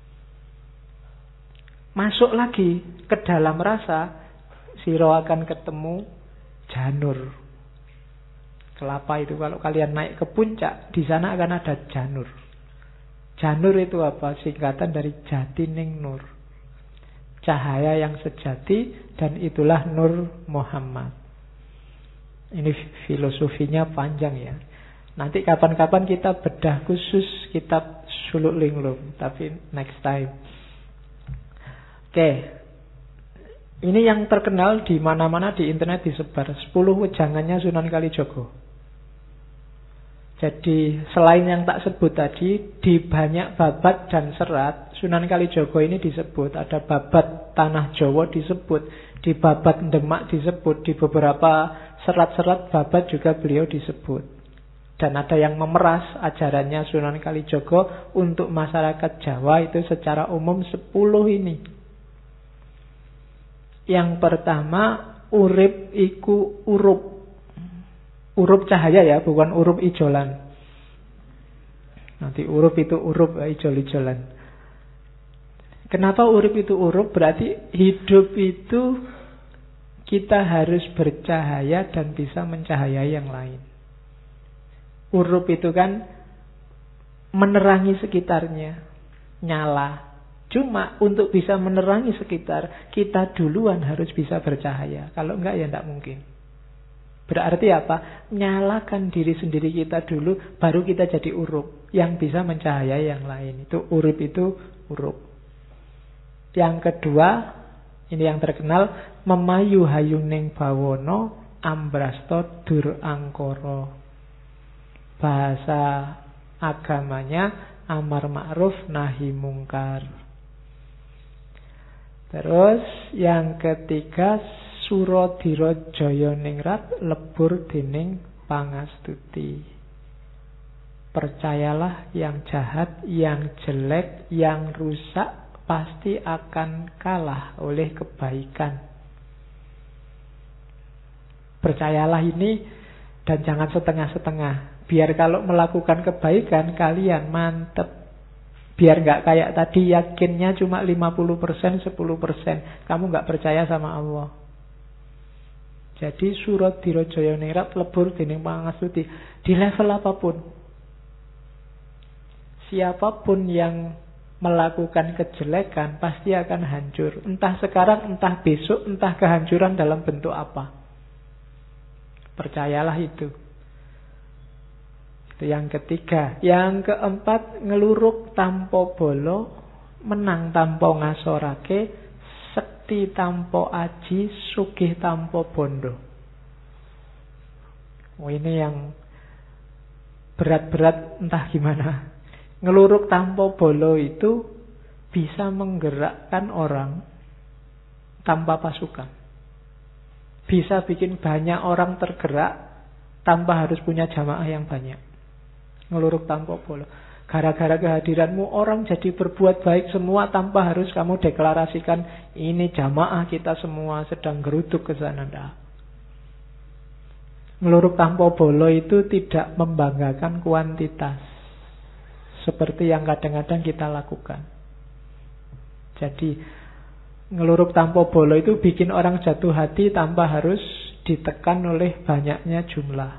Masuk lagi ke dalam rasa, siro akan ketemu janur. Kelapa itu kalau kalian naik ke puncak, di sana akan ada janur. Janur itu apa? Singkatan dari Jatining Nur. Cahaya yang sejati, dan itulah Nur Muhammad. Ini filosofinya panjang ya. Nanti kapan-kapan kita bedah khusus kitab Suluk Linglung, tapi next time. Oke. Ini yang terkenal di mana-mana di internet disebar. sepuluh wejangannya Sunan Kalijogo. Jadi selain yang tak sebut tadi, di banyak babat dan serat, Sunan Kalijaga ini disebut, ada babat Tanah Jawa disebut, di babat Demak disebut, di beberapa serat-serat babat juga beliau disebut. Dan ada yang memeras ajarannya Sunan Kalijaga untuk masyarakat Jawa itu secara umum sepuluh ini. Yang pertama, urip iku urup. Urup cahaya ya, bukan urup ijolan. Nanti urup itu urup, ijol-ijolan. Kenapa urip itu urup? Berarti hidup itu kita harus bercahaya dan bisa mencahayai yang lain. Urup itu kan menerangi sekitarnya, nyala. Cuma untuk bisa menerangi sekitar, kita duluan harus bisa bercahaya. Kalau enggak ya enggak mungkin. Berarti apa? Nyalakan diri sendiri kita dulu, baru kita jadi urup yang bisa mencahayai yang lain. Itu urup itu urup. Yang kedua, ini yang terkenal, memayu hayuning bawono ambrasto dur angkoro. Bahasa agamanya amar ma'ruf nahi mungkar. Terus yang ketiga, Suradira jaya ningrat lebur dening pangastuti. Percayalah yang jahat, yang jelek, yang rusak pasti akan kalah oleh kebaikan. Percayalah ini dan jangan setengah-setengah. Biar kalau melakukan kebaikan kalian mantep. Biar nggak kayak tadi yakinnya cuma lima puluh persen, sepuluh persen. Kamu nggak percaya sama Allah. Jadi Suradira jaya ningrat lebur dening pangastuti. Di level apapun, siapapun yang melakukan kejelekan pasti akan hancur. Entah sekarang, entah besok, entah kehancuran dalam bentuk apa. Percayalah itu. Itu yang ketiga. Yang keempat, ngeluruk tanpa bolo, menang tanpa ngasorake, sekti tanpa aji, sugih tanpa bondo. Oh, ini yang berat-berat entah gimana. Ngeluruk tanpa bolo itu bisa menggerakkan orang tanpa pasukan. Bisa bikin banyak orang tergerak tanpa harus punya jamaah yang banyak. Ngeluruk tanpa bolo. Gara-gara kehadiranmu orang jadi berbuat baik semua tanpa harus kamu deklarasikan ini jamaah kita semua sedang geruduk ke sana. Nggak. Ngeluruk tanpa bolo itu tidak membanggakan kuantitas. Seperti yang kadang-kadang kita lakukan. Jadi ngeluruk tanpa bolo itu bikin orang jatuh hati tanpa harus ditekan oleh banyaknya jumlah.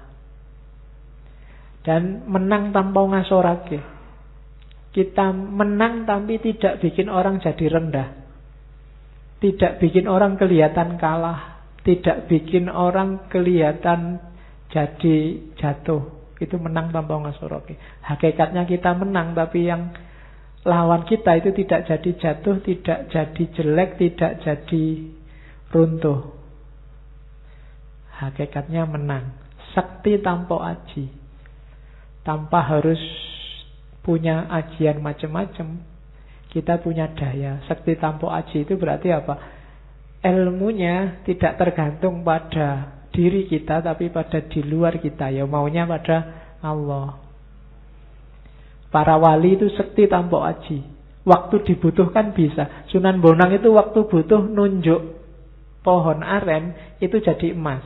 Dan menang tanpa ngasorake. Kita menang tapi tidak bikin orang jadi rendah. Tidak bikin orang kelihatan kalah. Tidak bikin orang kelihatan jadi jatuh. Itu menang tanpa ngasorake. Hakikatnya kita menang, tapi yang lawan kita itu tidak jadi jatuh, tidak jadi jelek, tidak jadi runtuh. Hakikatnya menang. Sakti tanpa aji. Tanpa harus punya ajian macam-macam. Kita punya daya. Sakti tanpa aji itu berarti apa? Ilmunya tidak tergantung pada diri kita, tapi pada di luar kita. Ya maunya pada Allah. Para wali itu sekti tanpa aji. Waktu dibutuhkan bisa. Sunan Bonang itu waktu butuh nunjuk pohon aren itu jadi emas.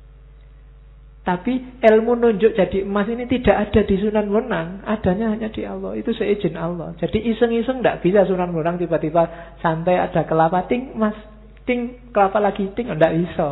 Tapi ilmu nunjuk jadi emas ini tidak ada di Sunan Bonang. Adanya hanya di Allah. Itu seizin Allah. Jadi iseng-iseng tidak bisa Sunan Bonang tiba-tiba santai ada kelapa ting emas, ting kelapa lagi ting, tidak bisa.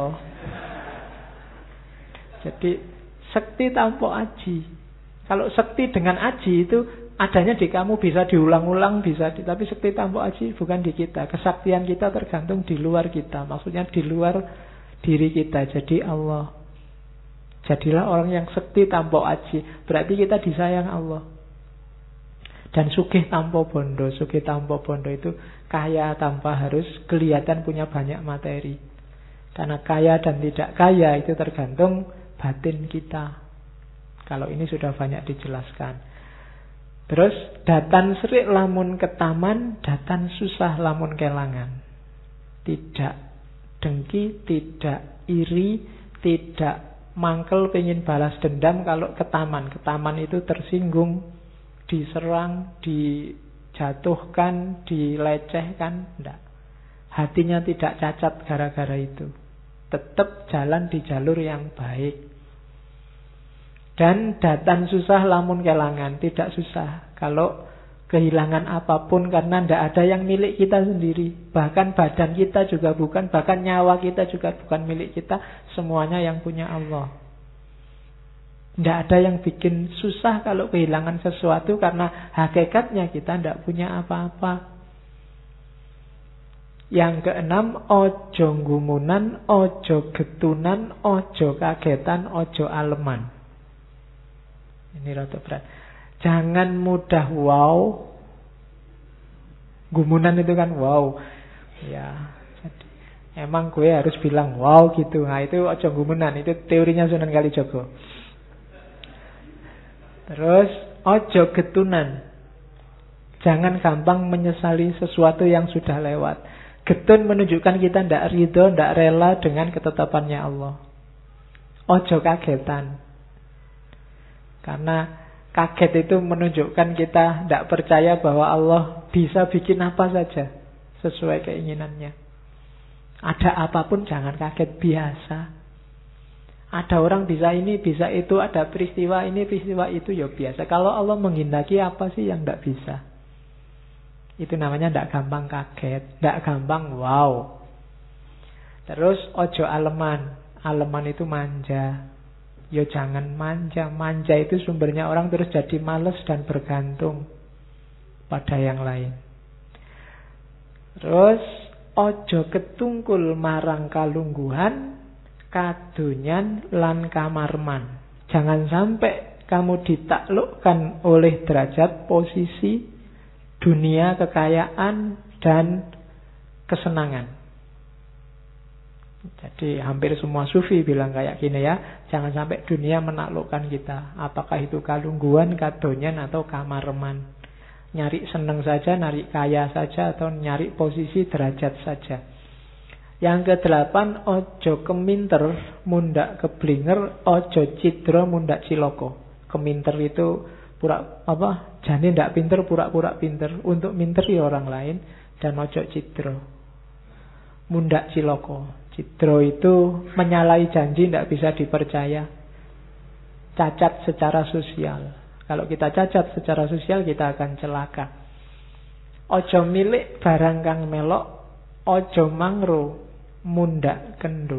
Jadi sekti tanpa aji. Kalau sekti dengan aji itu adanya di kamu, bisa diulang-ulang, bisa di, tapi sekti tanpa aji bukan di kita. Kesaktian kita tergantung di luar kita. Maksudnya di luar diri kita. Jadi Allah. Jadilah orang yang sekti tanpa aji. Berarti kita disayang Allah. Dan sugih tanpa bondo. Sugih tanpa bondo itu kaya tanpa harus kelihatan punya banyak materi. Karena kaya dan tidak kaya itu tergantung batin kita. Kalau ini sudah banyak dijelaskan. Terus datan serik lamun ketaman, datan susah lamun kelangan. Tidak dengki, tidak iri, tidak mangkel pengen balas dendam kalau ketaman. Ketaman itu tersinggung, diserang, dijatuhkan, dilecehkan. Tidak. Hatinya tidak cacat gara-gara itu. Tetap jalan di jalur yang baik. Dan datan susah lamun kelangan. Tidak susah kalau kehilangan apapun, karena tidak ada yang milik kita sendiri. Bahkan badan kita juga bukan, bahkan nyawa kita juga bukan milik kita. Semuanya yang punya Allah. Tidak ada yang bikin susah kalau kehilangan sesuatu, karena hakikatnya kita tidak punya apa-apa. Yang keenam, ojo gumunan, ojo getunan, ojo kagetan, ojo aleman. Ini rada berat. Jangan mudah wow. Gumunan itu kan wow. Ya, jadi emang gue harus bilang wow gitu. Nah itu ojo gumunan. Itu teorinya Sunan Kalijaga. Terus ojo getunan. Jangan gampang menyesali sesuatu yang sudah lewat. Getun menunjukkan kita tidak ridho, tidak rela dengan ketetapannya Allah. Ojo kagetan. Karena kaget itu menunjukkan kita tidak percaya bahwa Allah bisa bikin apa saja sesuai keinginannya. Ada apapun jangan kaget, biasa. Ada orang bisa ini, bisa itu, ada peristiwa ini, peristiwa itu, ya biasa. Kalau Allah menghendaki apa sih yang tidak bisa? Itu namanya tidak gampang kaget, tidak gampang wow. Terus ojo aleman. Aleman itu manja. Ya jangan manja. Manja itu sumbernya orang terus jadi malas dan bergantung pada yang lain. Terus ojo ketungkul marang kalungguhan, kadonyan lan kamarman. Jangan sampai kamu ditaklukkan oleh derajat, posisi, dunia, kekayaan, dan kesenangan. Jadi hampir semua sufi bilang kayak gini ya. Jangan sampai dunia menaklukkan kita. Apakah itu kalungguhan, kadonyan, atau kamarman. Nyari seneng saja, nyari kaya saja, atau nyari posisi, derajat saja. Yang kedelapan, ojo keminter, mundak keblinger, ojo cidro, mundak ciloko. Keminter itu pura apa? Jane ndak pinter, pura-pura pinter untuk minteri orang lain. Dan ojo cidro, mundak ciloko. Cidro itu menyalahi janji, tidak bisa dipercaya. Cacat secara sosial. Kalau kita cacat secara sosial, kita akan celaka. Ojo milik barang kang melok, ojo mangro mundak kendo.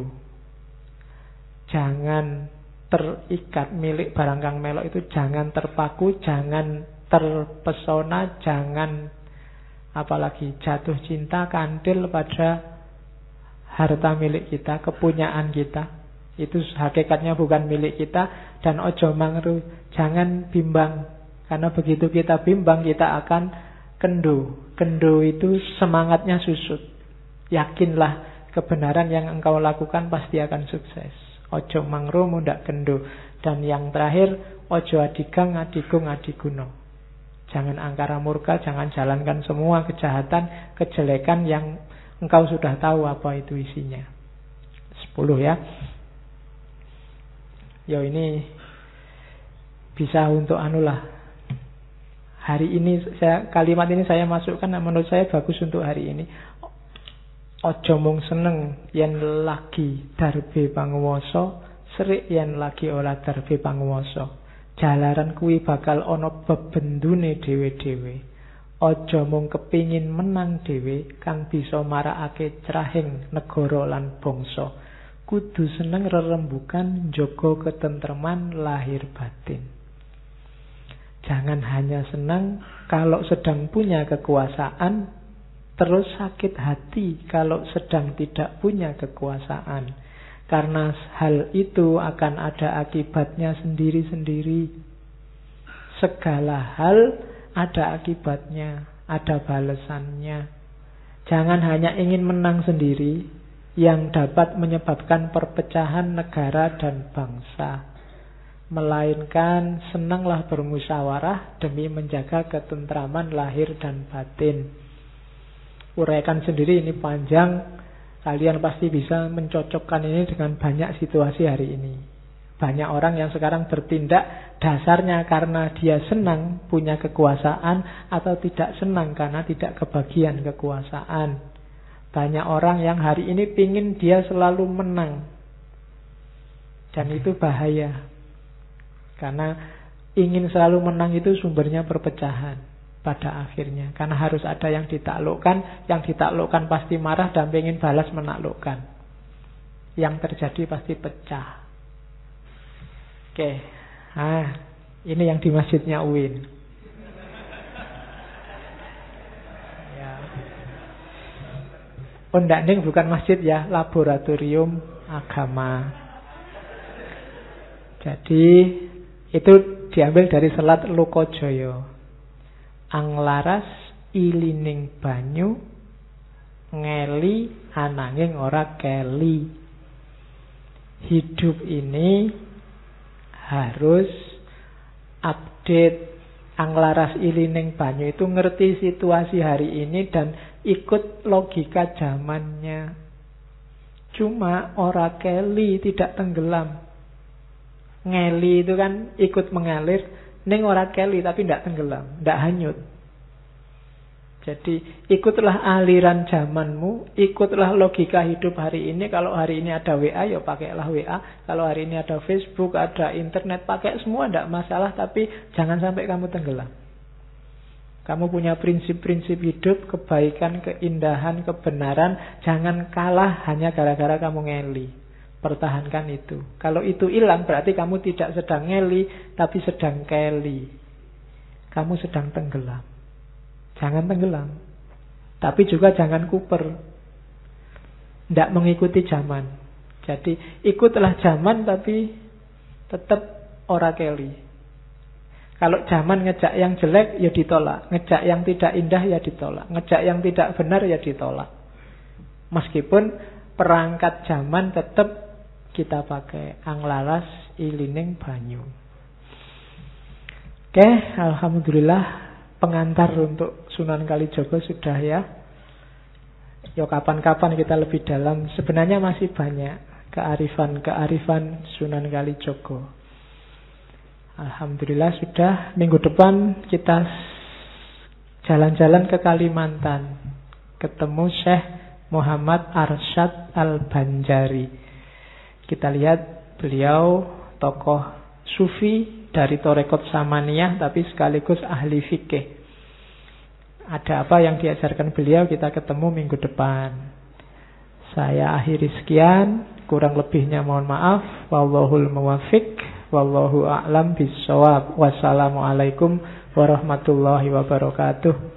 Jangan terikat milik barang kang melok itu, jangan terpaku, jangan terpesona, jangan apalagi jatuh cinta, kandil pada harta milik kita, kepunyaan kita. Itu hakikatnya bukan milik kita. Dan ojo mangru, jangan bimbang. Karena begitu kita bimbang, kita akan kendo. Kendo itu semangatnya susut. Yakinlah kebenaran yang engkau lakukan pasti akan sukses. Ojo mangru mundak kendo. Dan yang terakhir, ojo adigang adigung adiguno. Jangan angkara murka, jangan jalankan semua kejahatan, kejelekan yang engkau sudah tahu apa itu isinya. Sepuluh ya. Ya ini bisa untuk anulah. Hari ini saya kalimat ini saya masukkan, menurut saya bagus untuk hari ini. Ojo mung seneng yen lagi darbe panguwasa, serik yen lagi ora darbe panguwasa. Jalaran kuwi bakal ana bebendune dhewe-dhewe. Ojo mung kepingin menang dhewe kang bisa marakake cerahing negara lan bangsa. Kudu seneng rerembukan, njaga ketentreman lahir batin. Jangan hanya senang kalau sedang punya kekuasaan, terus sakit hati kalau sedang tidak punya kekuasaan. Karena hal itu akan ada akibatnya sendiri-sendiri. Segala hal ada akibatnya, ada balasannya. Jangan hanya ingin menang sendiri yang dapat menyebabkan perpecahan negara dan bangsa. melainkan senanglah bermusyawarah demi menjaga ketentraman lahir dan batin. Uraikan sendiri ini panjang, kalian pasti bisa mencocokkan ini dengan banyak situasi hari ini. Banyak orang yang sekarang bertindak dasarnya karena dia senang punya kekuasaan atau tidak senang karena tidak kebagian kekuasaan. Banyak orang yang hari ini pingin dia selalu menang. Dan itu bahaya. Karena ingin selalu menang itu sumbernya perpecahan pada akhirnya. Karena harus ada yang ditaklukkan, yang ditaklukkan pasti marah dan ingin balas menaklukkan. Yang terjadi pasti pecah. Oke, nah ini yang di masjidnya U I N. Ya. Oh enggak, ini bukan masjid ya, laboratorium agama. Jadi itu diambil dari selat Lokojoyo. Anglaras ilining banyu ngeli ananging ora keli. Hidup ini harus update. Anglaras ilining banyu itu ngerti situasi hari ini dan ikut logika zamannya. Cuma ora keli, tidak tenggelam. Ngeli itu kan ikut mengalir, ning ora keli tapi tidak tenggelam, tidak hanyut. Jadi ikutlah aliran zamanmu, ikutlah logika hidup hari ini. Kalau hari ini ada W A, ya pakailah W A. Kalau hari ini ada Facebook, ada internet, pakai semua, tidak masalah. Tapi jangan sampai kamu tenggelam. Kamu punya prinsip-prinsip hidup, kebaikan, keindahan, kebenaran. Jangan kalah hanya gara-gara kamu ngeli. Pertahankan itu. Kalau itu hilang berarti kamu tidak sedang ngeli, tapi sedang keli. Kamu sedang tenggelam. Jangan tenggelam. Tapi juga jangan kuper. Tidak mengikuti zaman. Jadi ikutlah zaman tapi tetap ora keli. Kalau zaman ngejak yang jelek ya ditolak, ngejak yang tidak indah ya ditolak, ngejak yang tidak benar ya ditolak. Meskipun perangkat zaman tetap kita pakai anglaras ilining banyu. Oke, alhamdulillah pengantar untuk Sunan Kalijogo sudah ya. Ya kapan-kapan kita lebih dalam. Sebenarnya masih banyak kearifan-kearifan Sunan Kalijogo. Alhamdulillah sudah. Minggu depan kita jalan-jalan ke Kalimantan, ketemu Syekh Muhammad Arsyad Al-Banjari. Kita lihat beliau tokoh sufi dari Torekot Samaniyah tapi sekaligus ahli fikih. Ada apa yang diajarkan beliau, kita ketemu minggu depan. Saya akhiri sekian, kurang lebihnya mohon maaf. Wallahul muwaffiq, wallahu a'lam bissawab. Wassalamualaikum warahmatullahi wabarakatuh.